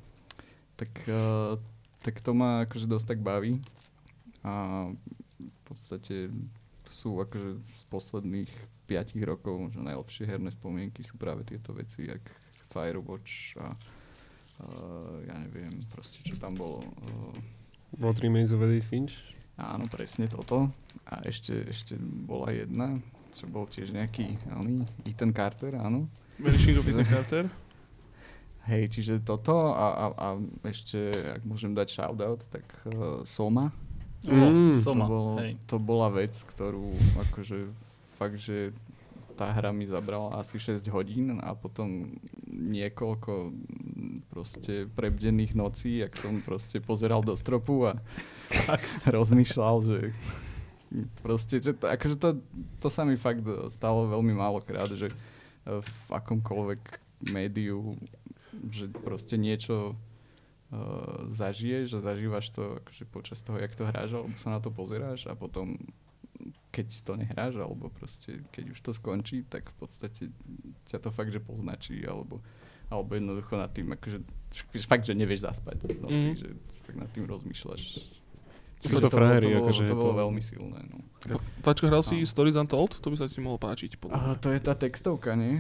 Tak to ma akože dosť tak baví. A v podstate to sú akože z posledných 5 rokov, že najlepšie herné spomienky sú práve tieto veci, jak Firewatch a ja neviem, proste čo tam bolo. What Remains of Edith Finch? Áno, presne toto. A ešte bola jedna, čo bol tiež nejaký Ethan Carter, áno. Vanishing of Ethan Carter. Hej, čiže toto a ešte, ak môžem dať shoutout, tak Soma. Soma, to bola vec, ktorú akože fakt, že tá hra mi zabrala asi 6 hodín a potom niekoľko proste prebdených nocí, jak som proste pozeral do stropu a rozmýšľal, že proste, že akože to sa mi fakt stalo veľmi málokrát, že v akomkoľvek médiu, že proste niečo zažiješ a zažívaš to akože počas toho, jak to hráš, alebo sa na to pozeráš a potom keď to nehráš, alebo proste keď už to skončí, tak v podstate ťa to fakt, že poznačí, alebo jednoducho nad tým, akože fakt, že nevieš zaspať v noci, že fakt nad tým rozmýšľaš. Sú to frajery, akože to bolo veľmi silné. No. Fačko, hral si Stories Untold? To by sa ti mohlo páčiť. To je tá textovka, nie?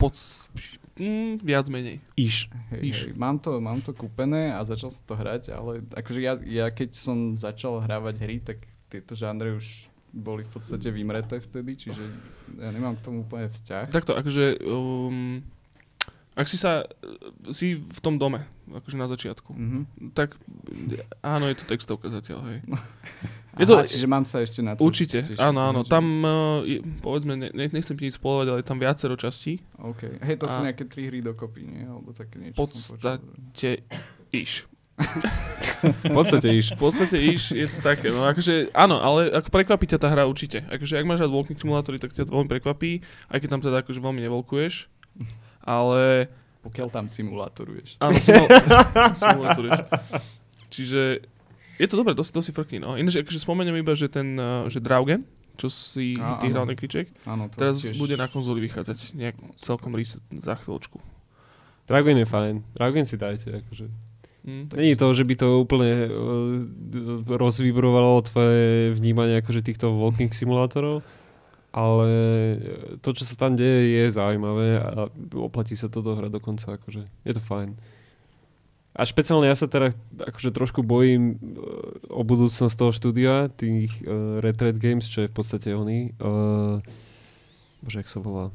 Viac menej. Hej, mám to kúpené a začal som to hrať, ale akože ja keď som začal hrávať hry, tak tieto žánre už boli v podstate vymreté vtedy, čiže ja nemám k tomu úplne vzťah. Takto, akože ak si v tom dome, akože na začiatku, tak áno, je to textovka zatiaľ, hej. Čiže mám sa ešte na to. Určite, áno. Tam, povedzme, nechcem ti nič spoilovať, ale je tam viacero častí. OK. Hej, to sú nejaké 3 hry dokopy, nie? Alebo také niečo. V podstate iš. V podstate iš, je to také, no akože, áno, ale ako prekvapí ťa tá hra určite. Akože, ak máš rád walking simulátory, tak ťa to veľmi prekvapí, aj keď tam teda akože veľmi nevolkuješ, ale... Pokiaľ tam simulátoruješ. Áno, simulátoruješ. Čiže je to dobré, to si frkni, no. Ináč, akože spomeniem iba, že ten, že Draugen, čo si ty hral nekriček, teraz tiež bude na konzoli vychádzať nejak celkom reset za chvíľočku. Draugen je fajn, Draugen si dajte, akože. Není to, že by to úplne rozvibrovalo tvoje vnímanie akože týchto walking simulátorov, ale to, čo sa tam deje, je zaujímavé a oplatí sa to dohrať dokonca, akože je to fajn. A špeciálne ja sa teda akože trošku bojím o budúcnosť toho štúdia, tých Retreat Games, čo je v podstate oný. Bože, jak sa volá?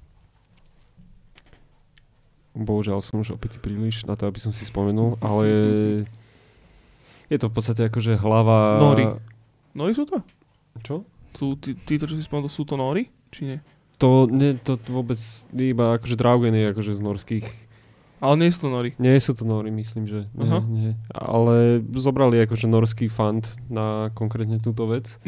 Bohužiaľ som už opäť príliš na to, aby som si spomenul, ale je to v podstate akože hlava... Nori sú to? Čo? Sú títo, čo si spomenul, sú to Nori? Či nie? To vôbec iba akože Draugen je akože z norských. Ale nie sú to Nori. Nie sú to Nori, myslím, že nie. Ale zobrali akože norský fund na konkrétne túto vec.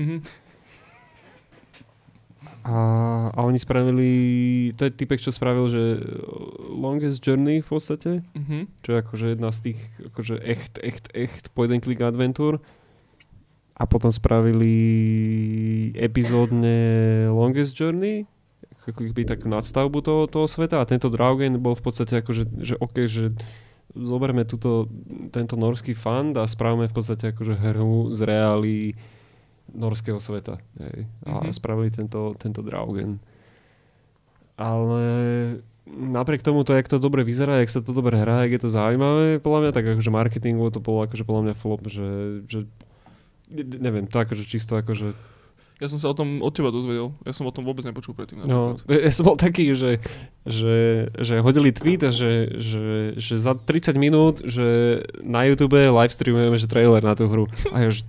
A oni spravili, to je typek, čo spravil, že Longest Journey v podstate, čo je akože jedna z tých akože echt point and click adventure. A potom spravili epizódne Longest Journey, ako by takú nadstavbu toho sveta, a tento Draugen bol v podstate akože, že OK, že zoberme tento norský fund a spravíme v podstate akože hru z reálí norského sveta. Hej. A spravili tento Draugen. Ale napriek tomu to, jak to dobre vyzerá, jak sa to dobre hrá, jak je to zaujímavé, podľa mňa, tak akože marketingovo to bolo akože podľa mňa flop, že neviem, to akože čisto akože... Ja som sa o tom od teba dozvedel. Ja som o tom vôbec nepočul predtým. No, ja som bol taký, že hodili tweet, že za 30 minút, že na YouTube livestreamujeme, že trailer na tú hru. A ja že...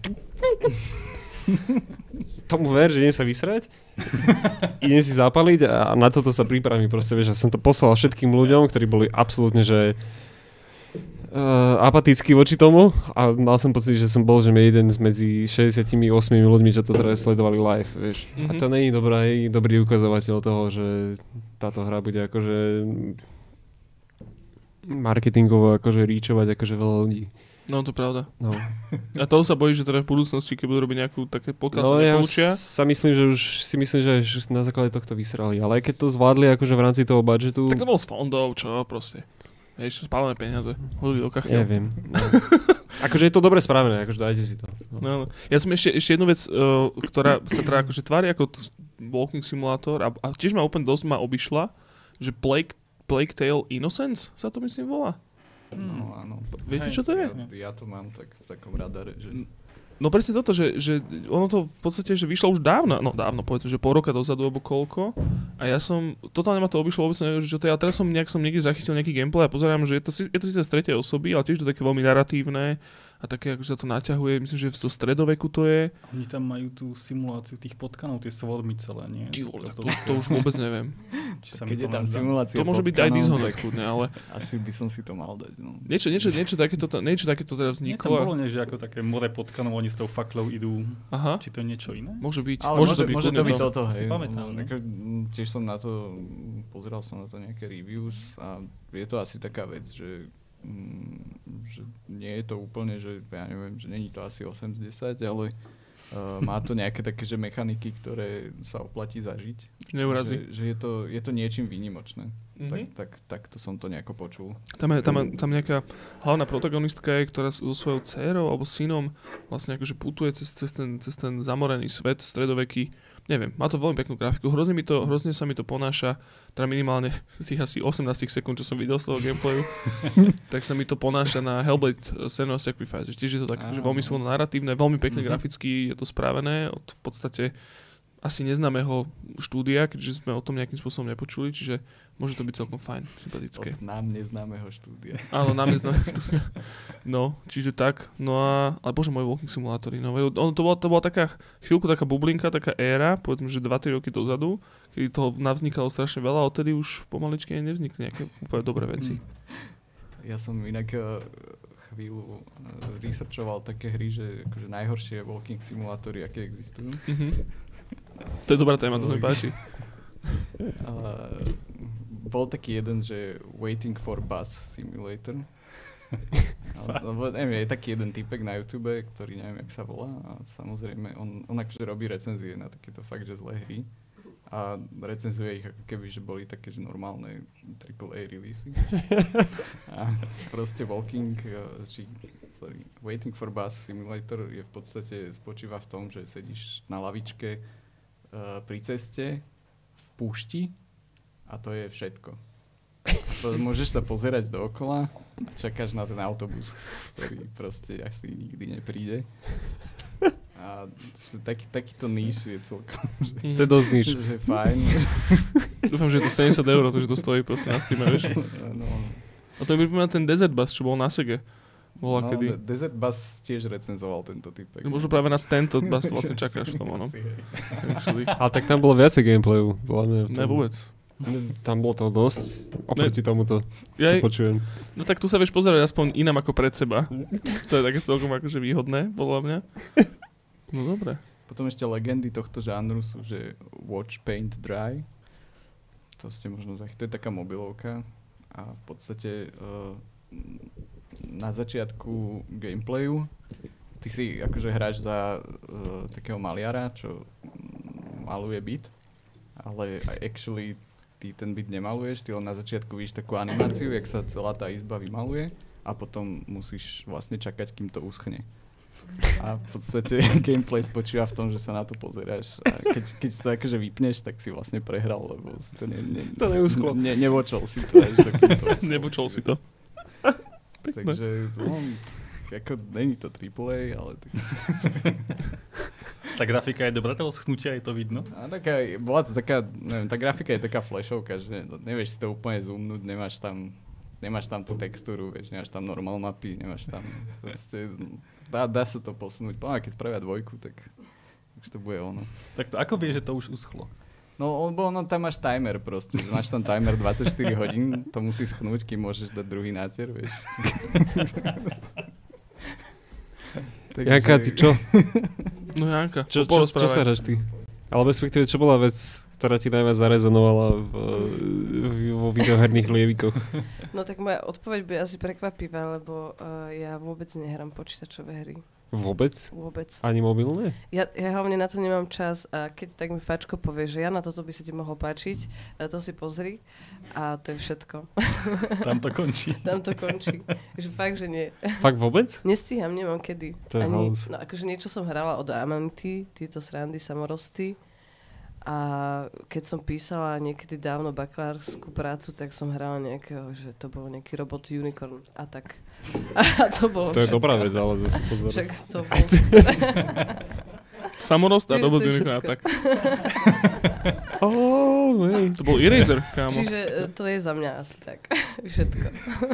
Tomu ver, že idem sa vysrať, idem si zapaliť a na toto sa pripravím. Proste, vieš, ja som to poslal všetkým ľuďom, ktorí boli absolútne, že apatický voči tomu a mal som pocit, že som bol, že jeden z medzi 68 ľuďmi, čo to teraz sledovali live, vieš. A to není dobrý ukazovateľ toho, že táto hra bude akože marketingovo akože reachovať akože veľa ľudí. No, to je pravda. No. A toho sa bojíš, že teda v budúcnosti, keď budú robiť nejakú také podcast, No sa ja nepoučia? sa myslím, že už na základe tohto vysrali. Ale aj keď to zvládli akože v rámci toho budžetu... Tak to bolo z fondov, čo proste. Vieš, spálené peniaze. Hodili do kachiel. Neviem. No. Akože je to dobre spravené, akože dajte si to. No. Ja som ešte jednu vec, ktorá sa teda akože tvári ako walking simulátor a tiež ma úplne dosť obišla, že Plague Tale Innocence sa to myslím volá. No áno. Viete, čo to je? Ja to mám tak v takom radare, že... No presne toto, že ono to v podstate, že vyšlo už dávno, povedzme, že pol roka dozadu, alebo koľko. A ja som, totálne ma to obišlo, vôbec neviem, že čo to je. A teraz som niekde zachytil nejaký gameplay a pozerám, že je to síce z tretej osoby, ale tiež to také veľmi naratívne a také, akože sa to naťahuje, myslím, že zo stredoveku to je. Oni tam majú tú simuláciu tých potkanov, tie svodmy celé, nie? To už vôbec neviem. Keď je tam simulácia to môže byť aj Dishonored kľudne, ale... Asi by som si to mal dať, no. Niečo takéto teda Nie, tam vzniklo. bolo že ako také more potkanov, oni s tou faklou idú. Aha. Či to je niečo iné? Môže byť. Ale môže to byť toto, Si hej. pamätám, no. Tiež som na to, pozeral som na to nejaké reviews a je to asi taká vec, že nie je to úplne, že ja neviem, že není to asi 80, ale má to nejaké také, že mechaniky, ktoré sa oplatí zažiť. Neurazí. Že je to niečím výnimočné. Tak to som to nejako počul. Tam nejaká hlavná protagonistka je, ktorá so svojou dcérou alebo synom vlastne akože putuje cez ten zamorený svet stredoveký. Neviem, má to veľmi peknú grafiku, hrozne sa mi to ponáša, teda minimálne z tých asi 18 sekúnd, čo som videl z toho gameplayu, tak sa mi to ponáša na Hellblade Senua's Sacrifice. Tiež je to tak, že veľmi silno naratívne, veľmi pekne graficky je to spravené, od v podstate asi neznámeho štúdia, keďže sme o tom nejakým spôsobom nepočuli, čiže môže to byť celkom fajn, sympatické. Od nám neznámeho štúdia. Áno, nám neznámeho štúdia. No, čiže tak. No a, ale bože, môj walking simulátory. No, to bola taká chvíľku, taká bublinka, taká éra, povedzme, že 2-3 roky dozadu, kedy toho navznikalo strašne veľa, a odtedy už pomaličky nevznikli nejaké úplne dobré veci. Ja som inak chvíľu researchoval také hry, že akože najhoršie walking simulátory, aké existujú. To je dobrá téma, to sa mi páči. Bol taký jeden, že Waiting for Bus Simulator. Neviem, je taký jeden typek na YouTube, ktorý neviem, jak sa volá. A samozrejme, on akože robí recenzie na takéto fakt, že zlé hry. A recenzuje ich ako keby, že boli také, že normálne AAA releasy. A proste Waiting for Bus Simulator je v podstate spočíva v tom, že sedíš na lavičke pri ceste v púšti a to je všetko. Môžeš sa pozerať dookola a čakáš na ten autobus, ktorý proste asi nikdy nepríde. A takýto níž je celkom, že to je dosť níž. Že fajn. Dúfam, že je to 70 €, to, že to stojí proste na Steam, vieš. No. A to mi pripomína ten Desert Bus, čo bol na Sege. Kedy. Desert Bus tiež recenzoval tento typek. Možno práve na tento bus vlastne čakáš v tom, áno. Ale tak tam bolo viacej gameplayu. Ne, vôbec. Tam bolo to dosť oproti tomuto, čo počujem. No tak tu sa vieš pozerať aspoň inám ako pred seba. To je také celkom akože výhodné, podľa mňa. No dobre. Potom ešte legendy tohto žánru sú, že Watch Paint Dry. To ste možno to je taká mobilovka a v podstate na začiatku gameplayu ty si akože hráš za takého maliara, čo maluje byt, ale actually ty ten byt nemaluješ, ty len na začiatku vidíš takú animáciu, jak sa celá tá izba vymaluje a potom musíš vlastne čakať, kým to uschne. A v podstate gameplay spočíva v tom, že sa na to pozeráš a keď si to akože vypneš, tak si vlastne prehral, lebo si to neuschlo. Nevočol si to. Nevočol si to. Takže ako není to AAA, ale tak... Tá grafika je dobrá, toho schnutia je to vidno. A bola to taká, neviem, tá grafika je taká flashovka, že nevieš si to úplne zoomnúť, nemáš tam tú textúru, vieš, nemáš tam normál mapy, nemáš tam proste, dá sa to posunúť. Keď spravia 2, tak už to bude ono. Tak to ako vieš, že to už uschlo? No, lebo tam máš timer proste, máš tam timer 24 hodín, to musí schnúť, kým môžeš dať druhý náter, vieš. Janka, ty čo? No Janka, čo sa hráš ty? Ale respektíve, čo bola vec, ktorá ti najviac zarezonovala vo videoherných lievikoch? No tak moja odpoveď bude asi prekvapivá, lebo ja vôbec nehrám počítačové hry. Vôbec? Vôbec. Ani mobilné? Ja hlavne na to nemám čas a keď tak mi Fačko povie, že ja na toto by sa ti mohlo páčiť, to si pozri a to je všetko. Tam to končí. Tam to končí. Že fakt, že nie. Fakt vôbec? Nestíham, nemám kedy. To je halus. No akože niečo som hrala od Amanty, tieto srandy, samorosty. A keď som písala niekedy dávno bakalárskú prácu, tak som hrala nejakého, že to bol nejaký robot unicorn a tak. A to bolo To je všetko. dobrá vec, ale zase pozor. Však to bol. Samorost a Čiže robot to je unicorn a všetko. tak. To bol Eraser, kámo. Čiže to je za mňa asi tak. Všetko.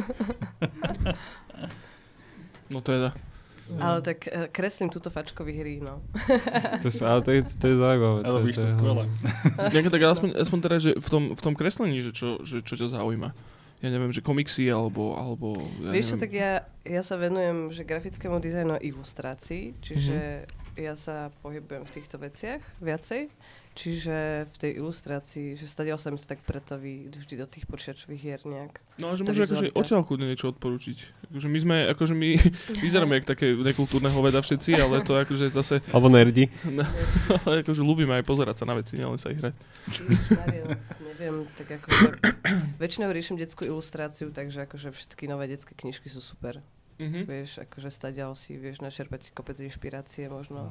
No teda. Ale tak kreslím túto Fačkovi hry, no. To je zaujímavé. Ale robíš to skvelé. Tak aspoň teda, že v tom kreslení, že čo ťa zaujíma. Ja neviem, že komiksy alebo ja Vieš čo, neviem. tak ja sa venujem že grafickému dizajnu a ilustrácii, čiže ja sa pohybujem v týchto veciach viacej. Čiže v tej ilustrácii, že stadiaľ sa mi to tak pretaví vždy do tých počítačových hier nejak. No a že tá môže akože vizualita. odtiaľ kľudne niečo odporučiť. Akože my vyzeráme jak také nekultúrne hoveda všetci, ale to akože zase, Alebo nerdi. ale akože ľúbime aj pozerať sa na veci, nielen sa ich hrať. Neviem, tak akože väčšinou riešim detskú ilustráciu, takže akože všetky nové detské knižky sú super. Vieš, akože stadiaľ si vieš načerpať kopec inšpirácie možno.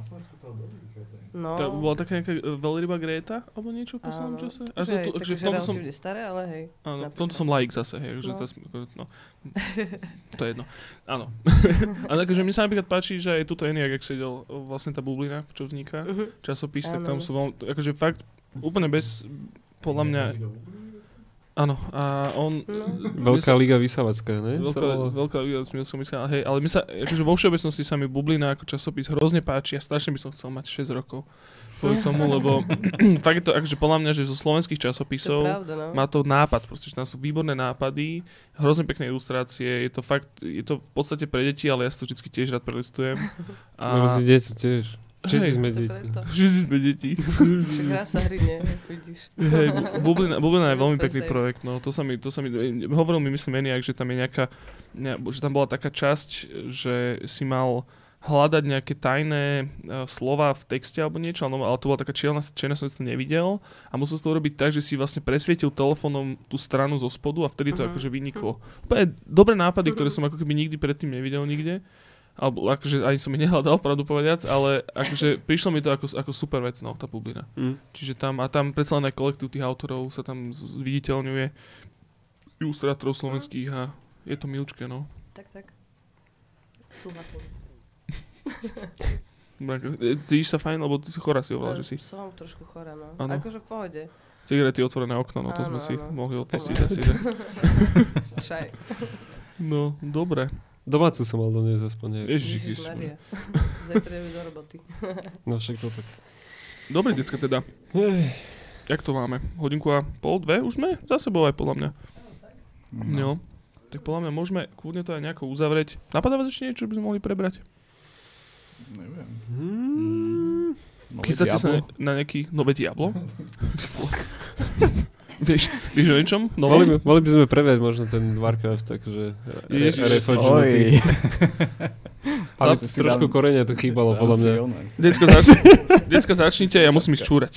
No. To bola taká nejaká veľryba Greta, alebo niečo v poslednom Áno. čase? Takže v tomto som, relatívne staré, ale hej. áno, v tomto som laik zase, hej, že No. zase, no. To je jedno. Áno. A takže mi sa napríklad páči, že aj tuto Eniak, jak sedel vlastne tá bublina, čo vzniká, časopis, tak tam Áno. sú veľmi, akože fakt úplne bez, podľa mňa, áno, a on... Veľká liga vysávacká, ne? Veľká liga, som myslel, hej, ale my sa, akože vo všeobecnosti sa mi bublina ako časopis hrozne páči a strašne by som chcel mať 6 rokov kvôli tomu, lebo fakt je to akože podľa mňa, že zo slovenských To je časopisov pravda, no. má to nápad, proste, že tam sú výborné nápady, hrozne pekné ilustrácie, je to fakt, je to v podstate pre deti, ale ja si to vždy tiež rád prelistujem. Lebo si deti tiež. Všetci Hej, sme To deti. preto. Všetci sme deti. Však hrá sa hry, nie? Vidíš. Hej, Bublina je veľmi To je pekný safe. projekt, no to sa mi, hovoril mi myslím Eniak, že tam je že tam bola taká časť, že si mal hľadať nejaké tajné slova v texte alebo niečo, ale to bola taká čierna som si to nevidel a musel si to urobiť tak, že si vlastne presvietil telefónom tú stranu zo spodu a vtedy to akože vyniklo. Úplne dobré nápady, ktoré som ako keby nikdy predtým nevidel nikde. Alebo akože ani som ich nehľadal, pravdu povediac, ale akože prišlo mi to ako super vec, no, tá bublina. Čiže tam predsa len aj kolektív tých autorov sa tam viditeľňuje, ilustrátorov slovenských a je to milčké, no. Tak. Súhlasím. Cítiš sa fajn, lebo ty si chorá, si hovorila, že si. Som trošku chorá, no. Áno. Akože v pohode. Cigarety, otvorené okno, no to Áno, sme si áno. mohli odpustiť Áno. asi. Že? Čaj. No, dobre. Domácu som mal doniesť aspoň. Ježiši Kristus. Ježišmaria. Zajtra ideme do roboty. No však to tak. Dobre, decka teda. Jak to máme? Hodinku a pol, 2 už sme? Za sebou aj podľa mňa. No. Tak podľa mňa môžeme kľudne to aj nejako uzavrieť. Napadá vás ešte niečo, čo by sme mohli prebrať? Neviem. Nové Chystáte sa Diablo? na nejaký nové Diablo? Vieš o niečom? Novom? Mali by sme previať možno ten Warcraft, takže Ježiš. reforgenutý. Ale To si trošku dám- korenia tu chýbalo, podľa mňa. Decka, začnite, ja musím ísť čúrať.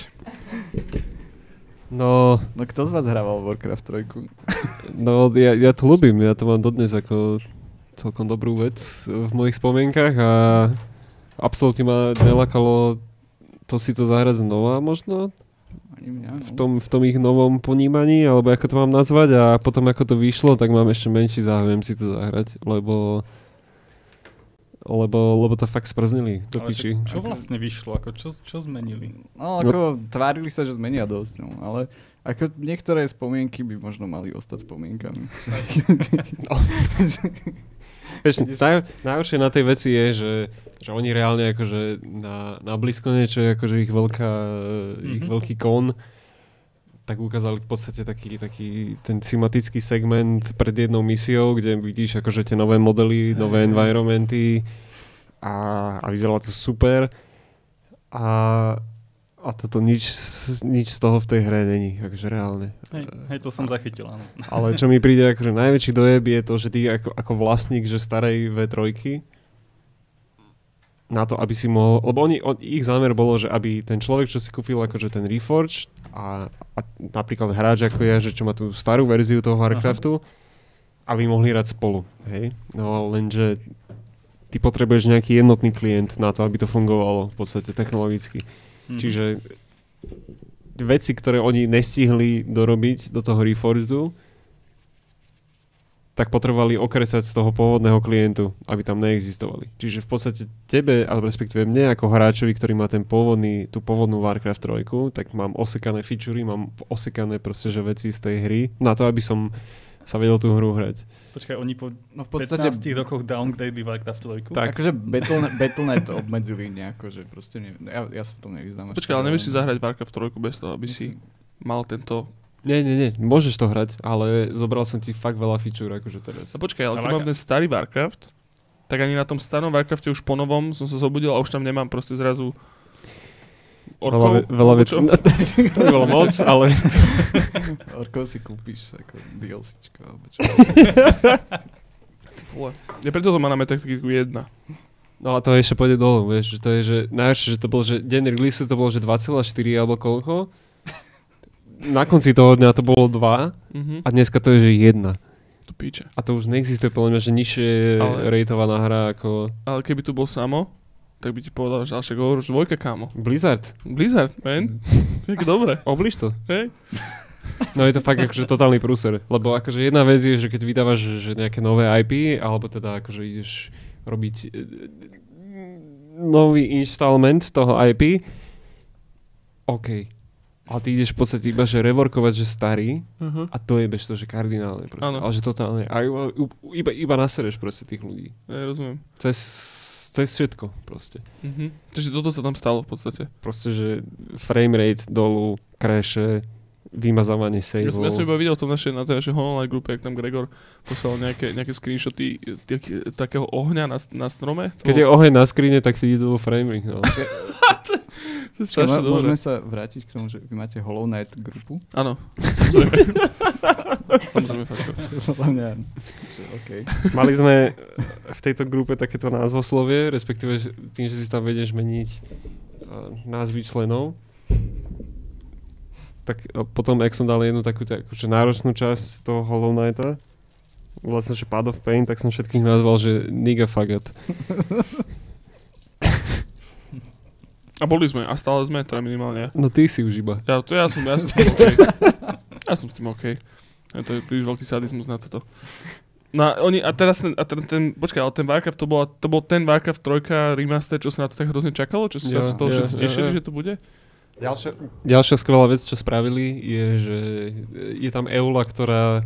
No, No kto z vás hrával Warcraft 3? no ja to ľúbim, ja to mám dodnes ako celkom dobrú vec v mojich spomienkach a absolútne ma nelakalo to si to zahrať znova možno Ani mňa, no. v tom ich novom ponímaní, alebo ako to mám nazvať a potom ako to vyšlo, tak mám ešte menší záujem si to zahrať, lebo to fakt sprznili do Ale piči. však čo vlastne vyšlo? Ako čo zmenili? No ako tvárili sa, že zmenia dosť, no, ale ako niektoré spomienky by možno mali ostať spomienkami. Vieš, najhoršie na tej veci je, že oni reálne akože na blízko niečo je akože ich veľký kon, tak ukázali v podstate taký ten tematický segment pred jednou misiou, kde vidíš akože tie nové modely, nové environmenty a vyzeralo to super. A A toto nič z toho v tej hre není, akože reálne. Hej, to som zachytil, áno. Ale čo mi príde akože najväčší dojeb je to, že ty ako vlastník, že starej V3 na to, aby si mohol, lebo ich zámer bolo, že aby ten človek, čo si kúpil akože ten Reforged a napríklad hráč ako ja, že čo má tú starú verziu toho Warcraftu, aby mohli hrať spolu, hej. No lenže ty potrebuješ nejaký jednotný klient na to, aby to fungovalo v podstate technologicky. Čiže veci, ktoré oni nestihli dorobiť do toho Reforged, tak potrebovali okresať z toho pôvodného klientu, aby tam neexistovali. Čiže v podstate tebe, alebo respektíve mne ako hráčovi, ktorý má tú pôvodnú Warcraft 3, tak mám osekané featurey, mám osekané proste, že veci z tej hry, na to, aby som sa vedel tú hru hrať. Počkaj, oni po v podstate 15 rokoch downgradeli Warcraft 3? Tak. Akože Battle.net obmedzili nejako, že proste ja sa v tom nevyznám. Počkaj, ale nevieš si zahrať Warcraft 3 bez toho, aby si mal tento... Nie, môžeš to hrať, ale zobral som ti fakt veľa feature akože teraz. A počkaj, ale keď mám ten starý Warcraft, tak ani na tom starom Warcrafte už po novom som sa zobudil a už tam nemám proste zrazu orkov. Veľa vecí. To je veľa moc, ale... Orkov si kúpiš ako DLCčko. Ja preto to má na Metacriticu 1. No a to ešte pôjde dolu, vieš, že to je, že najhoršie, že to bolo, že deň release to bolo, že 2,4 alebo koľko. Na konci toho dňa to bolo 2 a dneska to je, že 1. To píče. A to už neexistuje, podľa mňa, že nižšie rateovaná hra ako... Ale keby tu bol samo, tak by ti povedal, že však hovoríš dvojka, kámo. Blizzard, man. Jak dobre. oblíž to. Hej. No je to fakt akože totálny prúser. Lebo akože jedna vec je, že keď vydávaš že nejaké nové IP, alebo teda akože ideš robiť nový installment toho IP, OK. Ale ty ideš v podstate iba, že reworkovať, že starý a to je bez toho, že kardinálne proste. Ale že totálne. A iba nasereš proste tých ľudí. Ja rozumiem. Cez všetko proste. Takže toto sa tam stalo v podstate. Proste, že framerate dolu, crashe, vymazávanie saveov. Ja som iba videl to na tej našej online grupe, jak tam Gregor poslal nejaké screenshoty takého ohňa na strome. Keď je oheň na skrine, tak si idú framerate. No. To je strašne dobré. Môžeme sa vrátiť k tomu, že vy máte Hollow Knight grupu? Áno, samozrejme. Samozrejme, Fačko. Okay. Mali sme v tejto grupe takéto názvoslovie, respektíve tým, že si tam vedieš meniť názvy členov. Tak potom, jak som dal jednu takú náročnú časť toho Hollow Knighta, vlastne, že Path of Pain, tak som všetkých nazval, že nigga fagot. A boli sme, a stále sme, teda minimálne. No ty si už iba. Ja som s tým OK. Ja som s tým OK. To je príliš veľký sadizmus na toto. No a teraz počkaj, ale ten Warcraft, to bol ten Warcraft 3 remaster, čo sa na to tak hrozne čakalo? Čo sa z toho všetci tešili, že to bude? Ďalšia skvelá vec, čo spravili, je, že je tam EULA, ktorá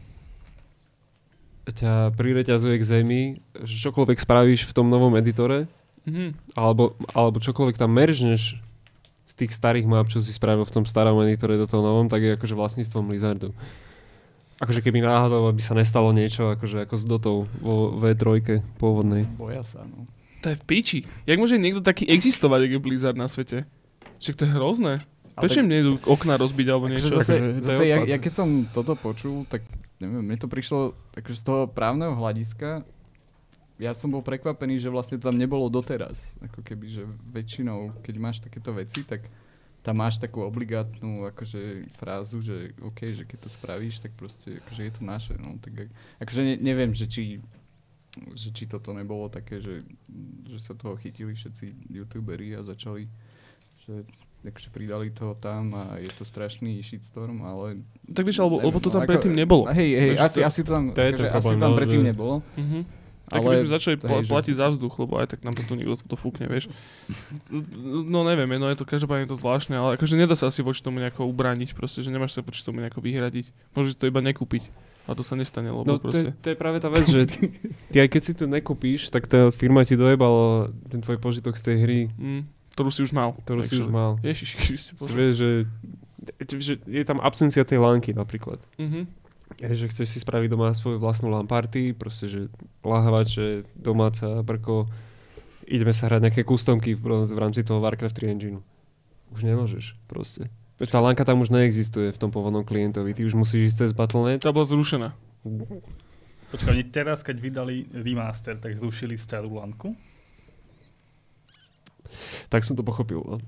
ťa prireťazuje k zemi, že čokoľvek spravíš v tom novom editore, alebo čokoľvek tam meržneš z tých starých map, čo si spravil v tom starom editore do toho novom, tak je akože vlastníctvom Blizzardu. Akože keby náhodou by sa nestalo niečo akože ako s Dotou vo V3 pôvodnej. Boja sa, no. To je v píči. Jak môže niekto taký existovať, jak je Blizzard na svete? Však to je hrozné. Prečo im nejdu okna rozbiť alebo niečo? Zase ja keď som toto počul, tak neviem, mne to prišlo takže z toho právneho hľadiska. Ja som bol prekvapený, že vlastne to tam nebolo doteraz. Ako keby, že väčšinou, keď máš takéto veci, tak tam máš takú obligátnu akože frázu, že OK, že keď to spravíš, tak proste akože je to naše. No, tak akože neviem, že či toto nebolo také, že sa toho chytili všetci youtuberi a začali, že akože pridali toho tam a je to strašný shitstorm, ale... Tak vieš, lebo to tam predtým nebolo. Hej, asi to tam, asi tam predtým nebolo. Tak keby sme začali platiť za vzduch, lebo aj tak nám to tu niekto to fúkne, vieš. No neviem, no je to každopádne to zvláštne, ale akože nedá sa asi voči tomu nejako ubrániť, proste, že nemáš sa voči tomu nejako vyhradiť. Môžeš to iba nekúpiť. A to sa nestane, lebo proste... To je práve tá vec, že ty aj keď si to nekúpíš, tak tá firma ti dojebala ten tvoj požitok z tej hry. Ktorú si už mal. Ježiš Kriste, Bože. Vieš, že je tam absencia tej lánky napríklad. Že chceš si spraviť doma svoju vlastnú LAN party, proste, že lahvače, domáca, brko, ideme sa hrať nejaké customky v rámci toho Warcraft 3 engineu. Už nemôžeš proste. Tá lánka tam už neexistuje v tom pôvodnom klientovi. Ty už musíš ísť cez Battle.net. Tá bola zrušená. Počkaj, oni teraz, keď vydali remaster, tak zrušili starú lanku? Tak som to pochopil. No.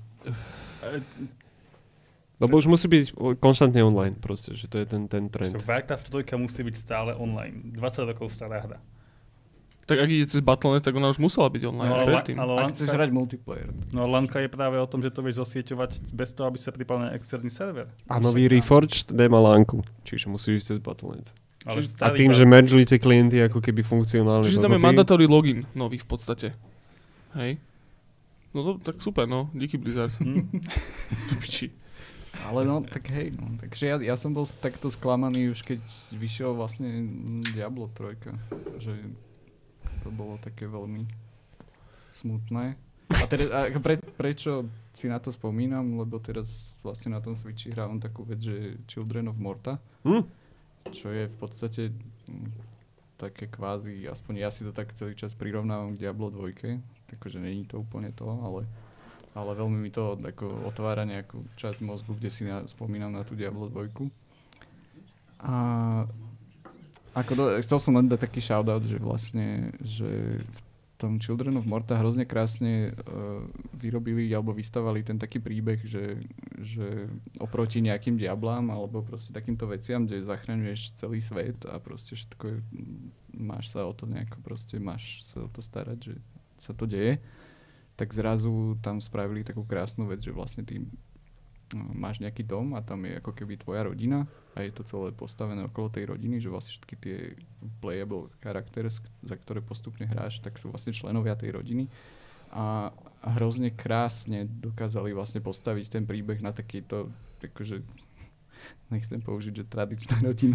Lebo už musí byť konštantne online proste, že to je ten trend. Warcraft 3 musí byť stále online. 20 rokov stará hra. Tak ak ide cez Battle.net, tak ona už musela byť online. No, predtým. Ak chceš hrať multiplayer. No lanka je práve o tom, že to vieš zosieťovať bez toho, aby sa pripal na externý server. A nový Reforged nemá lánku, čiže musíš ísť cez Battle.net. A starý tým, že mergeli tie klienty ako keby funkcionálne. Čiže tam je mandatory login nový v podstate. Hej? No to tak super, no. Díky Blizzard. Piči. Ale no, tak hej, no. Takže ja som bol takto sklamaný už keď vyšiel vlastne Diablo 3. Že to bolo také veľmi smutné. A teraz, prečo si na to spomínam, lebo teraz vlastne na tom Switchi hrávam takú vec, že Children of Morta. Čo je v podstate také kvázi, aspoň ja si to tak celý čas prirovnávam k Diablo 2, takže není to úplne to, ale veľmi mi to ako otvára nejakú časť mozgu, kde si spomínam na tú Diablo 2. A chcel som len dať taký shoutout, že vlastne, že v tom Children of Morta hrozne krásne vyrobili alebo vystavali ten taký príbeh, že oproti nejakým diablám alebo proste takýmto veciam, kde zachraňuješ celý svet a proste všetko máš sa o to nejako proste, máš sa o to starať, že sa to deje, tak zrazu tam spravili takú krásnu vec, že vlastne ty máš nejaký dom a tam je ako keby tvoja rodina a je to celé postavené okolo tej rodiny, že vlastne všetky tie playable characters, za ktoré postupne hráš, tak sú vlastne členovia tej rodiny a hrozne krásne dokázali vlastne postaviť ten príbeh na takýto, akože nechcem použiť, že tradičná rodina,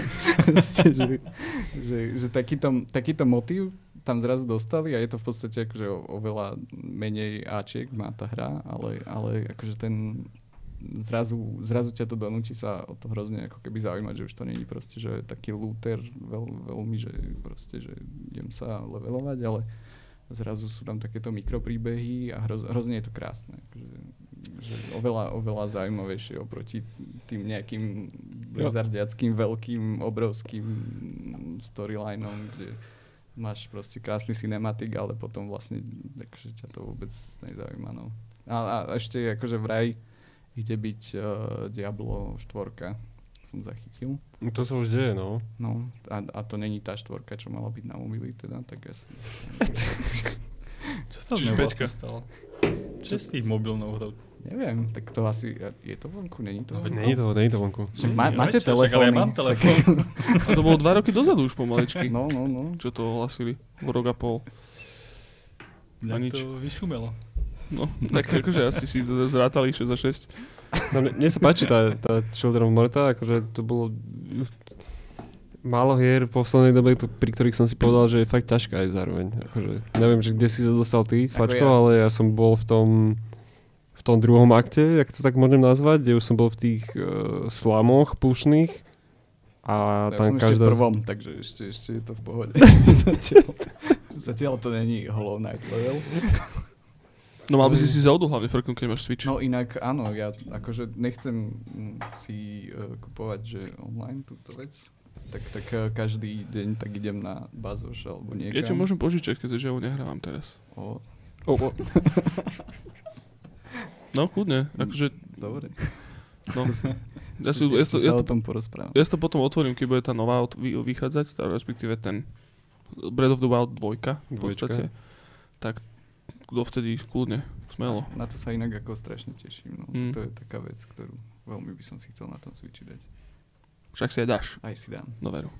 že takýto motív tam zrazu dostali a je to v podstate akože oveľa menej áčiek má tá hra, ale akože ten zrazu ťa to donúti sa o to hrozne ako keby zaujímať, že už to není proste, že taký looter veľmi, že proste, že idem sa levelovať, ale zrazu sú tam takéto mikropríbehy a hrozne je to krásne. Že oveľa zaujímavejšie oproti tým nejakým blizzardiackým, veľkým, obrovským storylineom, kde máš proste krásny cinematik, ale potom vlastne takže ťa to vôbec nezaujíma. No. A ešte akože vraj ide byť Diablo 4, som zachytil. To sa už deje, no. No, a to není tá 4, čo mala byť na mobily, teda, tak asi. Čo sa z vlastne stalo? Čo z tých mobilnou hrou? Neviem, tak to asi, je to vonku, není to? Není to vonku. Máte telefóny? Ale ja mám telefón. A to bolo 2 roky dozadu už pomaličky. No. Čo to ohlasili? Rok a pol. A nič. To vyšumelo. No, tak akože asi si zrátali 6 za 6. No, mne sa páči tá Children of Morta, akože to bolo málo hier v poslednej dobe, pri ktorých som si povedal, že je fakt ťažká aj zároveň. Akože, neviem, že kde si sa dostal ty, Fačko, ale ja som bol v tom druhom akte, jak to tak môžem nazvať, kde už som bol v tých slamoch púšnych. A ja tam som ešte v prvom, takže ešte je to v pohode. Zatiaľ to není Hollow Knight level. No mal by si Zeldu hlavne frknúť, keď máš Switch. No inak áno, ja akože nechcem si kupovať, že online túto vec. Tak každý deň tak idem na Bazoš alebo niekam. Ja ti môžem požičať, keď ja ho nehrávam teraz. No, kľudne. Akože... Dobre. No. Ja to potom otvorím, keď bude tá nová vychádzať, respektíve ten Breath of the Wild 2 v podstate. Tak dovtedy kľudne, smelo. Na to sa inak ako strašne teším. No. To je taká vec, ktorú veľmi by som si chcel na tom Switchi dať. Však si aj dáš. Aj si dám. No veru.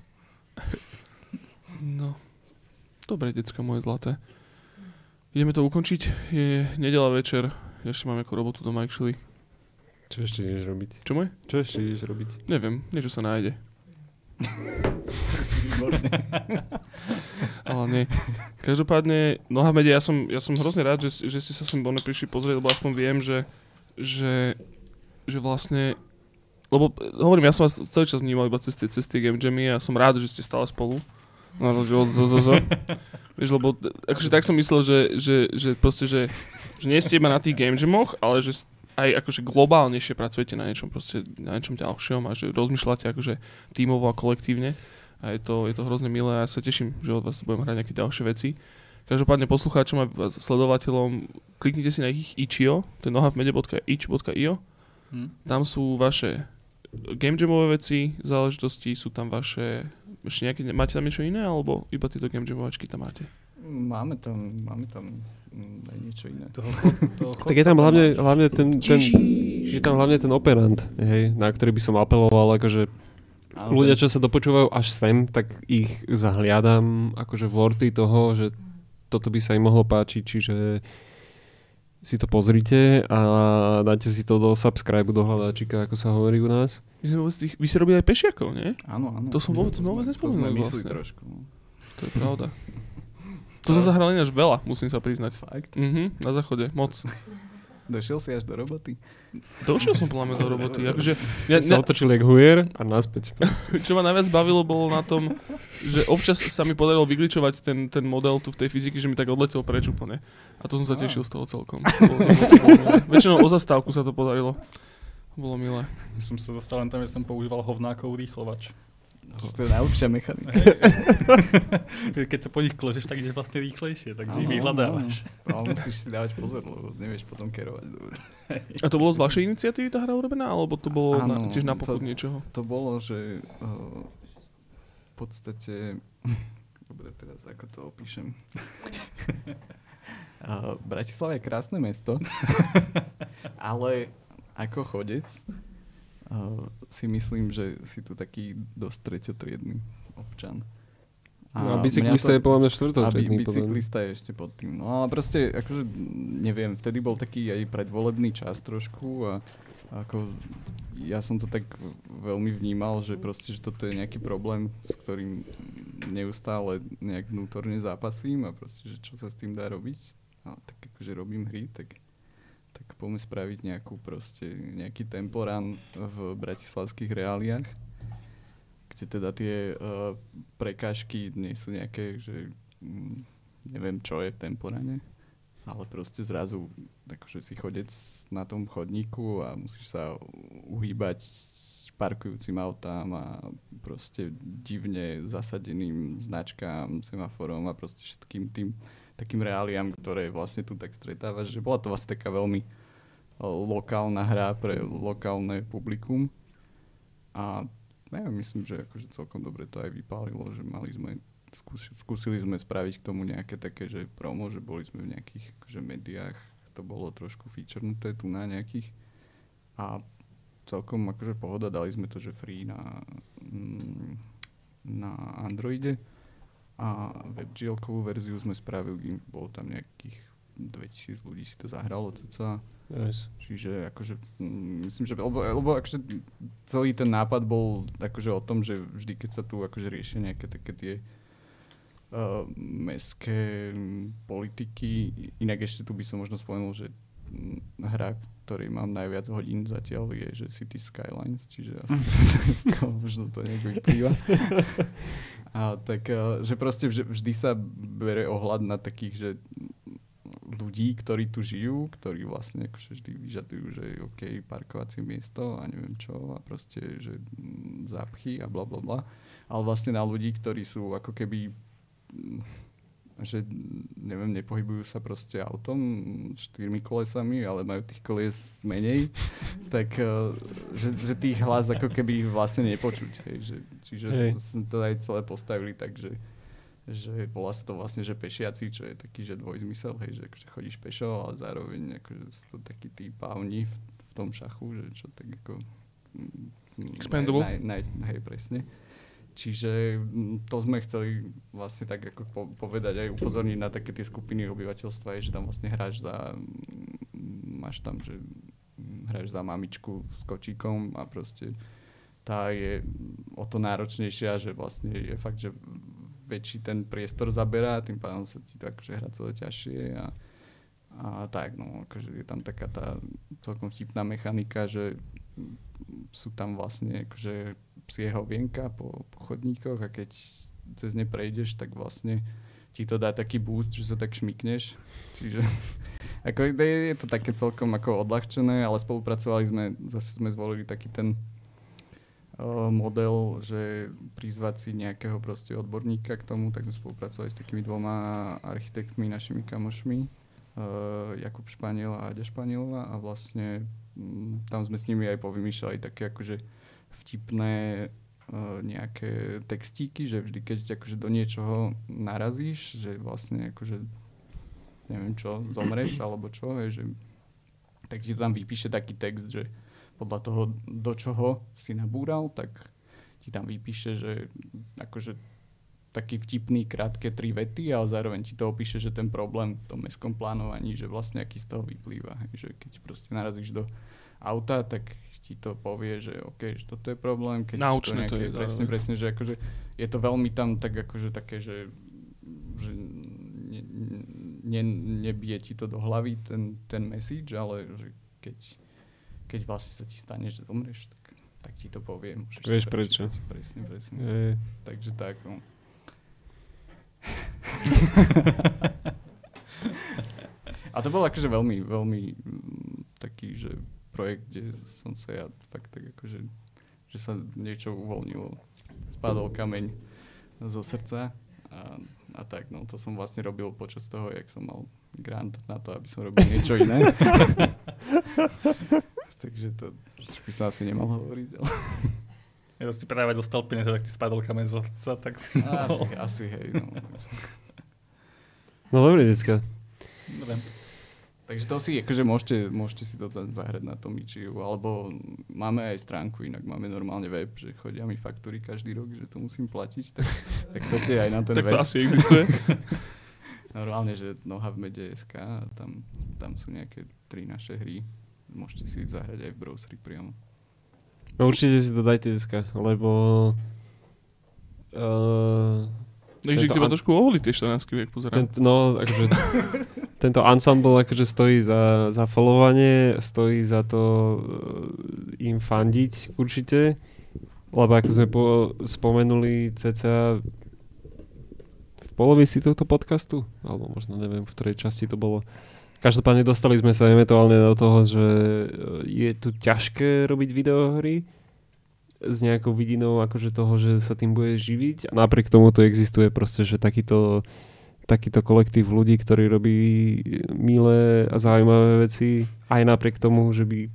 No. Dobre, decka moje zlaté. Ideme to ukončiť. Je nedeľa večer. Ešte mám ako robotu doma, actually. Čo ešte ideš robiť? Čo môj? Čo ešte ideš robiť? Neviem, niečo sa nájde. Ale nie. Každopádne, Nohamed, ja som hrozne rád, že si sa sem prišli pozrieť, lebo aspoň viem, že vlastne, lebo hovorím, ja som vás celý čas vnímal iba cez tie game jammy a som rád, že ste stále spolu. Na rozdiel od ZZZ. Vieš, lebo akože tak som myslel, že proste, že nie ste iba na tých game jamoch, ale že aj akože globálnejšie pracujete na niečom proste, na niečom ďalšom a že rozmýšľate akože tímovo a kolektívne a je to hrozne milé a ja sa teším, že od vás budem hrať nejaké ďalšie veci. Každopádne poslucháčom a sledovateľom kliknite si na ich Itch.io, to je nohavmede.itch.io. Tam sú vaše game jamové veci, záležitosti, sú tam vaše, ešte nejaké, máte tam niečo iné alebo iba tieto game jamovačky tam máte? Máme tam aj niečo iné. Tak je tam hlavne ten operant, hej, na ktorý by som apeloval, akože ľudia, čo sa dopočúvajú až sem, tak ich zahliadam akože worty toho, že toto by sa im mohlo páčiť, čiže si to pozrite a dajte si to do subscribe, do hľadáčika, ako sa hovorí u nás. Vy si robili aj pešiakov, nie? Áno. To som vôbec nespomenul vlastne. Trošku. To je pravda. To som zahral ináč veľa, musím sa priznať. Fakt? Na záchode, moc. Došiel si až do roboty? Došiel som podľa mňa do roboty. Akože, sa otočil jak hujer a naspäť. Čo ma najviac bavilo, bolo na tom, že občas sa mi podarilo vygličovať ten model tu v tej fyziky, že mi tak odletel preč úplne. A to som sa tešil z toho celkom. Väčšinou o zastávku sa to podarilo. Bolo milé. Som sa dostal len tam, že som používal hovnákov rýchlovač. To je najlepšia mechanika. Keď sa po nich kležeš, tak ideš vlastne rýchlejšie, takže ich vyhľadávaš. Ale musíš si dávať pozor, lebo nevieš potom kerovať. A to bolo z vašej iniciatívy tá hra urobená, alebo to bolo tiež na popud niečoho? To bolo, že v podstate... Dobre, teraz ako to opíšem. Bratislava je krásne mesto, ale ako chodec si myslím, že si tu taký dosť treťotriedny občan. A bicyklista je podľa mňa štvrtotriedny. A bicyklista je ešte pod tým. No ale proste, akože, neviem, vtedy bol taký aj predvolebný čas trošku a ako ja som to tak veľmi vnímal, že proste, že toto je nejaký problém, s ktorým neustále nejak vnútorne zápasím a proste, že čo sa s tým dá robiť. A tak akože robím hry, tak poďme spraviť nejaký temporán v bratislavských reáliách, kde teda tie prekážky nie sú nejaké, že neviem, čo je v temporáne, ale proste zrazu akože si chodec na tom chodníku a musíš sa uhýbať parkujúcim autám a proste divne zasadeným značkám, semaforom a proste všetkým tým takým reáliám, ktoré vlastne tu tak stretávaš, že bola to vlastne taká veľmi lokálna hra pre lokálne publikum a neviem, myslím, že akože celkom dobre to aj vypálilo, že skúsili sme spraviť k tomu nejaké také, že promo, že boli sme v nejakých akože médiách, to bolo trošku featurenuté tu na nejakých a celkom akože pohoda, dali sme to, že free na Androide a WebGL-kovú verziu sme spravili, bolo tam nejakých 2000 ľudí si to zahralo cca. Yes. Čiže akože myslím, že lebo akože celý ten nápad bol akože o tom, že vždy keď sa tu akože riešia nejaké také tie mestské politiky, inak ešte tu by som možno spomenul, že hra, ktorej mám najviac hodín zatiaľ je, že City Skylines, čiže asi možno to nejak vyplýva. A tak, že proste vždy sa bere ohľad na takých, že ľudí, ktorí tu žijú, ktorí vlastne akože vždy vyžadujú, že OK, parkovacie miesto a neviem čo a proste, že zápchy a bla bla bla. Ale vlastne na ľudí, ktorí sú ako keby že neviem, nepohybujú sa proste autom, 4 kolesami, ale majú tých kolies menej, tak že tých hlas ako keby vlastne nepočuť. Čiže sme to aj celé postavili tak, že volá sa to vlastne, že pešiaci, čo je taký, že dvojzmysel, že akože chodíš pešo, ale zároveň akože sú to takí tí pávni v tom šachu, že čo tak ako expandable. Hej, presne. Čiže to sme chceli vlastne tak ako povedať aj upozorniť na také tie skupiny obyvateľstva, že tam vlastne hráš za mamičku s kočíkom a proste tá je o to náročnejšia, že vlastne je fakt, že väčší ten priestor zaberá, tým pádom sa ti tak, že hrá celé ťažšie a tak, no, akože je tam taká tá celkom vtipná mechanika, že sú tam vlastne akože psieho vienka po chodníkoch a keď cez ne prejdeš, tak vlastne ti to dá taký boost, že sa tak šmykneš. Čiže Ako je to také celkom ako odľahčené, ale spolupracovali sme zvolili taký ten model, že prizvať si nejakého proste odborníka k tomu, tak sme spolupracovali s takými 2 architektmi, našimi kamošmi, Jakub Španiel a Aďa Španielová a vlastne tam sme s nimi aj povymýšľali také akože vtipné nejaké textíky, že vždy keď akože do niečoho narazíš, že vlastne akože neviem čo, zomreš alebo čo, že tak ti tam vypíše taký text, že podľa toho, do čoho si nabúral, tak ti tam vypíše, že akože taký vtipný, krátke 3 vety, ale zároveň ti to opíše, že ten problém v tom mestskom plánovaní, že vlastne aký z toho vyplýva. Že keď proste narazíš do auta, tak ti to povie, že OK, že toto je problém. Keď naučné to je. Presne, že akože je to veľmi tam tak akože také, že nebije ti to do hlavy ten message, ale že keď vlastne sa ti stane, že zomrieš, tak ti to povie. Vieš prečo. Presne. Takže tak, no. A to bol akože veľmi, veľmi taký, že projekt, kde som sa ja fakt tak akože, že sa niečo uvoľnilo. Spadol kameň zo srdca a tak, no to som vlastne robil počas toho, jak som mal grant na to, aby som robil niečo iné. Takže to by som asi nemal hovoriť. Ale... Ja si práve dostal peniaze, tak ti spadol kameň z srdca, tak si asi hej, no. No dobrý, decka. Dobre. Takže to si, akože môžete si to tam zahrať na tom Mičiu, alebo máme aj stránku, inak máme normálne web, že chodia mi faktúry každý rok, že to musím platiť, tak choďte aj na ten tak web. Tak to asi existuje. Normálne, že nohavmede.sk a tam sú nejaké 3 naše hry. Môžete si zahrať aj v browseri priamo. No určite si to dajte dneska, lebo... Takže k teba trošku oholi tie 14 viek, pozerám. Akože tento ensemble akože stojí za followovanie, stojí za to im fandiť určite, lebo ako sme spomenuli cca v polovici tohto podcastu, alebo možno neviem, v ktorej časti to bolo. Každopádne dostali sme sa eventuálne do toho, že je tu ťažké robiť videohry s nejakou vidinou akože toho, že sa tým bude živiť. A napriek tomu to existuje proste, že takýto kolektív ľudí, ktorý robí milé a zaujímavé veci, aj napriek tomu, že by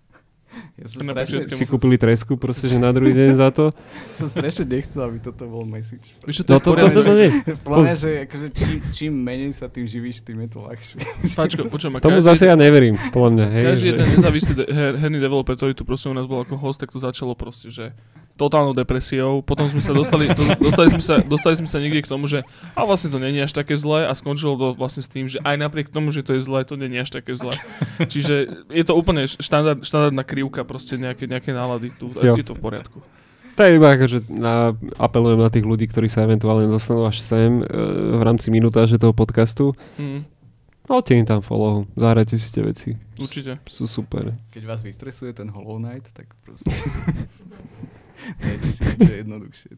si kúpili tresku proste, že na druhý deň za to. Som strašne nechcel, aby toto bol message. Toto nie. Pláne, že akože čím menej sa tým živíš, tým je to ľahšie. Páčko, počujem. Tomu zase ja neverím, podľa mňa. Hej, každý jeden nezávislý herný developer, ktorý tu proste u nás bol ako host, tak to začalo proste, že totálnou depresiou. Potom sme sa dostali sme sa niekde k tomu, že a vlastne to nie je až také zlé a skončilo to vlastne s tým, že aj napriek tomu, že to je zlé, to nie je až také zlé. Čiže je to úplne štandardná krivka, proste nejaké nálady tu, je to v poriadku. To je iba akože apelujem na tých ľudí, ktorí sa eventuálne dostanú až sem v rámci minutáže toho podcastu. Hoďte im tam follow, zahrajte si tie veci. Určite. Sú super. Keď vás vystresuje ten Hollow Knight, tak proste... Dajte si niečo jednoduchšie.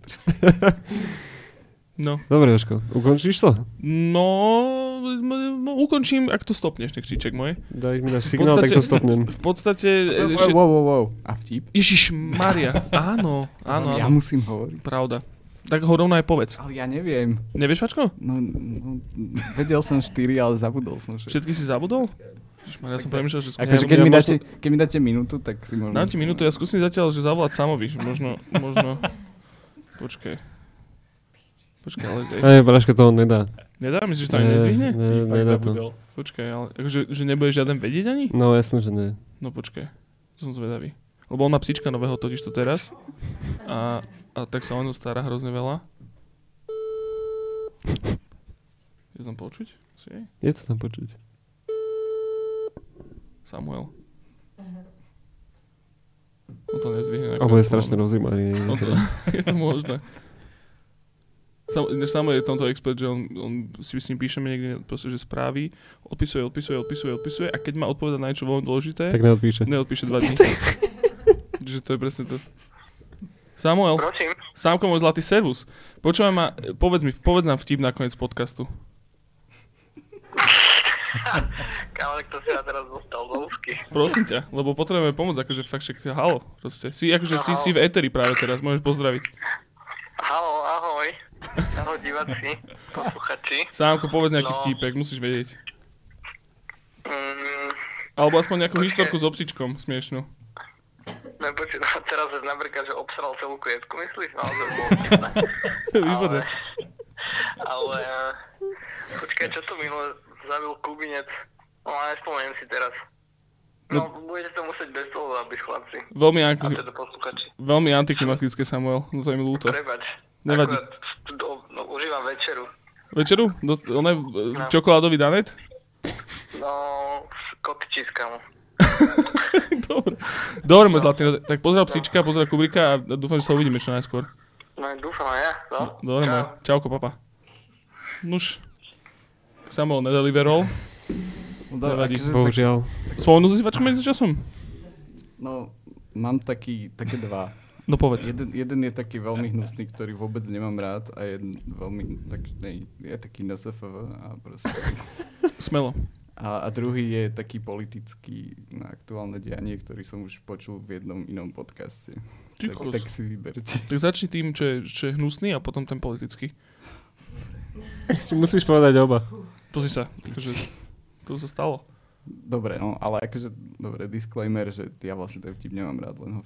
No. Dobre, Jožko, ukončíš to? No, ukončím, ak to stopneš, křiček môj. Daj mi náš signál, tak to stopnem. V podstate... Wow. A vtip? Ježišmaria, áno. Ja musím hovoriť. Pravda. Tak ho rovno aj povedz. Ale ja neviem. Nevieš, Fačko? No, vedel som 4, ale zabudol som 6. Všetky si zabudol? Ja som premýšľal, že skúsim. Keď mi dáte minútu, tak si možno... Dám ti minútu, ja skúsim zatiaľ, že zavolať Samovi. Možno... Počkaj, ale... Braško to on nedá. Nedá? Myslíš, že to ani nezdvihne? Nedá to. Počkaj, ale... Akože, že nebude žiaden vedieť ani? No, jasné, že nie. No počkaj, to som zvedavý. Lebo on má psíčka nového totiž to teraz. A tak sa on stará hrozne veľa. Je tam počuť? Je to tam počuť. Samuel. On to nezdvihne. Alebo je strašne rozjímavý. Je to možné. Samuel je tomto expert, že on si s ním píšeme niekde proste, že správy, odpisuje a keď má odpovedať na niečo veľmi dôležité, tak neodpíše 2 dní. Čiže to je presne to. Samuel, prosím. Sámko, môj zlatý servus. Počúvaj ma, povedz nám vtip na koniec podcastu. Kámo, kto si ja teraz dostal do úzky. Prosím ťa, lebo potrebujeme pomôcť, akože fakt však halo, proste. Si v éteri práve teraz, môžeš pozdraviť. Halo, ahoj. Ahoj diváci, posluchači. Sámko, povedz nejaký vtípek, musíš vedieť. Alebo aspoň nejakú historku s obsičkom, smiešnú. No počuť, teraz sa napríklad, že obsral celú klietku, myslíš? Naozaj bolo Výborné. Ale počkaj, čo to minule zabil Kubinec? No nespomeniem si teraz. No, budete to musieť bez toho zabiť, chlapci. A teda posluchači. Veľmi antiklimatické, Samuel, no to je mi ľúto. Prepač. Nevadí. No, užívam večeru. Večeru? Čokoládový danet? No, kokčís, kamo. Dobre, môj zlatý, tak pozdrav psička, pozdrav Kubrika a dúfam, že sa uvidíme čo najskôr. No, dúfam aj ja, no. Dobre, môj. Čauko, papa. Nuž. Samuel nedeliverol. Nevadí. Bohužiaľ. Spomenul si vačko medzi časom? No, mám také dva. No povedz. Jeden je taký veľmi hnusný, ktorý vôbec nemám rád a jeden veľmi je taký NSFV a proste. Smelo. A druhý je taký politický na aktuálne dianie, ktorý som už počul v jednom inom podcaste. Tak si vyberte. Tak začni tým, čo je hnusný a potom ten politický. Musíš povedať oba. Pozri sa, takže to sa stalo. Dobre, no, ale akože, dobre, disclaimer, že ja vlastne ten vtip nemám rád, len ho v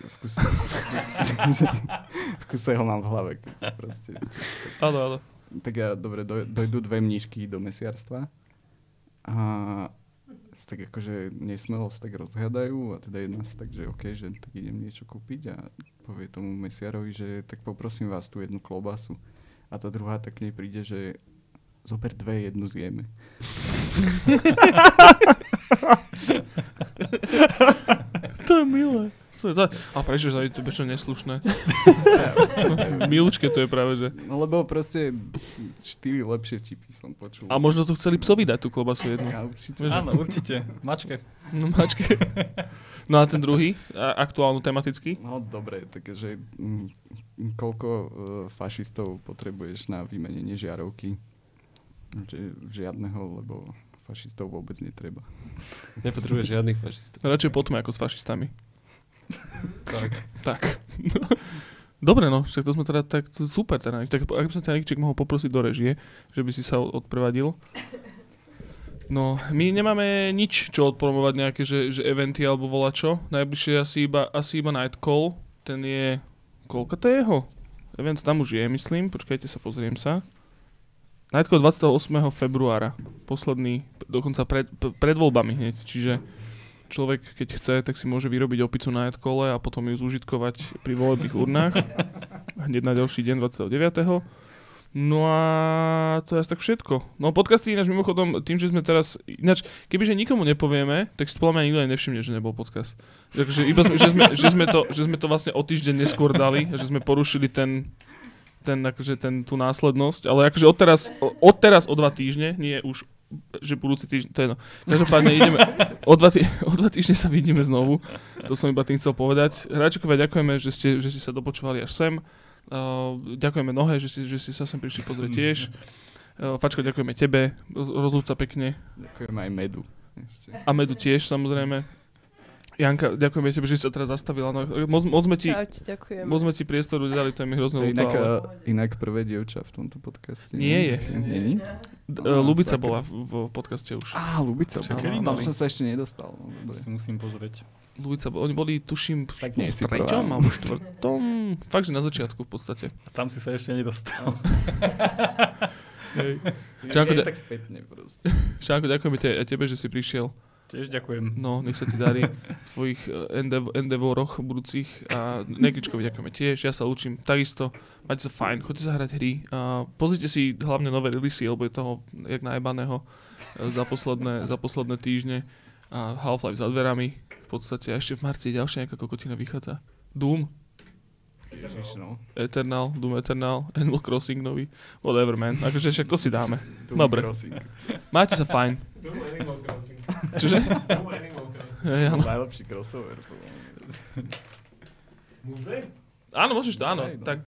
kuse ho mám v hlave, keď si proste... Áno. Tak ja, dobre, dojdu dve mníšky do mesiarstva a tak akože nesmelo sa tak rozhľadajú a teda jedna sa tak, že OK, že tak idem niečo kúpiť a povie tomu mesiarovi, že tak poprosím vás tu jednu klobasu. A tá druhá tak nej príde, že zober dve, jednu zjeme. To je milé. A prečo je to bežne neslušné? Milučké to je práve, že... No lebo proste 4 lepšie čipy som počul. A možno to chceli psovi dať, tú klobasu jednu. Ja, určite. Áno, určite. Mačke. No mačke. No a ten druhý, aktuálno tematický? No dobre, takže koľko fašistov potrebuješ na vymenenie žiarovky? Žiadneho, lebo fašistov vôbec netreba. Nepotrebuješ žiadnych fašistov. Radšej potme ako s fašistami. Tak. Dobre, no, však to sme teda tak super. Teda. Tak ak by som ťa Nikček mohol poprosiť do režie, že by si sa odprevadil. No, my nemáme nič, čo odpromovať nejaké, že eventy alebo volačo. Najbližšie asi iba Night Call. Ten je... Koľko to je jeho? Event tam už je, myslím. Počkajte sa, pozriem sa. Night Call 28. februára. Posledný, dokonca pred voľbami hneď. Čiže človek, keď chce, tak si môže vyrobiť opicu na Night Calle a potom ju zúžitkovať pri volebných urnách. Hneď na ďalší deň 29. No a to je asi tak všetko. No podcasty ináč mimochodom, tým, že sme teraz... Ináč, kebyže nikomu nepovieme, tak si podľa mňa nikto aj nevšimne, že nebol podcast. Takže iba že sme to vlastne o týždeň neskôr dali, že sme porušili tú následnosť, ale akože od teraz o 2 týždne, nie už, že budúci týždeň, to je no. Každopádne ideme, o 2 týždne sa vidíme znovu, to som iba tým chcel povedať. Hráčikovia, ďakujeme, že ste sa dopočúvali až sem. Ďakujeme Nohe, že si sa sem prišli pozrieť tiež. Fačko, ďakujeme tebe, rozlúč sa pekne. Ďakujeme aj Medu. Ešte. A Medu tiež, samozrejme. Janka, ďakujeme tebe, že si sa teraz zastavila. No, moc sme ti priestoru dali, to je mi hrozné ľúto. Inak prvé dievča v tomto podcaste. Nie je. Nie? Lubica bola v podcaste už. Lubica. Tam som sa ešte nedostal. To si musím pozrieť. Lubica, oni boli, tuším, v 3. alebo 4. Fakt, že na začiatku v podstate. A tam si sa ešte nedostal. Šánko, tak spätne proste. Šánko, ďakujeme tebe, že si prišiel. Tiež ďakujem. No, nech sa ti darí v tvojich endevoroch budúcich. A Nekričkovi ďakujeme tiež. Ja sa učím takisto. Majte sa fajn, choďte sa hrať hry. Pozrite si hlavne nové releasy, lebo je toho jak najebaného za posledné týždne. A Half-Life za dverami. V podstate ešte v marci ďalšia nejaká kokotina vychádza. Doom. Eternal, Doom Eternal, Animal Crossing nový. Whatever, man. Akože však to si dáme. Dobre. Majte sa fajn. Doom Animal Crossing. Čože? Doom Animal Crossing. Najlepší crossover. Áno, môžeš to, áno. Tak